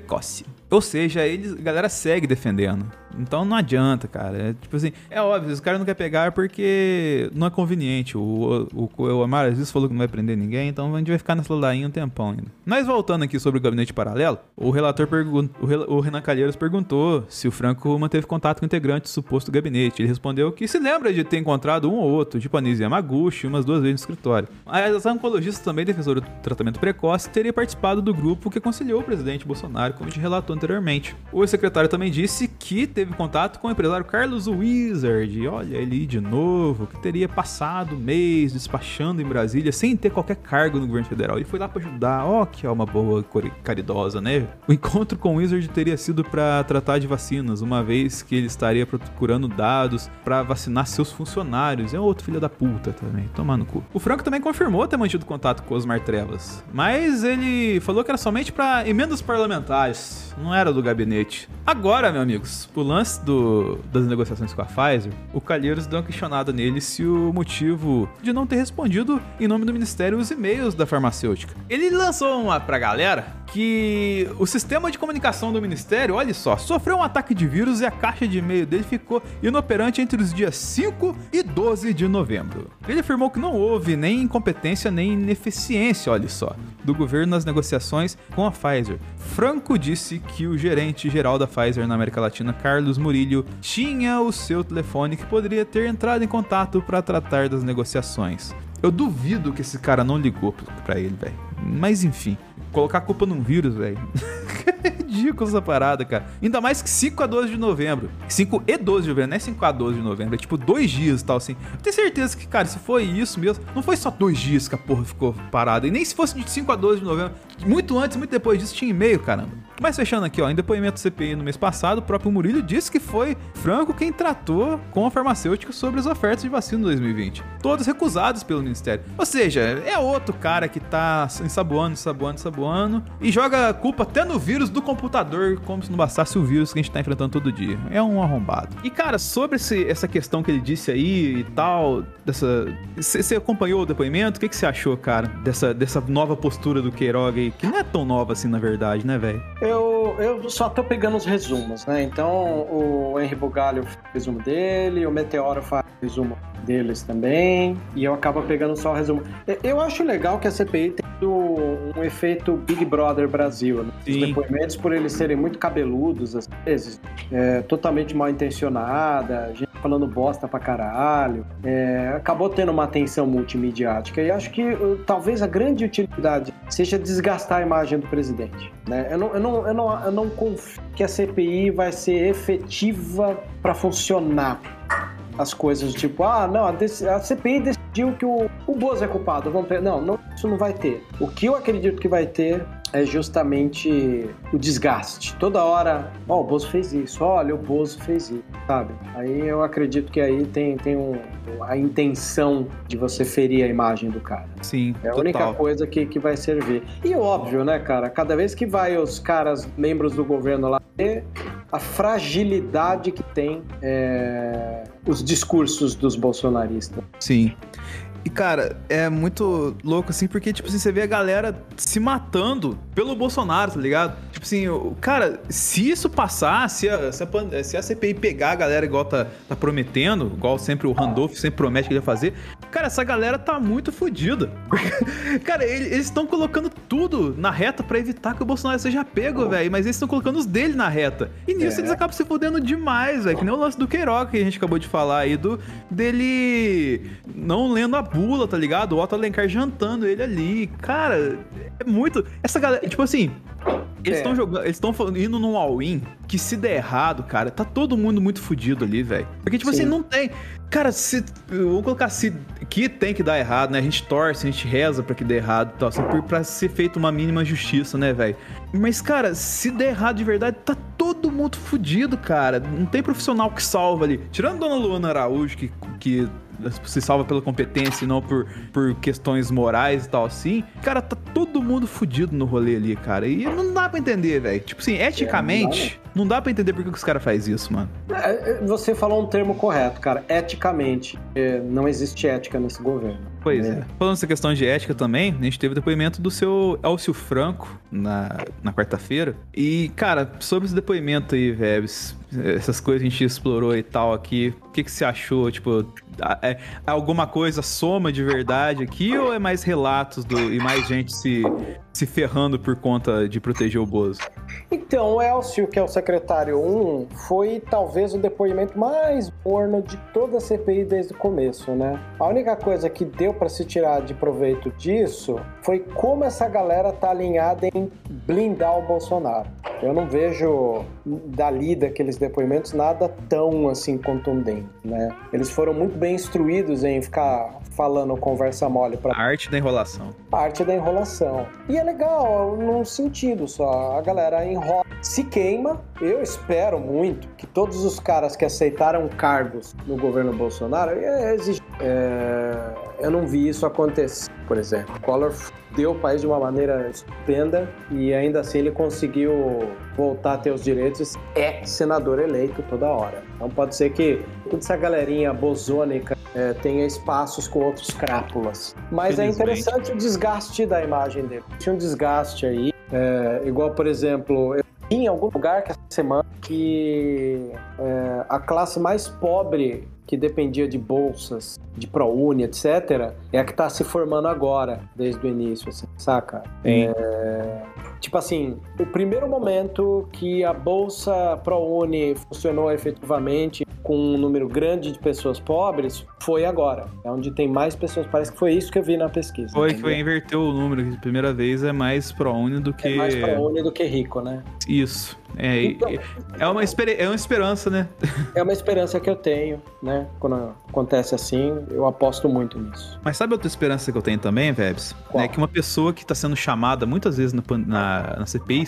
Ou seja, a galera segue defendendo. Então não adianta, cara. É tipo assim, é óbvio, os caras não querem pegar porque não é conveniente. O Amaro às vezes falou que não vai prender ninguém, então a gente vai ficar nessa ladainha um tempão ainda. Mas voltando aqui sobre o gabinete paralelo, o relator o Renan Calheiros perguntou se o Franco manteve contato com o integrante do suposto gabinete. Ele respondeu que se lembra de ter encontrado um ou outro, tipo Anísio Yamaguchi, umas 2 vezes no escritório. Mas a oncologista, também defensora do tratamento precoce, teria participado do grupo que aconselhou o presidente Bolsonaro, como a gente relatou anteriormente. O secretário também disse que teve teve contato com o empresário Carlos Wizard, olha ele de novo, que teria passado mês despachando em Brasília sem ter qualquer cargo no governo federal. Ele foi lá pra ajudar, que alma boa, caridosa, né? O encontro com o Wizard teria sido pra tratar de vacinas, uma vez que ele estaria procurando dados pra vacinar seus funcionários. É outro filho da puta também, tomar no cu. O Franco também confirmou ter mantido contato com Osmar Trevas, mas ele falou que era somente pra emendas parlamentares, não era do gabinete. Agora, meus amigos, o lance das negociações com a Pfizer, o Calheiros deu uma questionada nele se o motivo de não ter respondido em nome do Ministério os e-mails da farmacêutica. Ele lançou uma pra galera que o sistema de comunicação do Ministério, olha só, sofreu um ataque de vírus e a caixa de e-mail dele ficou inoperante entre os dias 5 e 12 de novembro. Ele afirmou que não houve nem incompetência nem ineficiência, olha só, do governo nas negociações com a Pfizer. Franco disse que o gerente-geral da Pfizer na América Latina, Carlos Murillo, tinha o seu telefone que poderia ter entrado em contato para tratar das negociações. Eu duvido que esse cara não ligou pra ele, velho. Mas enfim, colocar a culpa num vírus, velho. É ridículo essa parada, cara. Ainda mais que 5 a 12 de novembro. 5 e 12 de novembro, não é 5 a 12 de novembro. É tipo 2 dias e tal, assim. Eu tenho certeza que, cara, se foi isso mesmo, não foi só 2 dias que a porra ficou parada. E nem se fosse de 5 a 12 de novembro. Muito antes, muito depois disso, tinha e-mail, caramba. Mas fechando aqui, em depoimento do CPI no mês passado, o próprio Murillo disse que foi Franco quem tratou com a farmacêutica sobre as ofertas de vacina em 2020. Todas recusadas pelo Ministério. Ou seja, é outro cara que tá ensaboando e joga a culpa até no vírus do computador, como se não bastasse o vírus que a gente tá enfrentando todo dia. É um arrombado. E, cara, sobre essa questão que ele disse aí e tal, você acompanhou o depoimento? O que você achou, cara, dessa nova postura do Queiroga aí, que não é tão nova assim, na verdade, né, velho? Eu só tô pegando os resumos, né? Então, o Henri Bugalho faz o resumo dele, o Meteoro faz o resumo deles também, e eu acabo pegando só o resumo. Eu acho legal que a CPI tem um efeito Big Brother Brasil, né? Os depoimentos, por eles serem muito cabeludos, às vezes, totalmente mal intencionada, gente falando bosta pra caralho, acabou tendo uma atenção multimediática, e acho que talvez a grande utilidade seja desgastar a imagem do presidente, né? Eu não confio que a CPI vai ser efetiva pra funcionar. As coisas tipo, a CPI decidiu que o Bozo é culpado, não, isso não vai ter. O que eu acredito que vai ter é justamente o desgaste. Toda hora, o Bozo fez isso, olha, o Bozo fez isso, sabe? Aí eu acredito que aí tem a intenção de você ferir a imagem do cara. Sim, é a única coisa que vai servir. E óbvio, né, cara, cada vez que vai os caras, membros do governo lá, a fragilidade que tem os discursos dos bolsonaristas. Sim. E, cara, é muito louco, assim, porque, tipo assim, você vê a galera se matando pelo Bolsonaro, tá ligado? Tipo assim, cara, se isso passar, se a CPI pegar a galera igual tá prometendo, igual sempre o Randolph sempre promete que ele vai fazer, cara, essa galera tá muito fodida. Cara, eles estão colocando tudo na reta pra evitar que o Bolsonaro seja pego, velho, mas eles estão colocando os dele na reta. E nisso eles acabam se fodendo demais, velho, que nem o lance do Queiroga que a gente acabou de falar aí, dele não lendo a bula, tá ligado? O Otto Alencar jantando ele ali. Cara, é muito... Essa galera, tipo assim... Eles estão jogando, eles estão indo num all-in que se der errado, cara, tá todo mundo muito fudido ali, velho. Porque, tipo assim, não tem... Cara, vamos colocar assim, que tem que dar errado, né? A gente torce, a gente reza pra que dê errado e tal, assim, pra ser feita uma mínima justiça, né, velho? Mas, cara, se der errado de verdade, tá todo mundo fudido, cara. Não tem profissional que salva ali. Tirando a Dona Luana Araújo, que se salva pela competência e não por questões morais e tal assim. Cara, tá todo mundo fudido no rolê ali, cara. E não dá pra entender, velho. Tipo assim, eticamente, não dá pra entender por que os caras fazem isso, mano. Você falou um termo correto, cara. Eticamente, não existe ética nesse governo. Pois é. Falando dessa questão de ética também, a gente teve o depoimento do seu Elcio Franco na quarta-feira. E, cara, sobre esse depoimento aí, velho, essas coisas que a gente explorou e tal aqui, o que você achou? Tipo, é alguma coisa soma de verdade aqui ou é mais relatos e mais gente se ferrando por conta de proteger o Bozo? Então, o Elcio, que é o secretário 1, foi talvez o depoimento mais morno de toda a CPI desde o começo, né? A única coisa que deu para se tirar de proveito disso foi como essa galera tá alinhada em blindar o Bolsonaro. eu não vejo dali daqueles depoimentos nada tão assim contundente, né? Eles foram muito bem instruídos em ficar falando conversa mole pra... A arte da enrolação. A arte da enrolação. E é legal, num sentido só. A galera enrola, se queima. Eu espero muito que todos os caras que aceitaram cargos no governo Bolsonaro, eu não vi isso acontecer. Por exemplo, Collor deu o país de uma maneira estupenda e ainda assim ele conseguiu voltar a ter os direitos, é senador eleito toda hora. Então pode ser que toda essa galerinha bozônica tenha espaços com outros crápulas. Mas é interessante o desgaste da imagem dele. Tinha um desgaste aí, igual, por exemplo, eu vi em algum lugar que essa semana que a classe mais pobre que dependia de bolsas, de ProUni, etc., é a que está se formando agora, desde o início, assim, saca? Tipo assim, o primeiro momento que a bolsa ProUni funcionou efetivamente com um número grande de pessoas pobres foi agora. É onde tem mais pessoas, parece que foi isso que eu vi na pesquisa. Foi inverter o número, que de primeira vez é mais ProUni do que... É mais ProUni do que rico, né? Isso. Então, é uma esperança, né? É uma esperança que eu tenho, né? Quando acontece assim, eu aposto muito nisso. Mas sabe outra esperança que eu tenho também, Vebs? É que uma pessoa que está sendo chamada muitas vezes na CPI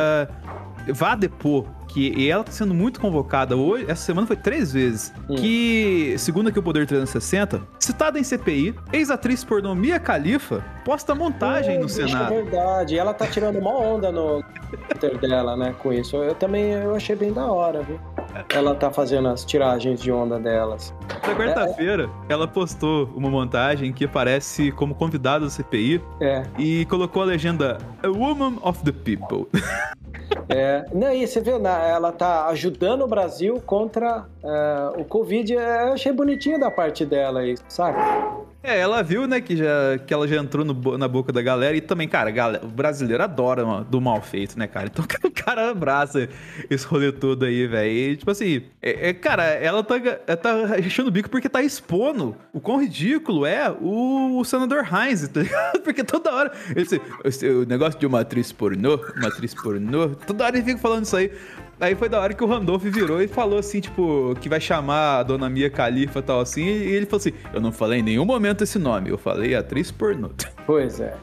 vá depor, e ela está sendo muito convocada hoje, essa semana foi 3 vezes, que, segundo aqui o Poder 360, citada em CPI, ex-atriz pornô Mia Khalifa posta montagem no Senado. É verdade, ela tá tirando uma onda no Twitter dela, né, com isso. Eu achei bem da hora, viu? Ela tá fazendo as tiragens de onda delas. Na quarta-feira, ela postou uma montagem que aparece como convidada do CPI e colocou a legenda A Woman of the People. Não, e você vê, ela tá ajudando o Brasil contra o Covid. Eu achei bonitinho da parte dela isso, sabe? Ela viu, né, que ela já entrou na boca da galera. E também, cara, o brasileiro adora do mal feito, né, cara? Então o cara abraça esse rolê todo aí, velho. E, tipo assim, cara, ela tá rechando o bico porque tá expondo o quão ridículo é o senador Heinz, tá ligado? Porque toda hora, o negócio de uma atriz pornô, toda hora ele fica falando isso aí. Aí foi da hora que o Randolph virou e falou assim, tipo, que vai chamar a dona Mia Khalifa e tal assim, e ele falou assim, eu não falei em nenhum momento esse nome, eu falei atriz pornô. Pois é.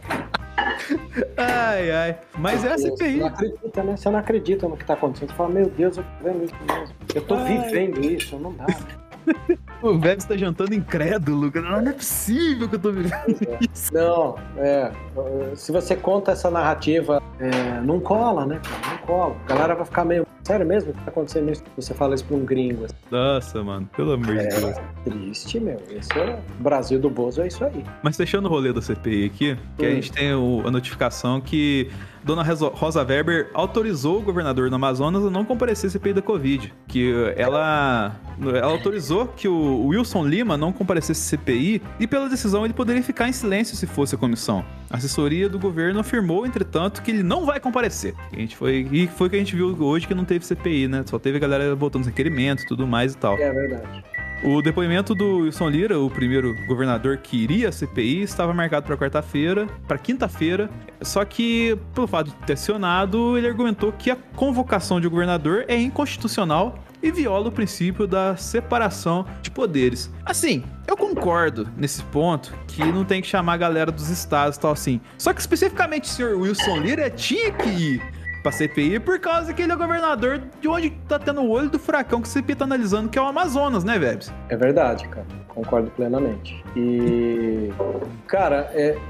Ai. Mas é a CPI. Você não acredita, né? Você não acredita no que tá acontecendo. Você fala, meu Deus, eu tô vendo isso mesmo. Eu tô vivendo isso, não dá. O Vebs tá jantando incrédulo, não é possível que eu tô vivendo isso. Não, se você conta essa narrativa, não cola, né, cara? Não cola. A galera vai ficar meio... Sério mesmo? O que tá acontecendo isso? Você fala isso pra um gringo. Assim. Nossa, mano, pelo amor de Deus. Triste, meu. O Brasil do Bozo é isso aí. Mas fechando o rolê da CPI aqui, que a gente tem a notificação que Dona Rosa Weber autorizou o governador do Amazonas a não comparecer à CPI da Covid. Que ela autorizou que o Wilson Lima não comparecesse à CPI e, pela decisão, ele poderia ficar em silêncio se fosse a comissão. A assessoria do governo afirmou, entretanto, que ele não vai comparecer. E foi o que a gente viu hoje, que não teve CPI, né? Só teve a galera votando os requerimentos e tudo mais e tal. É verdade. O depoimento do Wilson Lira, o primeiro governador que iria à CPI, estava marcado para quinta-feira, só que, pelo fato de ter acionado, ele argumentou que a convocação de governador é inconstitucional e viola o princípio da separação de poderes. Assim, eu concordo nesse ponto que não tem que chamar a galera dos estados e tal assim. Só que especificamente o senhor Wilson Lira tinha que ir pra CPI por causa que ele é governador de onde tá tendo o olho do furacão que o CPI tá analisando, que é o Amazonas, né, Vebs? É verdade, cara. Concordo plenamente. E, cara,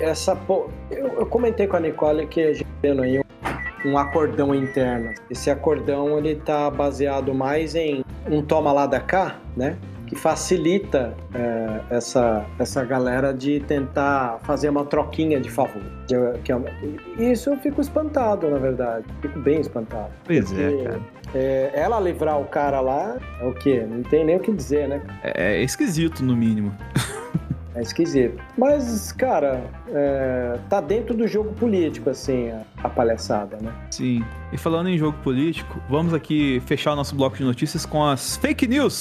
eu comentei com a Nicole que a gente tendo aí um acordão interno. Esse acordão, ele tá baseado mais em um toma lá da cá, né? Que facilita essa galera de tentar fazer uma troquinha de favor. Isso eu fico espantado, na verdade. Fico bem espantado. Pois é, cara. Ela livrar o cara lá, é o quê? Não tem nem o que dizer, né? É esquisito, no mínimo. É esquisito. Mas, cara, tá dentro do jogo político, assim, a palhaçada, né? Sim. E falando em jogo político, vamos aqui fechar o nosso bloco de notícias com as fake news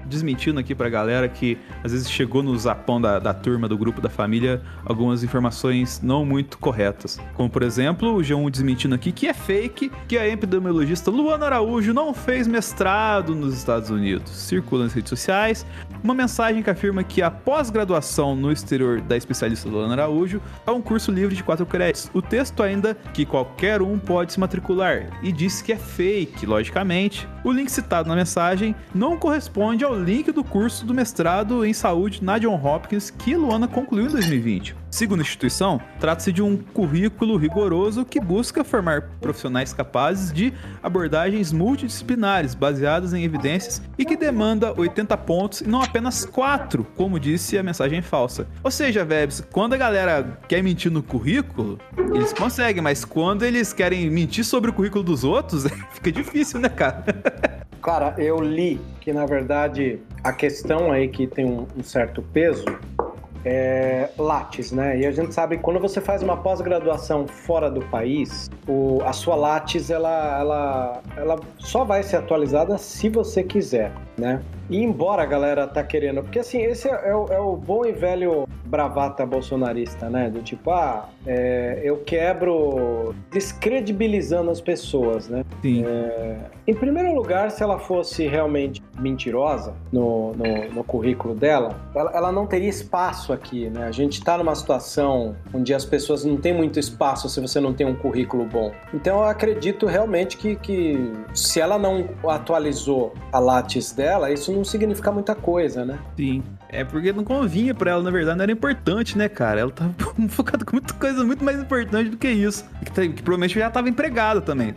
desmentindo aqui pra galera que às vezes chegou no zapão da turma, do grupo, da família, algumas informações não muito corretas. Como, por exemplo, o G1 desmentindo aqui que é fake, que a epidemiologista Luana Araújo não fez mestrado nos Estados Unidos. Circula nas redes sociais uma mensagem que afirma que a pós-graduação no exterior da especialista Luana Araújo é um curso livre de 4 créditos. O texto ainda que qualquer um pode se matricular e diz que é fake, logicamente. O link citado na mensagem não corresponde ao link do curso do mestrado em saúde na Johns Hopkins que Luana concluiu em 2020. Segundo a instituição, trata-se de um currículo rigoroso que busca formar profissionais capazes de abordagens multidisciplinares baseadas em evidências e que demanda 80 pontos e não apenas 4, como disse a mensagem falsa. Ou seja, Vebs, quando a galera quer mentir no currículo, eles conseguem, mas quando eles querem mentir sobre o currículo dos outros, fica difícil, né, cara? Cara, eu li que, na verdade, a questão aí que tem um certo peso é Lattes, né? E a gente sabe que quando você faz uma pós-graduação fora do país, a sua Lattes, ela só vai ser atualizada se você quiser, né? E embora a galera tá querendo... Porque, assim, esse é o bom e velho bravata bolsonarista, né? Do tipo, eu quebro descredibilizando as pessoas, né? Sim. Em primeiro lugar, se ela fosse realmente mentirosa no currículo dela, ela não teria espaço aqui, né? A gente tá numa situação onde as pessoas não têm muito espaço se você não tem um currículo bom. Então, eu acredito realmente que se ela não atualizou a Lattes dela, isso não significa muita coisa, né? Sim. É porque não convinha pra ela, na verdade, não era importante, né, cara? Ela tava focada com muita coisa muito mais importante do que isso. Que provavelmente já tava empregada também.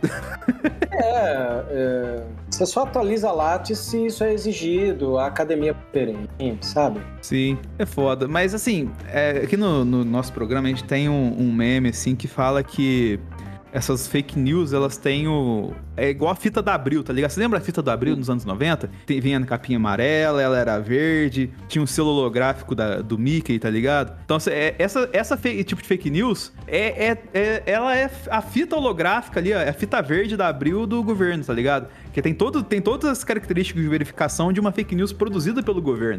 Você só atualiza a Lattes se isso é exigido, a academia perene, sabe? Sim, é foda. Mas, assim, aqui no nosso programa a gente tem um meme, assim, que fala que essas fake news, elas têm é igual a fita da Abril, tá ligado? Você lembra a fita da Abril nos anos 90? Vinha na capinha amarela, ela era verde, tinha um selo holográfico do Mickey, tá ligado? Então, essa tipo de fake news, ela é a fita holográfica ali, ó, é a fita verde da Abril do governo, tá ligado? Que tem todas as características de verificação de uma fake news produzida pelo governo.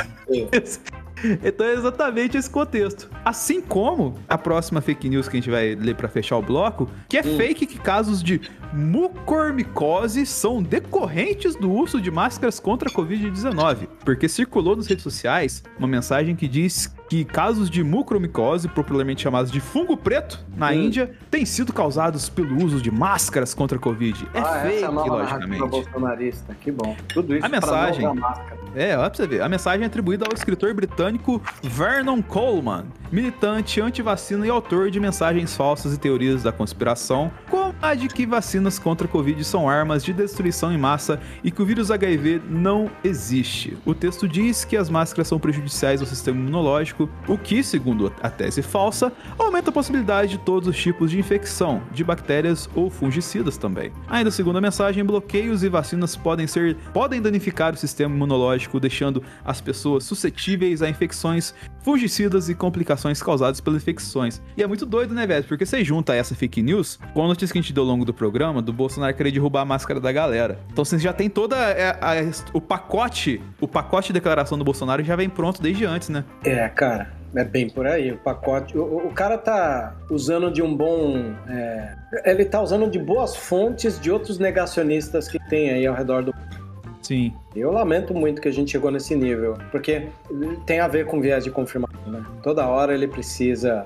Então é exatamente esse contexto. Assim como a próxima fake news que a gente vai ler pra fechar o bloco, que é fake que casos de mucormicose são decorrentes do uso de máscaras contra a Covid-19. Porque circulou nas redes sociais uma mensagem que diz que casos de mucormicose, popularmente chamados de fungo preto, na Índia, têm sido causados pelo uso de máscaras contra a Covid. Fake, logicamente. Bolsonarista, que bom. Tudo isso a mensagem, pra não usar máscara. olha pra você ver. A mensagem é atribuída ao escritor britânico Vernon Coleman, militante anti-vacina e autor de mensagens falsas e teorias da conspiração, como a de que vacinas contra a Covid são armas de destruição em massa e que o vírus HIV não existe. O texto diz que as máscaras são prejudiciais ao sistema imunológico, o que, segundo a tese falsa, aumenta a possibilidade de todos os tipos de infecção, de bactérias ou fungicidas também. Ainda segundo a mensagem, bloqueios e vacinas podem danificar o sistema imunológico, deixando as pessoas suscetíveis a infecções, fungicidas e complicações causadas pelas infecções. E é muito doido, né, velho? Porque você junta essa fake news com a notícia que a gente deu ao longo do programa do Bolsonaro querer derrubar a máscara da galera. Então você já tem toda o pacote de declaração do Bolsonaro já vem pronto desde antes, né? Cara, é bem por aí. O pacote... O cara tá usando de um bom... ele tá usando de boas fontes de outros negacionistas que tem aí ao redor do... Sim. Eu lamento muito que a gente chegou nesse nível, porque tem a ver com viés de confirmação, né? Toda hora ele precisa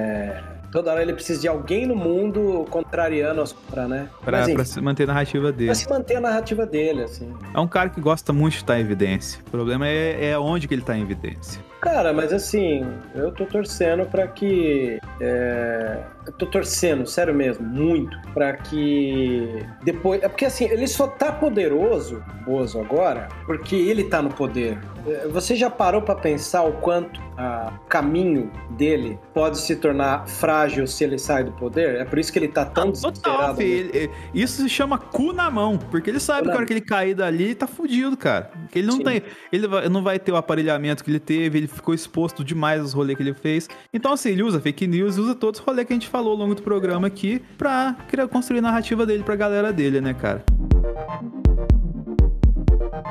de alguém no mundo contrariando as coisas, né? Pra se manter a narrativa dele. Pra se manter a narrativa dele, assim. É um cara que gosta muito de estar em evidência. O problema é onde que ele tá em evidência. Cara, mas assim, eu tô torcendo pra que... eu tô torcendo, sério mesmo, muito, pra que depois... Porque assim, ele só tá poderoso, Bozo, agora, porque ele tá no poder. Você já parou pra pensar o quanto o caminho dele pode se tornar frágil se ele sai do poder? É por isso que ele tá tão desesperado. Filho, isso se chama cu na mão, porque ele sabe que a hora que ele cair dali, tá fudido, cara. Ele não tem... Ele não vai ter o aparelhamento que ele teve, ele ficou exposto demais aos rolês que ele fez. Então, assim, ele usa fake news, usa todos os rolês que a gente falou ao longo do programa aqui pra construir a narrativa dele pra galera dele, né, cara?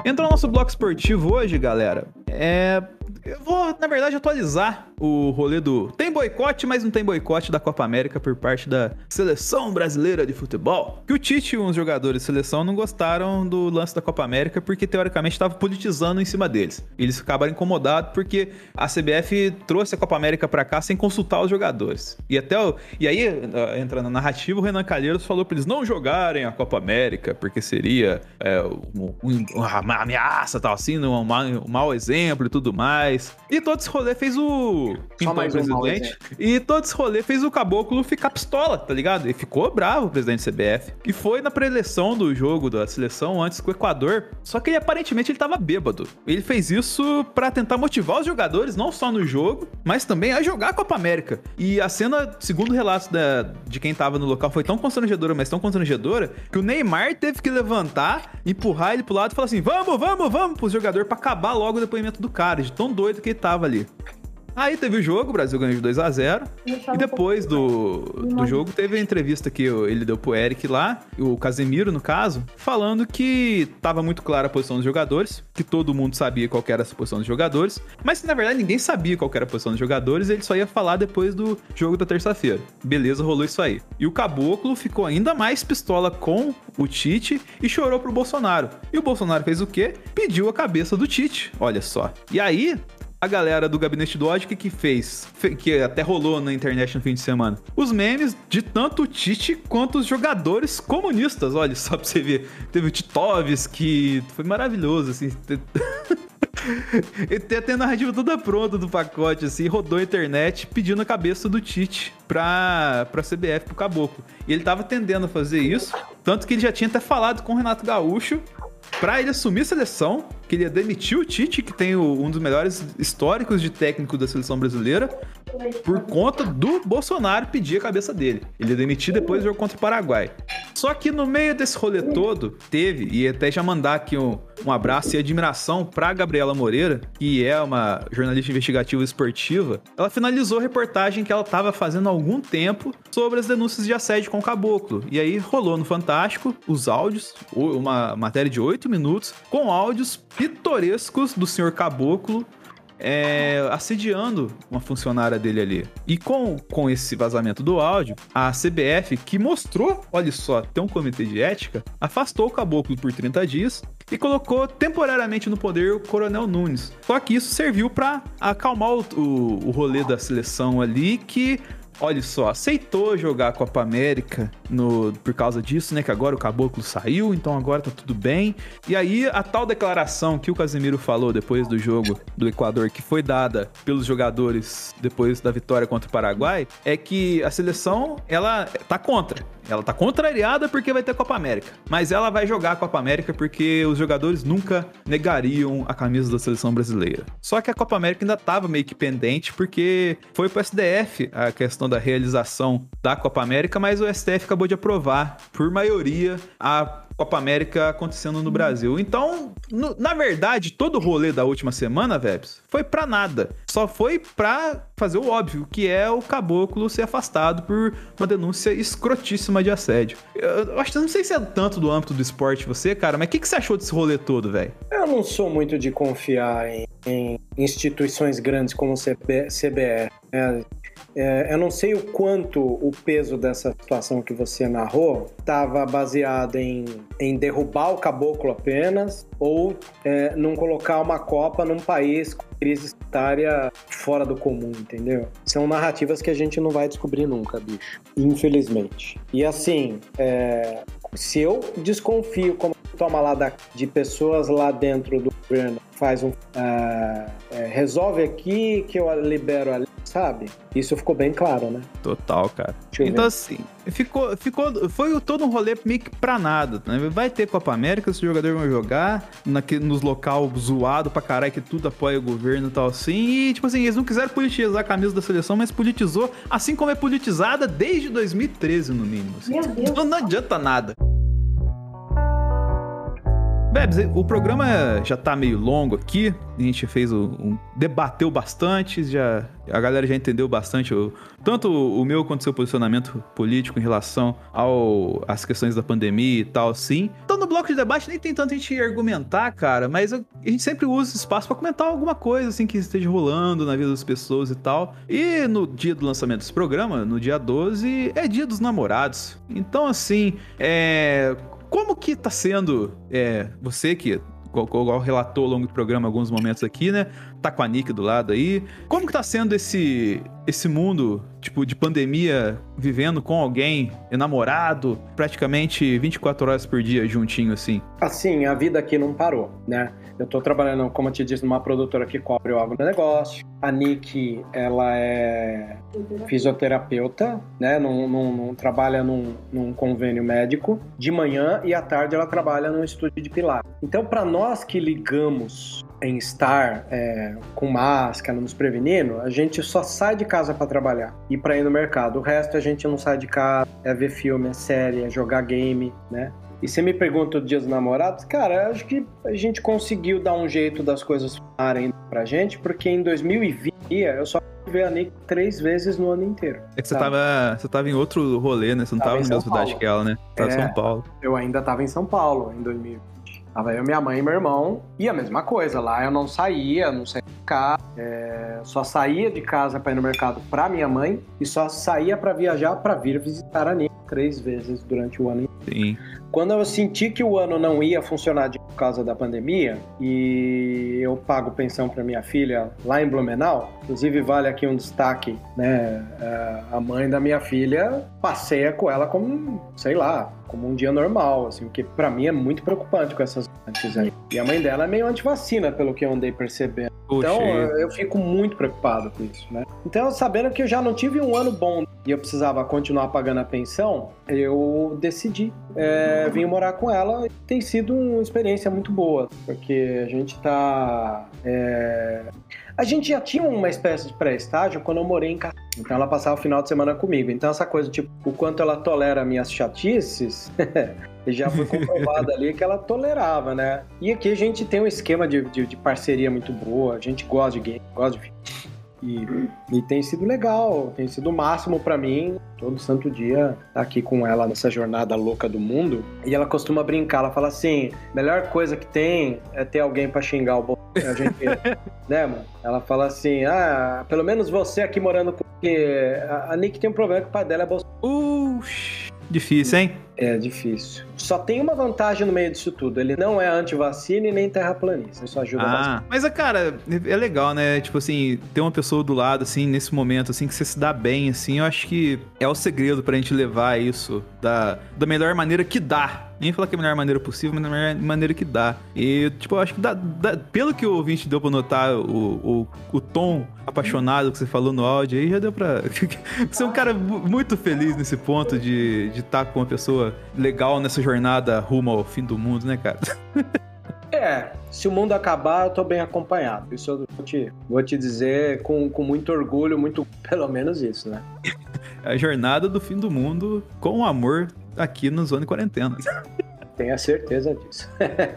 Entrou no nosso bloco esportivo hoje, galera. Eu vou, na verdade, atualizar o rolê do... Tem boicote, mas não tem boicote da Copa América por parte da Seleção Brasileira de Futebol. Que o Tite e uns jogadores de seleção não gostaram do lance da Copa América porque, teoricamente, estava politizando em cima deles. Eles acabaram incomodados porque a CBF trouxe a Copa América pra cá sem consultar os jogadores. E aí, entrando na narrativa, o Renan Calheiros falou pra eles não jogarem a Copa América porque seria uma ameaça, tal assim, um mau exemplo e tudo mais. E todo esse rolê fez o presidente. E todo esse rolê fez o Caboclo ficar pistola, tá ligado? E ficou bravo o presidente da CBF. E foi na pré-eleição do jogo da seleção antes com o Equador. Só que aparentemente ele tava bêbado. Ele fez isso pra tentar motivar os jogadores, não só no jogo, mas também a jogar a Copa América. E a cena, segundo relatos de quem tava no local, foi tão constrangedora, mas tão constrangedora, que o Neymar teve que levantar, empurrar ele pro lado e falar assim: vamos pros jogadores pra acabar logo o depoimento do cara, de tão doido que ele tava ali. Aí teve o jogo, o Brasil ganhou de 2-0. E depois do jogo teve a entrevista que ele deu pro Eric lá, o Casemiro, no caso, falando que tava muito clara a posição dos jogadores, que todo mundo sabia qual que era a posição dos jogadores, mas que na verdade ninguém sabia qual que era a posição dos jogadores, ele só ia falar depois do jogo da terça-feira. Beleza, rolou isso aí. E o Caboclo ficou ainda mais pistola com o Tite e chorou pro Bolsonaro. E o Bolsonaro fez o quê? Pediu a cabeça do Tite, olha só. E aí... a galera do Gabinete do Ódio, que fez? Que até rolou na internet no fim de semana. Os memes de tanto o Tite quanto os jogadores comunistas. Olha só pra você ver. Teve o Titovski, foi maravilhoso, assim. Ele tem até a narrativa toda pronta do pacote, assim. Rodou a internet pedindo a cabeça do Tite pra CBF, pro Caboclo. E ele tava tendendo a fazer isso. Tanto que ele já tinha até falado com o Renato Gaúcho pra ele assumir a seleção, que ele ia demitir o Tite, que tem um dos melhores históricos de técnico da seleção brasileira, por conta do Bolsonaro pedir a cabeça dele. Ele ia demitir depois do jogo contra o Paraguai. Só que no meio desse rolê todo, teve, e até já mandar aqui um abraço e admiração pra Gabriela Moreira, que é uma jornalista investigativa esportiva. Ela finalizou a reportagem que ela estava fazendo há algum tempo sobre as denúncias de assédio com o Caboclo. E aí rolou no Fantástico os áudios, uma matéria de 8 minutos, com áudios pitorescos do senhor Caboclo assediando uma funcionária dele ali. E com esse vazamento do áudio, a CBF, que mostrou, olha só, tem um comitê de ética, afastou o Caboclo por 30 dias e colocou temporariamente no poder o Coronel Nunes. Só que isso serviu para acalmar o rolê da seleção ali, que... olha só, aceitou jogar a Copa América por causa disso, né? Que agora o Caboclo saiu, então agora tá tudo bem. E aí, a tal declaração que o Casemiro falou depois do jogo do Equador, que foi dada pelos jogadores depois da vitória contra o Paraguai, é que a seleção, ela tá contra. Ela tá contrariada porque vai ter Copa América. Mas ela vai jogar a Copa América porque os jogadores nunca negariam a camisa da seleção brasileira. Só que a Copa América ainda tava meio que pendente porque foi pro STF a questão da realização da Copa América, mas o STF acabou de aprovar, por maioria, a Copa América acontecendo no Brasil. Então, na verdade, todo o rolê da última semana, Vebs, foi pra nada. Só foi pra fazer o óbvio, que é o Caboclo ser afastado por uma denúncia escrotíssima de assédio. Eu acho que não sei se é tanto do âmbito do esporte você, cara, mas o que você achou desse rolê todo, velho? Eu não sou muito de confiar em instituições grandes como o CBF. Eu não sei o quanto o peso dessa situação que você narrou estava baseado em derrubar o Caboclo apenas ou não colocar uma Copa num país com crise sanitária fora do comum, entendeu? São narrativas que a gente não vai descobrir nunca, bicho. Infelizmente. E assim, se eu desconfio, como toma lá de pessoas lá dentro do governo, faz resolve aqui que eu libero ali, sabe? Isso ficou bem claro, né? Total, cara. Então, assim, foi todo um rolê meio que pra nada, né? Vai ter Copa América, os jogadores vão jogar nos local zoado pra caralho, que tudo apoia o governo e tal assim, e tipo assim, eles não quiseram politizar a camisa da seleção, mas politizou, assim como é politizada desde 2013, no mínimo. Assim. Não adianta nada. Bebs, o programa já tá meio longo aqui, a gente fez debateu bastante, a galera já entendeu bastante tanto o meu quanto o seu posicionamento político em relação às questões da pandemia e tal, sim. Então no bloco de debate nem tem tanto a gente argumentar, cara, mas a gente sempre usa esse espaço pra comentar alguma coisa, assim, que esteja rolando na vida das pessoas e tal. E no dia do lançamento desse programa, no dia 12, é dia dos namorados. Então, assim, como que tá sendo, você que igual relatou ao longo do programa alguns momentos aqui, né? Tá com a Nick do lado aí. Como que tá sendo esse mundo, tipo, de pandemia, vivendo com alguém, namorado, praticamente 24 horas por dia juntinho, assim? Assim, a vida aqui não parou, né? Eu tô trabalhando, como eu te disse, numa produtora que cobre o agronegócio. A Nick, ela é fisioterapeuta, né? Trabalha num convênio médico. De manhã e à tarde ela trabalha num estúdio de pilates. Então, para nós que ligamos em estar com máscara, nos prevenindo, a gente só sai de casa para trabalhar e para ir no mercado. O resto a gente não sai de casa, é ver filme, é série, é jogar game, né? E você me pergunta o Dia dos Namorados, cara, acho que a gente conseguiu dar um jeito das coisas funcionarem pra gente, porque em 2020 eu só vi a Nick 3 vezes no ano inteiro. É que você tava em outro rolê, né? Você não tava na mesma cidade que ela, né? Tava em São Paulo. Eu ainda tava em São Paulo em 2020. Tava eu, minha mãe e meu irmão. E a mesma coisa, lá eu não saía de casa. Só saía de casa pra ir no mercado pra minha mãe e só saía pra viajar pra vir visitar a Nick 3 vezes durante o ano inteiro. Sim. Quando eu senti que o ano não ia funcionar por causa da pandemia e eu pago pensão para minha filha lá em Blumenau, inclusive vale aqui um destaque, né? A mãe da minha filha passeia com ela como, sei lá, como um dia normal, assim, o que para mim é muito preocupante com essas antes aí. E a mãe dela é meio antivacina, pelo que eu andei percebendo. Então, eu fico muito preocupado com isso, né? Então, sabendo que eu já não tive um ano bom e eu precisava continuar pagando a pensão, eu decidi vir morar com ela. Tem sido uma experiência muito boa, porque a gente tá... A gente já tinha uma espécie de pré-estágio quando eu morei em casa. Então ela passava o final de semana comigo. Então essa coisa, tipo, o quanto ela tolera minhas chatices... já foi comprovado ali que ela tolerava, né? E aqui a gente tem um esquema de parceria muito boa, a gente gosta de game, gosta de filme. E tem sido legal, tem sido o máximo pra mim, todo santo dia, estar aqui com ela nessa jornada louca do mundo. E ela costuma brincar, ela fala assim, melhor coisa que tem é ter alguém pra xingar o bom. A gente, né, mano? Ela fala assim, pelo menos você aqui morando com... Porque a Nick tem um problema que o pai dela é bolsonaro. Difícil, hein? É difícil. Só tem uma vantagem no meio disso tudo. Ele não é anti-vacina e nem terraplanista. Isso ajuda bastante. Mas, cara, é legal, né? Tipo assim, ter uma pessoa do lado, assim, nesse momento, assim, que você se dá bem, assim, eu acho que é o segredo pra gente levar isso da melhor maneira que dá. Nem falar que é a melhor maneira possível, mas da melhor maneira que dá. E, tipo, eu acho que pelo que o ouvinte deu pra notar, o tom apaixonado que você falou no áudio aí, já deu pra... Você é um cara muito feliz nesse ponto de estar com uma pessoa legal nessa jornada rumo ao fim do mundo, né, cara? Se o mundo acabar, eu tô bem acompanhado. Isso eu vou te dizer com muito orgulho, pelo menos isso, né? A jornada do fim do mundo com amor aqui no Zona Quarentena. Tenha certeza disso.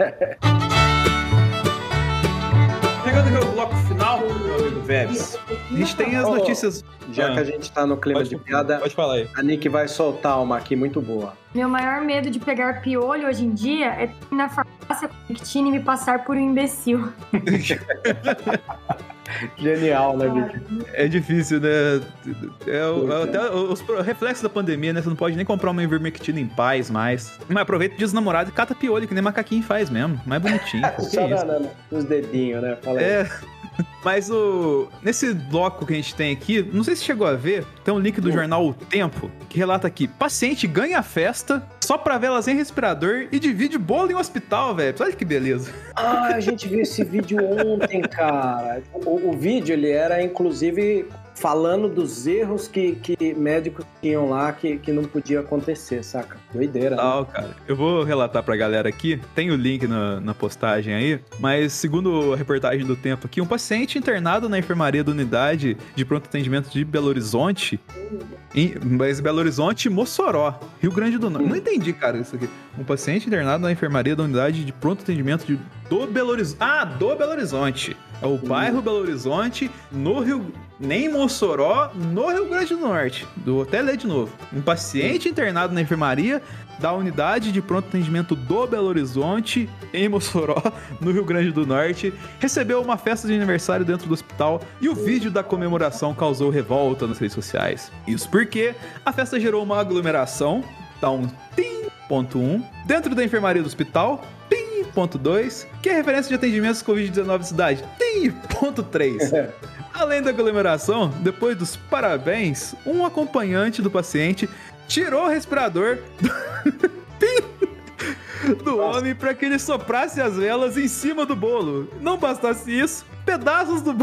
Chegando aqui ao bloco final, meu amigo Vebs, a gente tem as notícias... Já que a gente tá no clima de piada, pode falar aí. A Nick vai soltar uma aqui muito boa. Meu maior medo de pegar piolho hoje em dia é ir na farmácia com Nictine e me passar por um imbecil. Genial, né, Nick? É difícil, né? Até os reflexos da pandemia, né? Você não pode nem comprar uma ivermectina em paz mais. Mas aproveita o dia dos namorados e cata piolho, que nem macaquinho faz mesmo. Mais bonitinho. Só nos dedinhos, né? Fala aí. Mas nesse bloco que a gente tem aqui, não sei se chegou a ver, tem um link do jornal O Tempo, que relata aqui, paciente ganha festa só pra vela sem respirador e divide bolo em hospital, velho. Olha que beleza. A gente viu esse vídeo ontem, cara. O vídeo, ele era, inclusive, falando dos erros que médicos tinham lá que não podia acontecer, saca? Doideira, né? Cara. Eu vou relatar pra galera aqui, tem o link na postagem aí, mas segundo a reportagem do Tempo aqui, um paciente internado na enfermaria da unidade de pronto atendimento de Belo Horizonte, mas Belo Horizonte e Mossoró, Rio Grande do Norte. Não entendi, cara, isso aqui. Um paciente internado na enfermaria da unidade de pronto atendimento do Belo Horizonte. Ah, do Belo Horizonte. É o bairro Belo Horizonte, no Rio... Nem Mossoró, no Rio Grande do Norte. Vou até ler de novo. Um paciente internado na enfermaria da unidade de pronto atendimento do Belo Horizonte, em Mossoró, no Rio Grande do Norte, recebeu uma festa de aniversário dentro do hospital e o vídeo da comemoração causou revolta nas redes sociais. Isso porque a festa gerou uma aglomeração, dá um tim.1, dentro da enfermaria do hospital, tim.2, que é referência de atendimentos Covid-19 da cidade, tim.3. Além da aglomeração, depois dos parabéns, um acompanhante do paciente tirou o respirador do homem para que ele soprasse as velas em cima do bolo. Não bastasse isso, pedaços do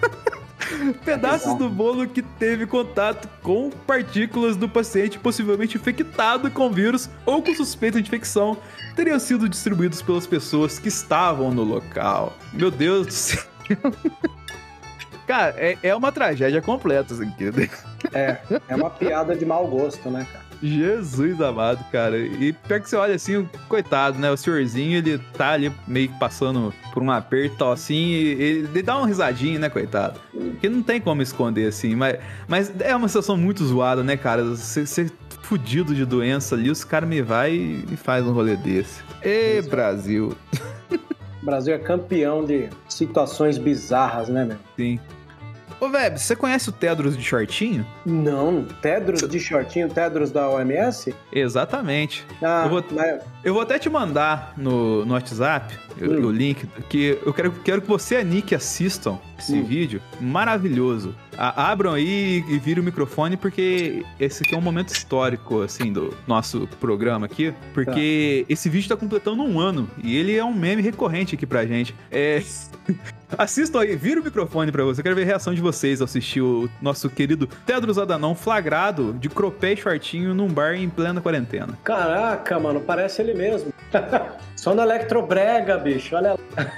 bolo que teve contato com partículas do paciente possivelmente infectado com vírus ou com suspeita de infecção teriam sido distribuídos pelas pessoas que estavam no local. Meu Deus do céu. Cara, é uma tragédia completa isso aqui. É uma piada de mau gosto, né, cara? Jesus amado, cara. E pior que você olha assim, coitado, né? O senhorzinho, ele tá ali meio que passando por um aperto assim, e ele dá uma risadinha, né, coitado? Que não tem como esconder assim, mas é uma situação muito zoada, né, cara? Você fudido de doença ali, os caras me vai e faz um rolê desse. Ê, Brasil! O Brasil é campeão de situações bizarras, né, meu? Sim. Ô, Vebs, você conhece o Tedros de shortinho? Não, Tedros de shortinho, Tedros da OMS? Exatamente. Eu vou até te mandar no WhatsApp o link, que eu quero que você e a Nick assistam esse vídeo maravilhoso. Abram aí e virem o microfone, porque esse aqui é um momento histórico, assim, do nosso programa aqui, porque esse vídeo tá completando 1 ano, e ele é um meme recorrente aqui pra gente. Assistam aí, vira o microfone pra você. Eu quero ver a reação de vocês ao assistir o nosso querido Tedros Adhanom flagrado de cropé e shortinho num bar em plena quarentena. Caraca, mano, parece ele mesmo. Só no Electrobrega, bicho, olha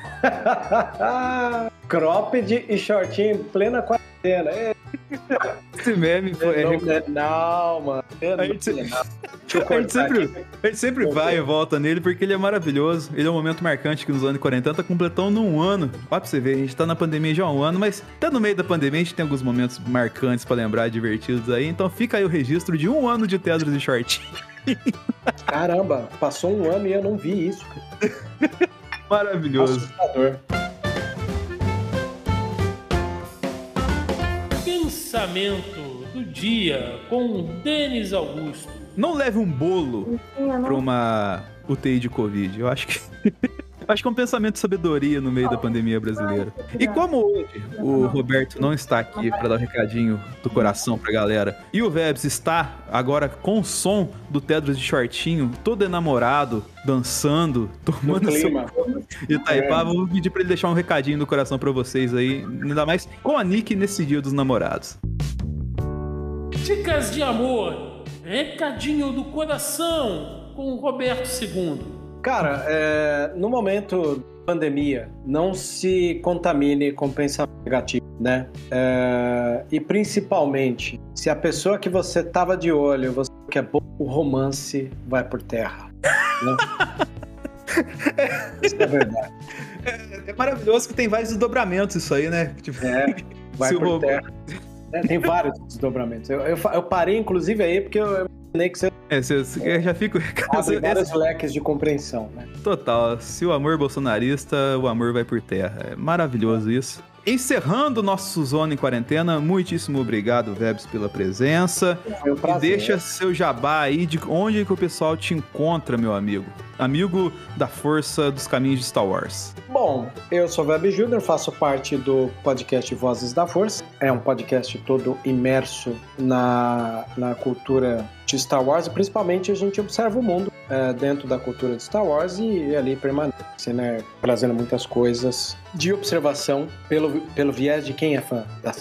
lá. Cropped e shortinho em plena quarentena. Esse meme foi... Não, mano. A gente sempre vai e volta nele porque ele é maravilhoso. Ele é um momento marcante que nos anos 40 tá completando 1 ano. Ó, pra você ver, a gente tá na pandemia já há 1 ano, mas até no meio da pandemia a gente tem alguns momentos marcantes pra lembrar, divertidos aí. Então fica aí o registro de 1 ano de Tedros e shortinho. Caramba, passou 1 ano e eu não vi isso. Maravilhoso. Assustador. Pensamento do dia com Denis Augusto. Não leve um bolo pra uma UTI de Covid. Eu acho que é um pensamento de sabedoria no meio da pandemia brasileira. E como hoje o Roberto não está aqui para dar um recadinho do coração pra galera, e o Vebs está agora com o som do Tedros de shortinho, todo enamorado, dançando, tomando seu de Itaipava, vou pedir pra ele deixar um recadinho do coração pra vocês aí, ainda mais com a Nick nesse dia dos namorados. Dicas de amor, recadinho do coração com o Roberto II. Cara, no momento de pandemia, não se contamine com pensamento negativo, né? E principalmente, se a pessoa que você tava de olho, você que é bom, o romance vai por terra. Né? Isso é verdade. É maravilhoso que tem vários desdobramentos isso aí, né? Tipo, vai por terra. Tem vários desdobramentos. Eu parei, inclusive, aí, porque eu imaginei que você... eu já fico... Abre vários leques de compreensão, né? Total. Se o amor bolsonarista, o amor vai por terra. É maravilhoso isso. Encerrando o nosso Zona em Quarentena, muitíssimo obrigado, Vebs, pela presença. Foi um prazer. E deixa seu jabá aí de onde que o pessoal te encontra, meu amigo. Amigo da força dos caminhos de Star Wars. Bom, eu sou Vebs Júnior, faço parte do podcast Vozes da Força. É um podcast todo imerso na cultura de Star Wars, e principalmente a gente observa o mundo dentro da cultura de Star Wars e ali permanece, né? Trazendo muitas coisas de observação pelo viés de quem é fã da saga.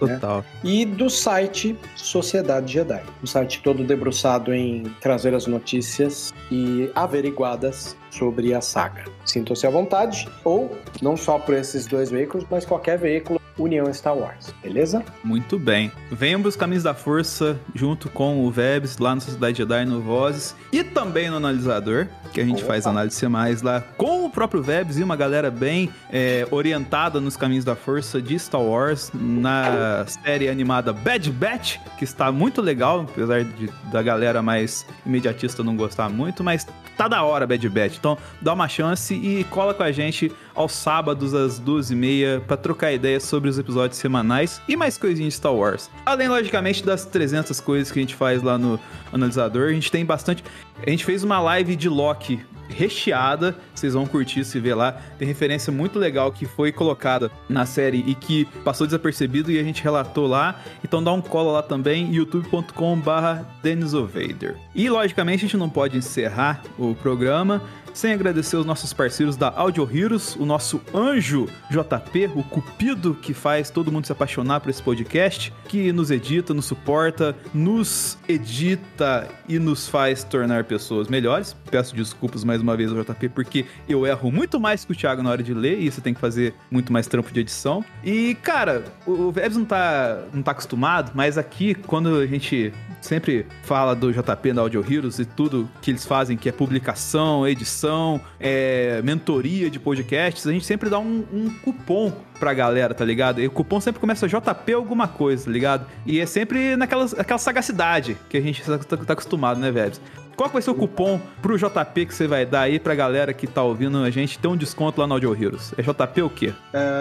Total. Né? E do site Sociedade Jedi. Um site todo debruçado em trazer as notícias e averiguadas sobre a saga. Sintam-se à vontade, ou não só por esses 2 veículos, mas qualquer veículo União Star Wars, beleza? Muito bem. Venham os Caminhos da Força junto com o Vebs lá na Sociedade Jedi no Vozes e também no Analisador, que a gente faz análise semanais lá com o próprio Vebs e uma galera bem orientada nos Caminhos da Força de Star Wars na série animada Bad Batch, que está muito legal, apesar da galera mais imediatista não gostar muito, mas tá da hora Bad Batch. Então dá uma chance e cola com a gente aos sábados às 2h30 pra trocar ideias sobre os episódios semanais e mais coisinhas de Star Wars. Além, logicamente, das 300 coisas que a gente faz lá no Analisador, a gente tem bastante... A gente fez uma live de Loki recheada, vocês vão curtir se ver lá. Tem referência muito legal que foi colocada na série e que passou desapercebido e a gente relatou lá. Então dá um cola lá também, youtube.com/DenisOvader. E logicamente a gente não pode encerrar o programa sem agradecer os nossos parceiros da Audio Heroes, o nosso anjo JP, o cupido que faz todo mundo se apaixonar por esse podcast, que nos edita, nos suporta, nos edita e nos faz tornar pessoas melhores. Peço desculpas mais uma vez ao JP, porque eu erro muito mais que o Thiago na hora de ler, e isso tem que fazer muito mais trampo de edição. E, cara, o Vebs não tá acostumado, mas aqui, quando a gente sempre fala do JP da Audio Heroes e tudo que eles fazem, que é publicação, edição, mentoria de podcasts, a gente sempre dá um cupom pra galera, tá ligado? E o cupom sempre começa JP alguma coisa, tá ligado? E é sempre aquela sagacidade que a gente tá acostumado, né, Vebs? Qual que vai ser o cupom pro JP que você vai dar aí pra galera que tá ouvindo a gente ter um desconto lá no Audio Heroes? É JP o quê?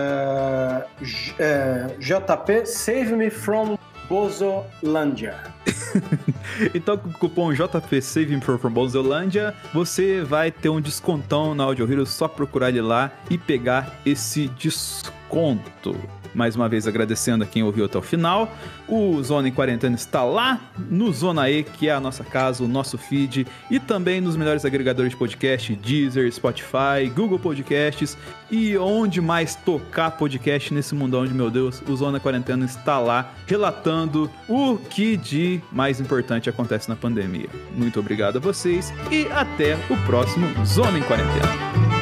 JP Save Me From Bozolândia. Então, com o cupom JP Save Me From Bozolândia, você vai ter um descontão na Audio Heroes. Só procurar ele lá e pegar esse desconto. Mais uma vez agradecendo a quem ouviu até o final. O Zona em Quarentena está lá no Zona E, que é a nossa casa, o nosso feed, e também nos melhores agregadores de podcast, Deezer, Spotify, Google Podcasts, e onde mais tocar podcast nesse mundão de, meu Deus, o Zona em Quarentena está lá relatando o que de mais importante acontece na pandemia. Muito obrigado a vocês e até o próximo Zona em Quarentena.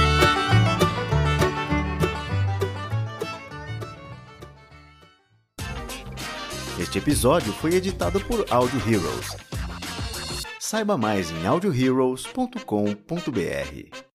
Este episódio foi editado por Audio Heroes. Saiba mais em audioheroes.com.br.